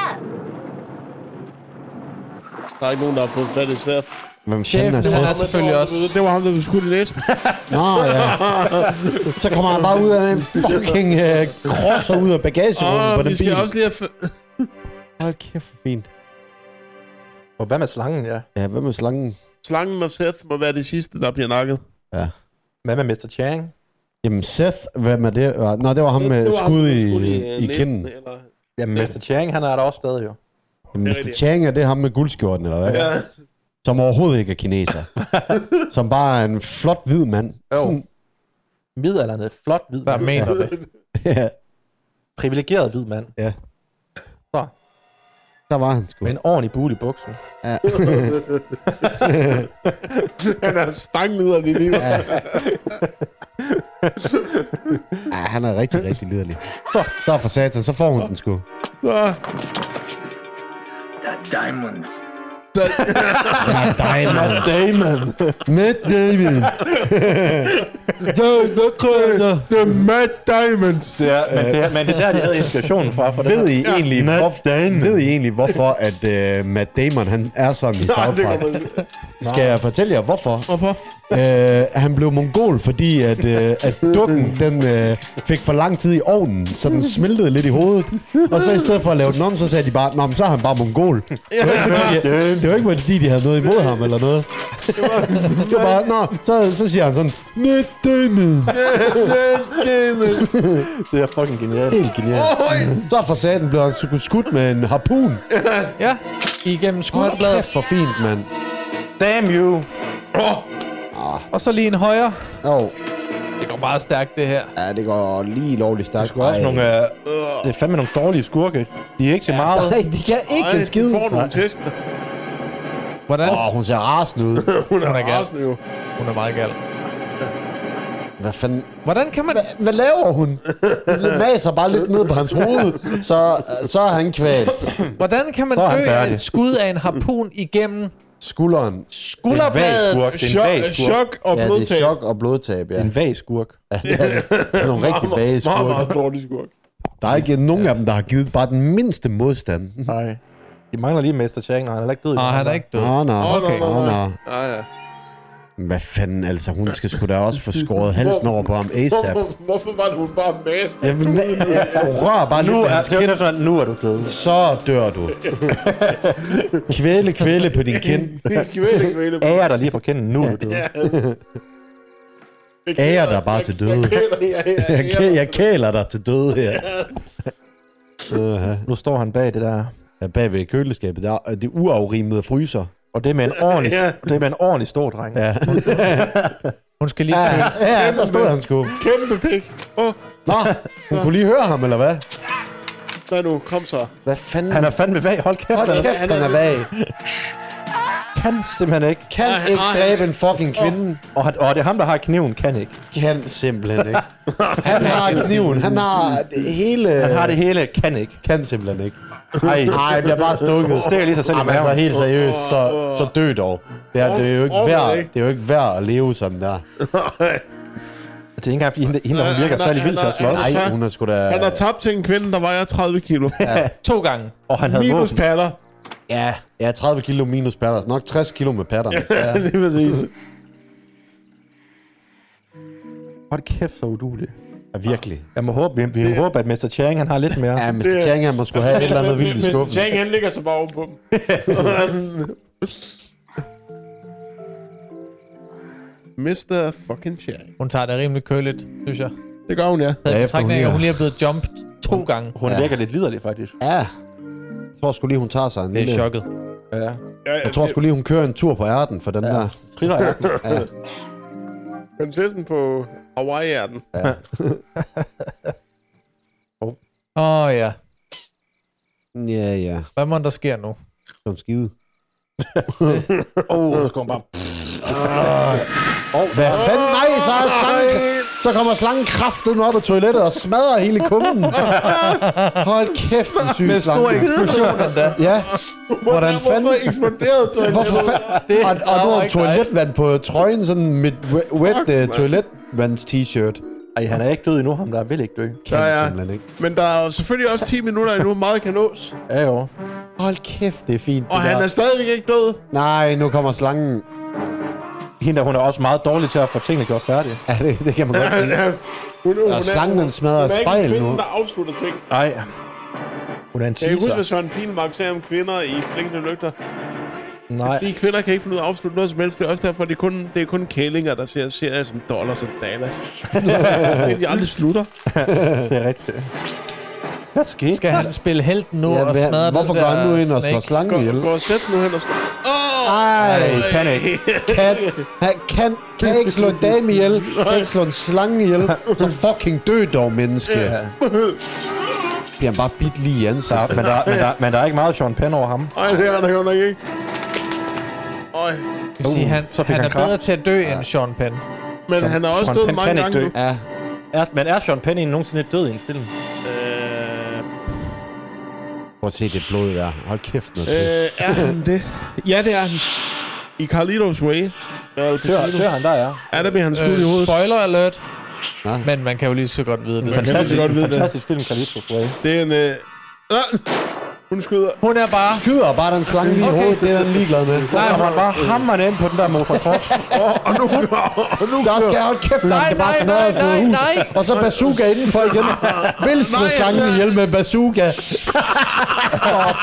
Der er ikke nogen, der har fået fat i Seth. Hvem Chef, fanden er det var Seth? han selvfølgelig også. Det var ham, der blev skudt i næsten. Nå, ja. Så kommer han bare ud af en fucking uh, crosser ud af bagagerummet Åh, på den vi skal bil. også lige have... f- Hold kæft, for fint. Og hvad med slangen, ja? Ja, hvad med slangen? Slangen og Seth må være de sidste, der bliver nakket. Ja. Hvad med mister Chang? Jamen, Seth, hvad med det? Nå, det var ham med skud i, i kinden. Eller... Jamen, mister Chang, han er der også stadig jo. Jamen, mister Chang, er det ham med guldskjorten, eller hvad? Ja. Som overhovedet ikke er kineser. Som bare er en flot hvid mand. Jo. Midaldrende, flot hvid Hvad mand. mener du? Ja. Privilegeret hvid mand. Ja. Så. Der var han sgu. Med en ordentlig bul i buksen. Ja. Han er stanglider i livet. Ja. Ja, han er rigtig, rigtig liderlig. Så, så for satan, så får hun den sgu. Så. That diamond. Matt Damon. Matt Damon. Matt Damon. The Matt Diamonds. Det er, men, det er, men det er der, de havde inspirationen fra. For Ved det I, egentlig, Matt hvor, Damon. ved I egentlig, hvorfor at uh, Matt Damon han er sådan i South Park? Skal jeg fortælle jer, hvorfor? Hvorfor? Uh, han blev mongol, fordi at, uh, at dukken den, uh, fik for lang tid i ovnen, så den smeltede lidt i hovedet. Og så i stedet for at lave den om, så sagde de bare, nå, men så er han bare mongol. Det var ikke, fordi, det var ikke fordi, de havde noget imod ham eller noget. Det var bare, nå, så, så siger han sådan, Matt Damon. Det er fucking genialt. Helt genialt. Så for satan blev han sgu skudt med en harpun. Ja, igennem Hold skulderbladet. kæft for fint, mand. Damn you. Og så lige en højre. Jo. Det går meget stærkt, det her. Ja, det går lige lovligt stærkt. Det er også nogle, øh, det er fandme nogle dårlige skurke. De er ikke så meget. Nej, de kan ikke Ej, en skid. de får nogle test. Hvordan? Åh, oh, hun ser rasende ud. Hun er Hun er gal. rasende jo. Hun er meget gal. Hvad fanden? Hvordan kan man... Hva, hvad laver hun? Hun maser bare lidt ned på hans hoved, så, så er han kvalt. Hvordan kan man Så er han dø af færdig. et skud af en harpun igennem Skulderen. skulderbladet? Det er en vag Chok, skurk. chok og Ja, det blodtab. er chok og blodtab, ja. En vag skurk. Ja, det er det. Det er nogle rigtig vage Meget, meget skurke. dårlig skurk. Der er ikke nogen af dem, der har givet bare den mindste modstand. Nej. De mangler lige mister Chang, og han er heller ikke død. Nå, han er ikke død. Nå, nå, Okay. nå, nå. Ja, ja. Hvad fanden, altså, hun skal sgu da også få skåret halsen over på ham ASAP. Hvorfor, hvorfor var det hun bare mast? Jeg, vil, jeg, jeg rører bare Nu lidt ved er, hans det kind. er sådan, nu er du død. Så dør du. Kvæle, kvæle på din kind. Kvæle, kvæle. Ærer dig lige på kinden, nu er du død. Ærer dig bare til døde. Jeg, kæ- jeg kæler dig til døde her. Uh-huh. Nu står han bag det der. Ja, bag ved køleskabet. Der er det uafrimede fryser. Og det er med en ordentlig, Ja. det er med en ordentlig stor dreng. Ja. Hun skal lige Ja, køles. ja, der stod han sgu. Kæmpe pik. Åh, Nå, hun kunne lige høre ham, eller hvad? hvad nu? Kom så. Hvad fanden? Han er fandme vag. Hold kæft. Hold han er- kæft, han er vag. Kan simpelthen ikke. Kan Nej, ikke nej. dræbe en fucking kvinde. Og, han- og det er ham, der har kniven, kan ikke. Kan simpelthen ikke. Han har kniven. Han har det hele. Han har det hele, kan ikke. Kan simpelthen ikke. Nej, nej, jeg bliver bare stukket. Stikker lige sig selv i Jamen, altså maven. helt seriøst, så, så dø dog. Det er, det er jo ikke værd, det er jo ikke værd at leve sådan der. Det er ikke engang, fordi hende, hende hun virker særlig vildt til at slås. Nej, hun er sgu da... Han har tabt til en kvinde, der vejer tredive kilo. Ja. To gange. Og han havde Minus våben. patter. Ja, ja, tredive kilo minus patter. Nok tres kilo med patter. Ja, lige præcis. Hold kæft, så uduelig. Ja, virkelig. Jeg må håbe, vi, vi håber, at mister Chang, han har lidt mere. Ja, mister Chang, han må sgu have et eller andet vildt i skuffen. mister Chang, han ligger så bare ovenpå dem. mister fucking Chang. Hun tager det rimelig køligt, synes jeg. Det gør hun, ja. Ja, efter hun hun, lige- hun lige er blevet jumped to gange. Hun ja. virker lidt liderlig, faktisk. Ja. Jeg tror sgu lige, hun tager sig en Det er lille... chokket. Ja. Jeg tror sgu lige, hun kører en tur på ærten for den Ja. der. Triller ærten. Ja. Prinsessen på Hawaii-ærten. Ja. Åh oh, ja. Ja, ja. Hvad må der sker nu? Så en skide. Åh, oh, så kommer bare... Oh, hvad fanden? Nej, så er slangen... Så kommer slangen kraftet op af toilettet og smadrer hele kummen. Hold kæft, en syg Med slange. stor eksplosion endda. Ja. Hvordan fanden... Hvorfor eksploderede toilettet? Hvorfor fanden... Og, og nu har toiletvand på trøjen, sådan med wet uh, toiletvands t-shirt. Ej, han er ikke død endnu, ham der vil ikke dø. Kan Der er- simpelthen ikke. Men der er jo selvfølgelig også ti minutter endnu, meget kan nås. Ja, jo. Hold kæft, det er fint. Og det han der. er stadigvæk ikke død. Nej, nu kommer slangen. Hende der, hun er også meget dårlig til at få tingene gjort færdige. Ja, det, det kan man godt lide. Hun, hun, Og slangen, den smadrer hun er spejl ikke kvinden, nu. der afslutter ting. Nej. Hun er en Jeg kan huske, teaser. hvad Søren Pilmark sagde om kvinder i Blinkende Lygter. Nej. Fordi kvinder kan ikke finde ud af at afslutte noget som helst. Det er også derfor, det er kun, det er kun kælinger, der ser serier som Dollars og Dallas. De aldrig slutter. Det er rigtigt. Hvad skete? Skal han spille helten nu Ja, og hvad- smadre hvorfor den går han nu der ind og slår snake? slangen ihjel? Gå, gå og sæt nu hen og slå. Ej, Panik. kan, han kan, kan ikke slå en dame ihjel, kan ikke slå en slange ihjel, så fucking dø dog, menneske. Ja. Bliver han bare bidt lige i Der, ansigtet. men, der, men, der, men der er ikke meget Sean Penn over ham. Ej, det er der godt nok ikke. Øj. Jeg vil sige, han, så fik han han er bedre kraft. til at dø end Sean Penn. Men Sean- han er også Sean død Penn mange kan gange ikke nu. dø. Ja, Er, men er Sean Penn egentlig nogensinde død i en film? Øh, prøv at se det blod der. Hold kæft noget pis. øh, er han det? Ja, det er han. I Carlitos Way. Dør, dør han der, ja. Ja, der bliver han skudt i Øh, hovedet. spoiler alert. Ja. Men man kan jo lige så godt vide det. Man kan lige så Fantastisk, godt vide det. fantastisk film, Carlitos Way. Det er en... Øh... Ah! Hun skyder. Hun er bare... Skyder bare den slange lige i Okay. hovedet, det er han ligeglad med. Så kommer han bare hammerne ind på den der motocross. Og nu og nu Der skal hold kæft, der Nej, skal bare nej, smadres nej, noget hus. nej. Og så bazooka indenfor igen. Vil slå slangen ihjel med bazooka. Stop.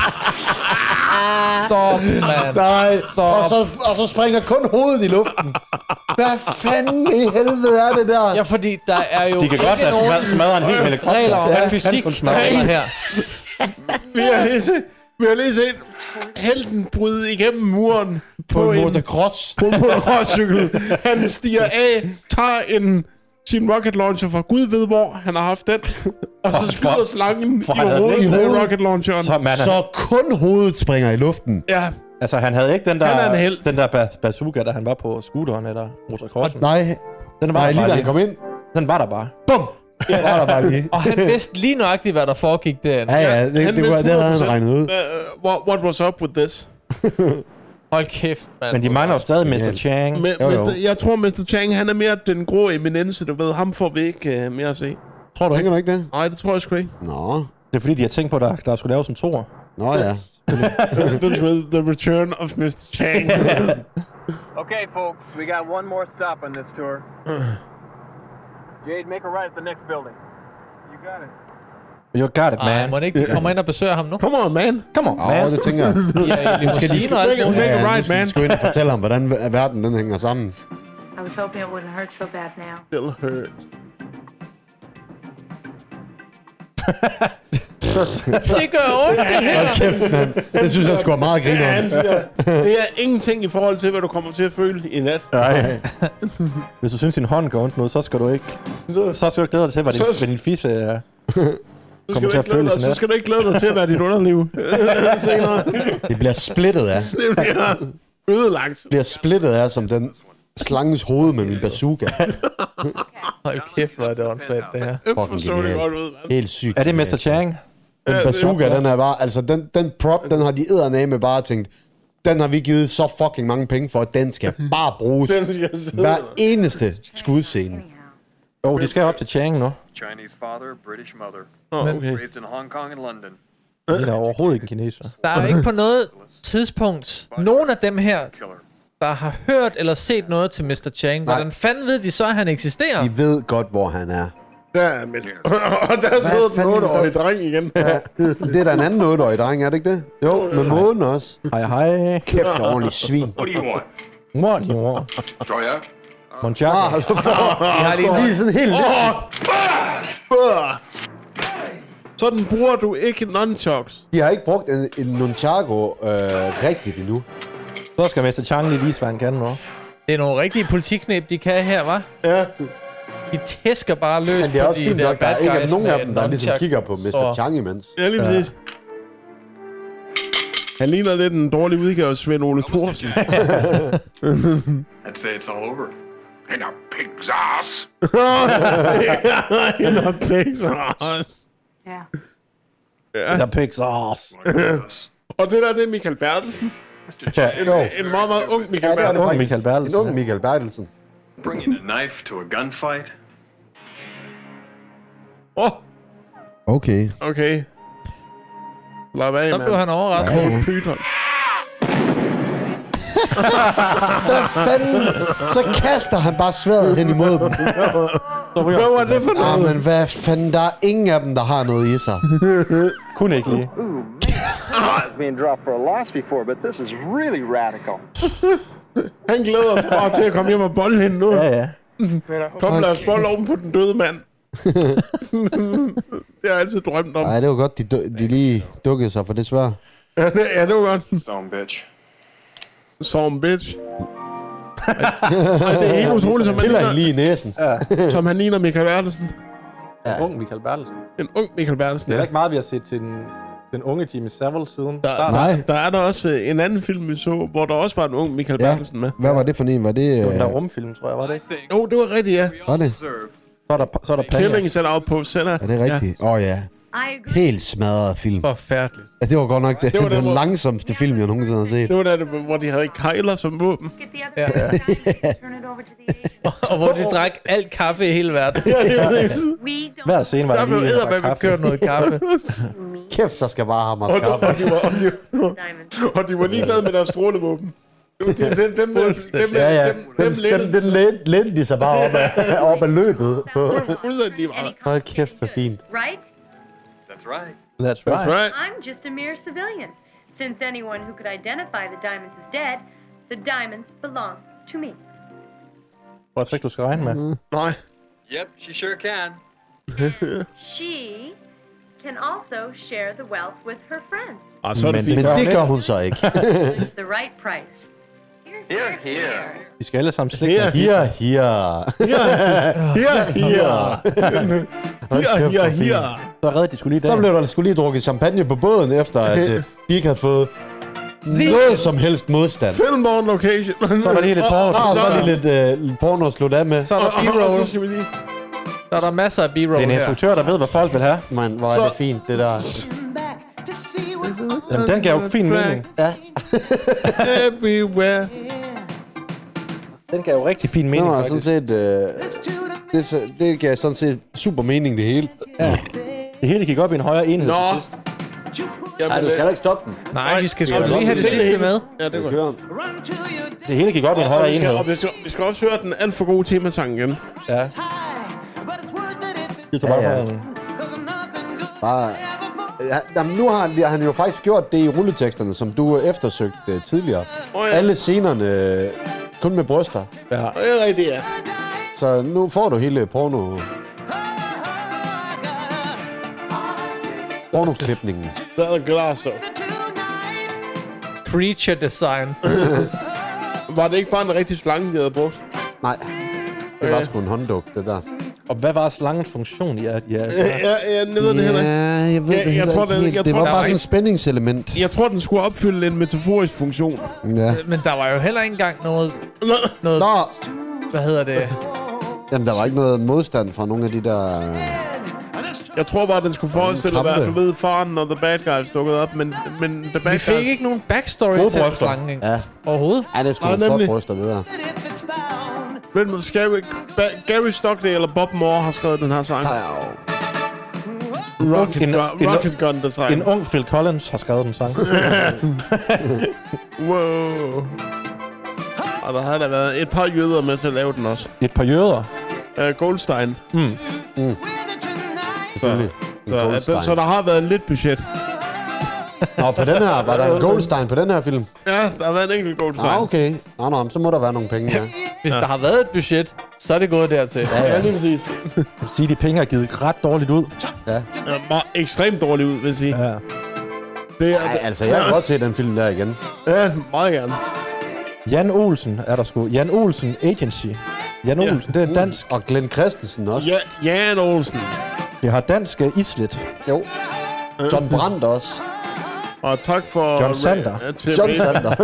Stop, mand. Nej, Stop. og så, og så springer kun hovedet i luften. Hvad fanden i helvede er det der? Ja, fordi der er jo De kan godt ikke have nogen smad- smadret en hel helikopter. regler om Ja, fysik, han der smadrer gælder en. her. Vi har lige set, vi har lige set helten bryde igennem muren På på en en, motocross. på en motocrosscykel. Han stiger af, tager en sin rocket launcher fra Gud ved hvor han har haft den, og så skyder slangen for i han havde hovedet den i med hovedet. rocket launcheren. Så, man, Så kun hovedet springer i luften. Ja, altså, han havde ikke den der, Han er en helt. den der ba- bazooka, da han var på scooteren eller motocrossen. Nej, Den var nej der lige bare da han lige. kom ind. Den var der bare. Bum! Det var der bare lige. Og han vidste lige nøjagtigt, hvad der foregik derinde. Ja, ja, det, han det, var, vidste det havde han hundrede procent. regnet ud. Uh, what, what was up with this? Hold kæft, mand. Men de mangler jo stadig mister Genialt. Chang. Men, Jo, jo. mister Jeg tror, mister Chang, han er mere den grå eminence, du ved. Ham får vi ikke uh, mere at se. Tror du Tænker ikke? du ikke det? Nej, det tror jeg sgu ikke. Nå, Det er fordi, de har tænkt på, at der, der skulle laves en toer. nå ja. This was the return of mister Chang. Okay, folks, we got one more stop on this tour. Jade, make a right at the next building. You got it. You got it, Ej, man. må han ikke komme ind og besøge ham nu? Come on, man. Come on, Åh, man. det tænker jeg. Ja, i limousine og alt Make, muligt. make Ja, a nu right, skal man. de sgu ind og fortælle ham, hvordan verden den hænger sammen. I was hoping it wouldn't hurt so bad now. Still hurts. Det gør ondt, det her. Hold kæft, man. Det synes jeg sgu er meget griner Han om. siger, det er ingenting i forhold til, hvad du kommer til at føle i nat. Nej. Hvis du synes, din hånd går ondt nu, så skal du ikke... Så, Så skal du ikke glæde dig til, hvad din, Så- hvad din fisse er. så, skal kommer du til ikke at glæde føle dig, sådan så skal du ikke glæde dig til at være dit underliv. Senere. Det bliver splittet af. Det bliver ødelagt. Det bliver splittet af som den slangens hoved med min bazooka. Hold kæft, hvor er det åndssvagt, det her. Jeg Fucking forstår det genialt. godt ud, mand. Helt sygt. Er det mister Chang? Den bazooka, den er bare... Altså, den, den prop, den har de eddermame bare tænkt, den har vi givet så fucking mange penge for, at den skal bare bruges. Hver eneste skudscene. Jo, de skal op til Chang nu. Chinese father, British mother. Oh, okay. Raised in Hong Kong and London. Det er overhovedet ikke en kineser. Der er jo ikke på noget tidspunkt nogen af dem her, der har hørt eller set noget til mister Chang. Hvordan fanden ved de så, at han eksisterer? De ved godt, hvor han er. Der er mister Og der sidder den otte-årige dreng igen. Ja, det er da en anden otte-årig dreng, er det ikke det? Jo, med måden også. Hej, hej. Kæft, der ordentligt svin. What do you want? What do you want? Troya? Monchak. Ah, så får de har lige, lige sådan helt lidt. Sådan bruger du ikke nunchucks. De har ikke brugt en, en nunchaku øh, rigtigt endnu. Så skal mister Chang lige vise, hvad han kan nu. Det er nogle rigtige politiknæb, de kan her, hva'? Ja. De tæsker bare løs. Men det er også de fint nok, der er ikke nogen af dem, der ligesom nunchuck. kigger på mister Chang imens. Ja, lige præcis. Han ligner lidt en dårlig udgave af Svend Ole Thorsen. I'd say it's all over. In a pig's ass. In a pig's ass. Yeah. Det er pig's ass. Og det der, det er Michael Bertelsen. Ja, en, en meget, meget ung Michael Ja, det er Bertelsen. faktisk. Michael Bertelsen. En ung Michael Bertelsen. Bringing a knife to a gunfight. Åh, oh, Okay. okay. Lad af, Så blev han overrasket. Ja, ja. Python. Hvad fanden? Så kaster han bare sværdet hen imod dem. Hvad var det for Ah, noget? men hvad fanden? Der er ingen af dem, der har noget i sig. Kun ikke lige. Being dropped for a loss before, but this is really radical. Han glæder sig bare til at komme hjem og bolle hende nu. Ja, ja. Kom, lad os bolle oven på den døde mand. Det har jeg altid drømt om. Nej, det var godt, de, de lige dukkede sig for det svar. Ja, det, ja, det var godt. Some bitch. Som bitch. Ej, det er helt utroligt, som han Piller ligner, lige i næsen. Ja. som han ligner Michael Bertelsen. En ung Michael Bertelsen. En ung Michael Bertelsen. Det er ikke meget, vi har set til den, den unge Jimmy Savile siden. Der, Der, Nej. der, der er der også øh, en anden film, vi så, hvor der også var en ung Michael Ja. Bertelsen med. Hvad var det for en? Var det... det var den der Øh, rumfilm, tror jeg, var det ikke? Jo, det var rigtigt, ja. var det? Så er der, så er der penge. Killing set out på Center. Er det rigtigt? Åh ja. Oh, ja. I agree. Helt smadret film. Forfærdeligt. Ja, det var godt nok det, Det var det den, den hvor- langsomste film, jeg nogensinde har set. Det var der, det- hvor de havde kejler som våben. Get the Ja. other turn it over to the agent. Og hvor de drak alt kaffe i hele verden. Ja, det er præcis. We don't. Hver scene var Der der blev lige en eddermame kaffe. kørt noget kaffe. Kæft, der skal bare have Og, mig de- og, skaffe. de var, og, de, Diamond. og de var ligeglade med deres strålevåben. Det var de- dem, dem, dem, dem, Ja, ja. dem, Den, dem, den, den læn- lænede de sig bare op af, op af løbet. På. fuldstændig bare. Hold kæft, så fint. Right? That's right. That's That's right. right. I'm just a mere civilian. Since anyone who could identify the diamonds is dead, the diamonds belong to me. Hvor jeg ikke, du skal regne med. Nej. Yep, she sure can. She can also share the wealth with her friends. Ah, så er det Men- fint. Men gør hun det ikke. gør hun så ikke. The right price. Here, here. De skal alle sammen slikke. Her. Hier, hier. Her, her. Her, her, her. Så redde de skulle lige Så der. blev der skulle lige drukket champagne på båden, efter at øh, de ikke havde fået noget som helst modstand. Film on location. Så var det helt lidt porno. Ah, så er det lidt, øh, lidt porno at slutte af med. Så er der Og, og, og så B-roll. skal vi lige... Der er der masser af Det er B-roll en her. instruktør, der ved, hvad folk vil have. Man, hvor er Så- det fint, det der. Jamen, den gav jo fin mening. Ja, Everywhere. Den gav jo rigtig fin det mening, var sådan faktisk. set... Øh, det, så- det gav sådan set super mening, det hele. Ja. Det hele gik op i en højere enhed. Nå. til sidst. Jamen, Nej, du skal da ikke stoppe den. Nej, vi skal sgu Ja, lige have det se det sidste hele. med. Ja, det var Kører den. Det hele gik op i en Og højere vi skal, enhed. og vi skal, vi skal også høre den alt for gode temasang igen. Ja. Det Ja, ja, ja. ja. Bare... Ja, jamen, nu har han, har han jo faktisk gjort det i rulleteksterne, som du eftersøgte uh, tidligere. Oh, ja. Alle scenerne øh, kun med bryster. Ja. Det er rigtigt, ja. Så nu får du hele porno... Pornoklipningen. Der er klar så. Creature design. Var det ikke bare en rigtig slange, de havde brugt? Nej, det var sgu en håndduk, det der. Og hvad var slangens funktion i at... Ja, Ja, ja, jeg ved det heller ikke. Ja, jeg ved Ja, det jeg heller tror, ikke det- helt. jeg Det tror, var der bare er sådan ikke- et spændingselement. Jeg tror, den skulle opfylde en metaforisk funktion. Ja. Men der var jo heller ikke engang noget... Nå. noget Nå, hvad hedder det? jamen, der var ikke noget modstand fra nogle af de der... Jeg tror bare, den skulle forestille at være, du ved, faren og The Bad Guys dukket op, men, men The Bad Vi fik Guys... ikke nogen backstory Gode til bryster. slangen. Ja. Overhovedet. Ja, det skulle Nej, få nemlig. bryster, det der. Men med Gary, ba- Gary Stockdale eller Bob Moore har skrevet den her sang. Rocket, En- gun, en- rocket Gun design. En ung Phil Collins har skrevet den sang. Wow. Og der har der været et par jøder med til at lave den også. Et par jøder? Uh, Goldstein. Mm. Mm. Så, så, så, så der har været lidt budget. Nå, på den her, var der en Goldstein på den her film? Ja, der har været en enkelt Goldstein. Ah, okay. Nå, nå, så må der være nogle penge, ja. Hvis ja. der har været et budget, så er det gået dertil. Ja, ja. Ja, lige præcis. Jeg vil sige, de penge har givet ret dårligt ud. Ja. Ja, meget ekstremt dårligt ud, vil jeg sige. Ja. Det er, Ej, altså, jeg kan godt se den film der igen. Ja, meget gerne. Jan Olsen er der sgu. Jan Olsen Agency. Jan Ja. Olsen, det er dansk. Og Glenn Christensen også. Ja, Jan Olsen. Det har dansk uh, islet. Jo. John Brandt også. Og tak for... John Sander. Ra- til John Ray- Sander.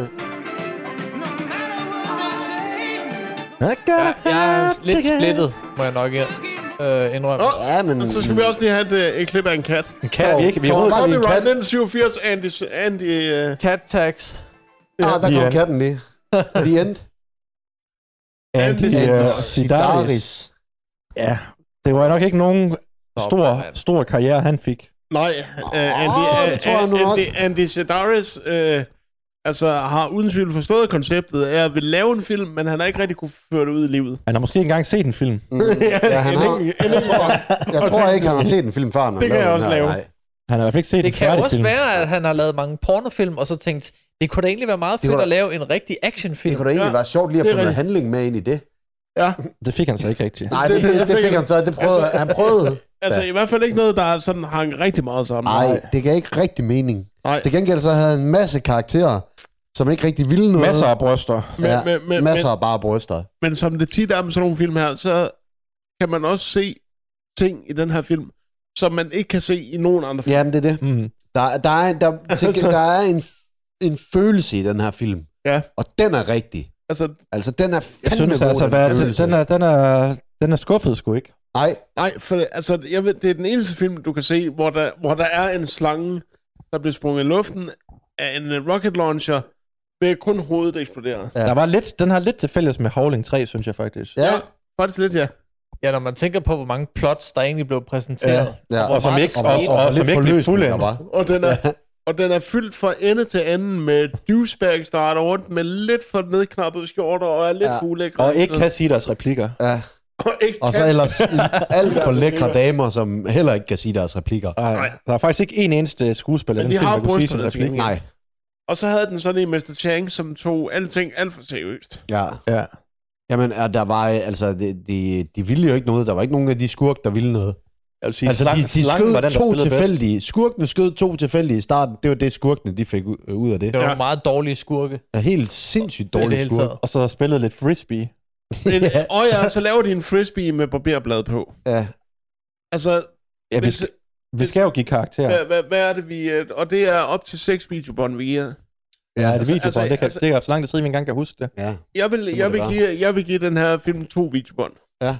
Ja, jeg er lidt splittet, må jeg nok øh, indrømme. Åh, ja, men... Og så skal vi også lige have et, øh, et klip af en kat. En kat, vi ikke... Vi Kommer er bare lige en kat. Copyright nitten syvogfirs, Andy... Andy uh... Cat tax. Ah, der The kom End. katten lige. The End. Andy Andy uh, Sidaris. Sidaris. Ja, det var nok ikke nogen stor, stor karriere, han fik. Nej, uh, Andy, Åh, det tror jeg nu nok. Andy, Andy Sidaris uh, altså, har uden tvivl forstået konceptet af at vil lave en film, men han har ikke rigtig kunne føre det ud i livet. Han har måske ikke engang set en film. Mm. Ja, han har, jeg tror, jeg tror ikke, han har set en film før. Det kan jeg også lave. Han har i hvert fald ikke set Det en kan færdig også film. være, at han har lavet mange pornofilm, og så tænkt, det kunne da egentlig være meget fedt kunne at da- lave en rigtig actionfilm. Det kunne da egentlig Ja, være sjovt lige at det få er noget rigtigt. handling med ind i det. Ja, Det fik han så ikke rigtigt. Nej, det, det, det fik han så. Det prøvede, Altså- han prøvede. altså i hvert fald ikke noget, der sådan hang rigtig meget sammen. Nej, det gav ikke rigtig mening. Nej. Til gengæld så havde han en masse karakterer, som ikke rigtig ville noget. Masser af bryster. Men, Ja, men, men, masser men, af bare bryster. men som det tit er med sådan nogle film her, så kan man også se ting i den her film, som man ikke kan se i nogen andre film. Jamen, det er det. Mm. Der, der er, der, Altså- der er en, en følelse i den her film. Ja. Og den er rigtig. Altså, Altså, den er Jeg fandme synes god, altså, den hvad, følelse. den, er, den, er, den er skuffet sgu ikke. Nej, nej, for altså, jeg ved, det er den eneste film, du kan se, hvor der, hvor der er en slange, der bliver sprunget i luften af en rocket launcher, ved kun hovedet eksploderer. Ja. Der var lidt, den har lidt til fælles med Howling tre, synes jeg faktisk. ja. Ja, faktisk lidt, ja. Ja, når man tænker på, hvor mange plots, der egentlig blev præsenteret. Ja. hvor Og som meget ikke, der og, skete. og, og, lidt som ikke blev forløsninger, fuldendt. var. Og den er, og den er fyldt fra ende til anden med douchebags, der er rundt med lidt for nedknappede skjorter og er lidt Ja. ja. fulækre. Og ikke kan sige deres replikker. Ja. og, ikke Og så kan- ellers alt for lækre damer, som heller ikke kan sige deres replikker. Nej, der er faktisk ikke en eneste skuespiller, Men i de den film, har der kunne sige brysterne sin replik. til Nej. Og så havde den sådan en mister Chang, som tog alting alt for seriøst. Ja. Ja. Jamen, er der var, altså, de, de, de ville jo ikke noget. Der var ikke nogen af de skurk, der ville noget. Jeg vil sige, Altså, slang, de, de slangen var skød den, der to spillede bedst. tilfældige. Skurkene skød to tilfældige i starten. Det var det, skurkene de fik u- ud af det. Det var Ja. nogle meget dårlige skurke. Ja, helt sindssygt I det dårlige hele skurk. taget. Og så spillede lidt frisbee. Men, og ja, så laver de en frisbee med barberblad på. Ja. Altså, Ja, vi, hvis- skal, vi skal jo give karakter. hvad, hvad, hvad er det, vi... øh, Og det er op til seks videobånd, vi giver. Ja, det er altså- videobånd. altså- det, kan, altså- det er så lang tid siden, vi engang kan huske det. Ja. Jeg vil, må jeg, det vil være. give, jeg vil give den her film to videobånd. Ja.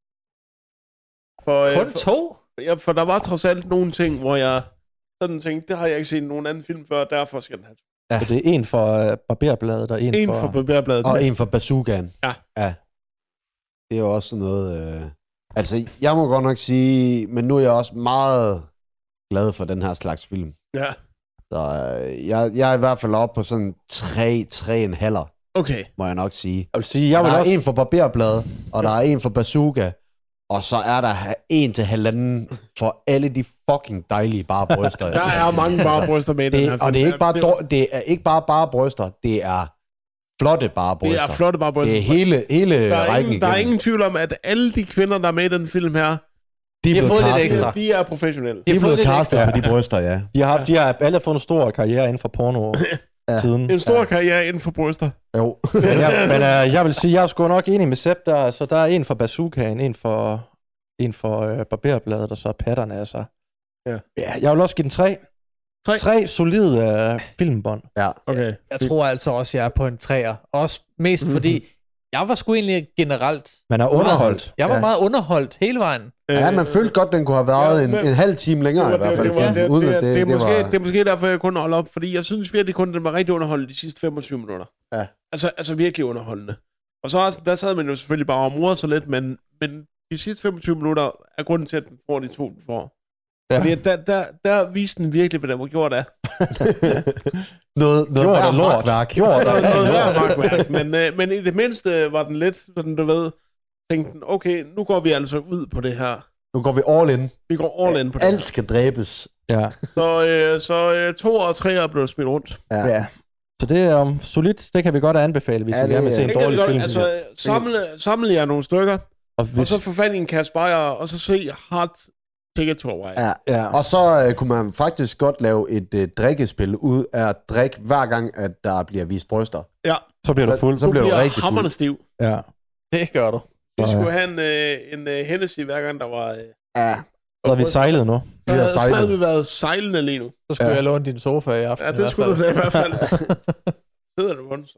For, Kun øh, for, to? ja, for der var trods alt nogle ting, hvor jeg sådan tænkte, det har jeg ikke set i nogen anden film før, derfor skal den have. Ja. Så det er en for uh, barberbladet og en, En for... for barberbladet. Og en for bazookaen. Ja. Ja. Det er jo også sådan noget... Øh... Altså, jeg må godt nok sige... Men nu er jeg også meget glad for den her slags film. Ja. Så øh, jeg, jeg er i hvert fald oppe på sådan tre, tre en halver, Okay. må jeg nok sige. Jeg vil sige, jeg vil der er også... en for barberbladet, og der er en for bazooka, og så er der en til halvanden for alle de fucking dejlige bare bryster. Der er mange bare bryster med i den her det, film. og det er, ikke bare, dår, det er ikke bare bare bryster, det er flotte bare Det bryster. er flotte bare bryster. Det er hele, hele der er, rækken ingen, der er igennem. ingen tvivl om, at alle de kvinder, der er med i den film her, De er har blevet fået lidt castet. ekstra. de er professionelle. De er fået blevet lidt castet ekstra. på de bryster, ja. De har, haft, de har alle fået en stor karriere inden for porno Ja. tiden. En stor karriere inden for bryster. Jo. Men, jeg, men uh, jeg vil sige, jeg er sgu nok enig med Sepp der. Så der er en for bazookaen, en for, en for uh, barberbladet, og så patterne altså. Ja. Ja, jeg vil også give den tre. Tre? Tre solide uh, filmbånd. Ja. Okay. Jeg tror altså også, jeg er på en træer. Også mest fordi, Jeg var sgu egentlig generelt... Man er underholdt. Jeg var Ja. meget underholdt hele vejen. Ja, man følte godt, den kunne have været Ja, en, men- en halv time længere Det i var- hvert fald. det var- for- det- uden det- at det- det er det måske- var- Det er måske derfor, jeg kun holder op, fordi jeg synes virkelig kun, den var rigtig underholdende de sidste femogtyve minutter. Ja. Altså, altså virkelig underholdende. Og så også, der sad man jo selvfølgelig bare og morede så lidt, men, men de sidste femogtyve minutter er grunden til, at den får de to, den får. Ja. Fordi der, der, der viste den virkelig, hvad der var gjort af. noget noget Jord værd og lort. magtværk. Jord og Noget, noget lort. værd magtværk. Men, øh, men i det mindste var den lidt, sådan du ved, tænkte den, okay, nu går vi altså ud på det her. Nu går vi all in. Vi går all in på det. Alt skal dræbes. Ja. Så, øh, så øh, to og tre er blevet smidt rundt. Ja. ja. Så det er um, solidt. Det kan vi godt anbefale, hvis Ja, I gerne vil det- se en Det kan vi dårlig godt, film. altså, samle, samle jer nogle stykker, Og hvis, og så få fat i en kasse bajer, og så se Hard Ticket to Hawaii. Ja. ja. Og så øh, kunne man faktisk godt lave et øh, drikkespil ud af at drikke hver gang, at der bliver vist bryster. Ja. Så bliver du fuld. Så Du bliver du bliver rigtig hammerende fuld. stiv. Ja. Det gør du. Vi Så, skulle have en, øh, en øh, Hennessy hver gang, der var... Øh, Ja. Så har vi sejlet nu. så, Vi har havde, så havde sejlet. vi været sejlende lige nu. Så skulle Ja. jeg låne din sofa i aften. Ja, i det hvert skulle du fald. da i hvert fald. Hedder det rundt.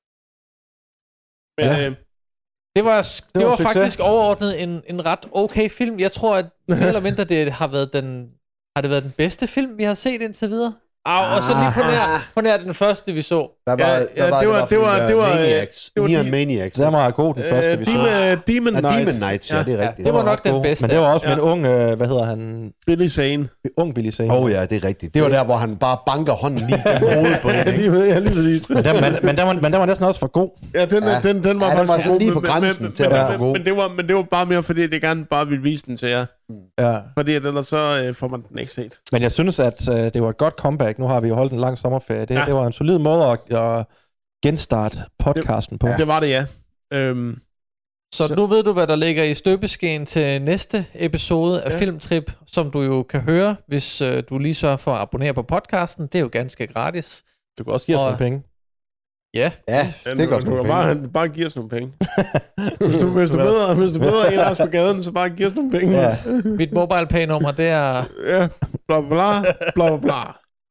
Men Ja. øh, Det var, det var var, en succes. faktisk overordnet en, en ret okay film. Jeg tror, at mere eller mindre det har været den, har det været den bedste film, vi har set indtil videre. Au, og så lige på nær, på nær den første, vi så. Hvad var, Ja, hvad ja, var det var- for det var- en, øh, det var, øh, Maniacs. det var Neon de- Maniacs. Det var god, den første, øh, vi så. Demon, Demon Ja, Knight. Demon Knights, ja, det er rigtigt. det var ret nok den god. bedste. Men det var også Ja. med en ung, øh, hvad hedder han? Billy Zane. Ung Billy Zane. Åh oh, ja, det er rigtigt. Det var der, hvor han bare banker hånden lige gennem hovedet på den, ikke? Ja, lige præcis. Men der, men, men, der var, men der var næsten også for god. Ja, den, Ja. ja. den, den var Ja, den faktisk var god, lige på men- grænsen men, til at men, være men, for god. Men det, var, men det var bare mere, fordi jeg gerne bare ville vise den til jer. Ja. Fordi at ellers så øh, får man den ikke set. Men jeg synes, at øh, det var et godt comeback. Nu har vi jo holdt en lang sommerferie. Det, Ja. ja. det var en solid måde at, at genstarte podcasten på. Ja. Det var det, ja. Øhm, Så, så nu ved du, hvad der ligger i støbeskeen til næste episode af Ja. ja. Filmtrip, som du jo kan høre, hvis øh, du lige sørger for at abonnere på podcasten. Det er jo ganske gratis. Du kan også give os Og- nogle penge. Ja, Ja, ja, det er godt du, nogle du kan penge. bare, bare give os nogle penge. hvis, du, hvis, du møder, hvis du møder en af os på gaden, så bare giv os nogle penge. Ja. mit mobile pay nummer, det er... ja. Bla bla bla. Bla bla bla.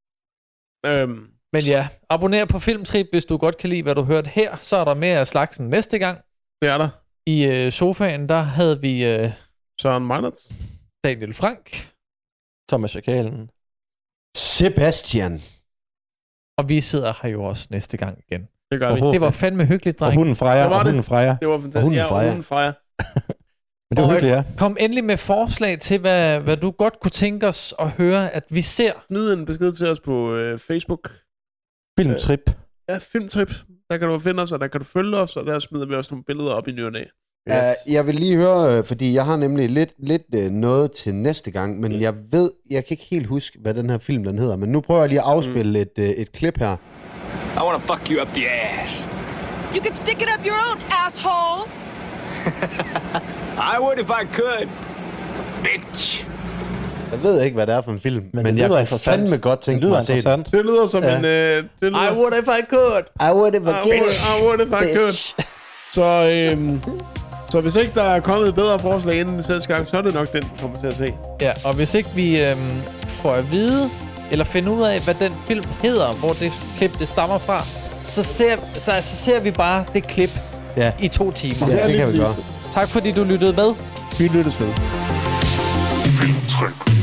Øhm, Men ja, abonner på Filmtrip, hvis du godt kan lide, hvad du hørte her. Så er der mere af slagsen næste gang. det er der. I øh, sofaen, der havde vi øh, Søren Meinertz. Daniel Frank, Thomas Jakalen. Sebastian. og vi sidder her jo også næste gang igen. Det gør Og vi. hu- Det var fandme hyggeligt, Og dreng. hunden Freja. Det var Og det. hunden Freja. Det var fantastisk. Og hunden Ja, Freja. og hunden Freja. Men det var Og, hyggeligt, ja. Kom endelig med forslag til, hvad, hvad du godt kunne tænke os at høre, at vi ser. Smid en besked til os på øh, Facebook. Filmtrip. Ja, Filmtrip. Der kan du finde os, og der kan du følge os, og der smider vi også nogle billeder op i ny og næ. Uh, jeg vil lige høre, øh, fordi jeg har nemlig lidt, lidt uh, noget til næste gang, men jeg ved, jeg kan ikke helt huske, hvad den her film den hedder, men nu prøver jeg lige at afspille mm. et, uh, et klip her. I want to fuck you up the ass. You can stick it up your own asshole. I would if I could. Bitch. Jeg ved ikke, hvad det er for en film, men, det men lyder jeg kunne interessant. fandme godt Det tænke lyder mig at se den. interessant. Det lyder som Ja. en... Øh, det lyder, I would if I could. I would have I would, I would if I could. Så, øhm, så hvis ikke der er kommet et bedre forslag inden næste gang, så er det nok den, du kommer til at se. Ja, og hvis ikke vi øhm, får at vide, eller finde ud af, hvad den film hedder, hvor det klip det stammer fra, så ser, så, så ser vi bare det klip Ja. i to timer. Ja, det kan vi lige gøre. Tak fordi du lyttede med. Vi lyttes ved. Filmtrip.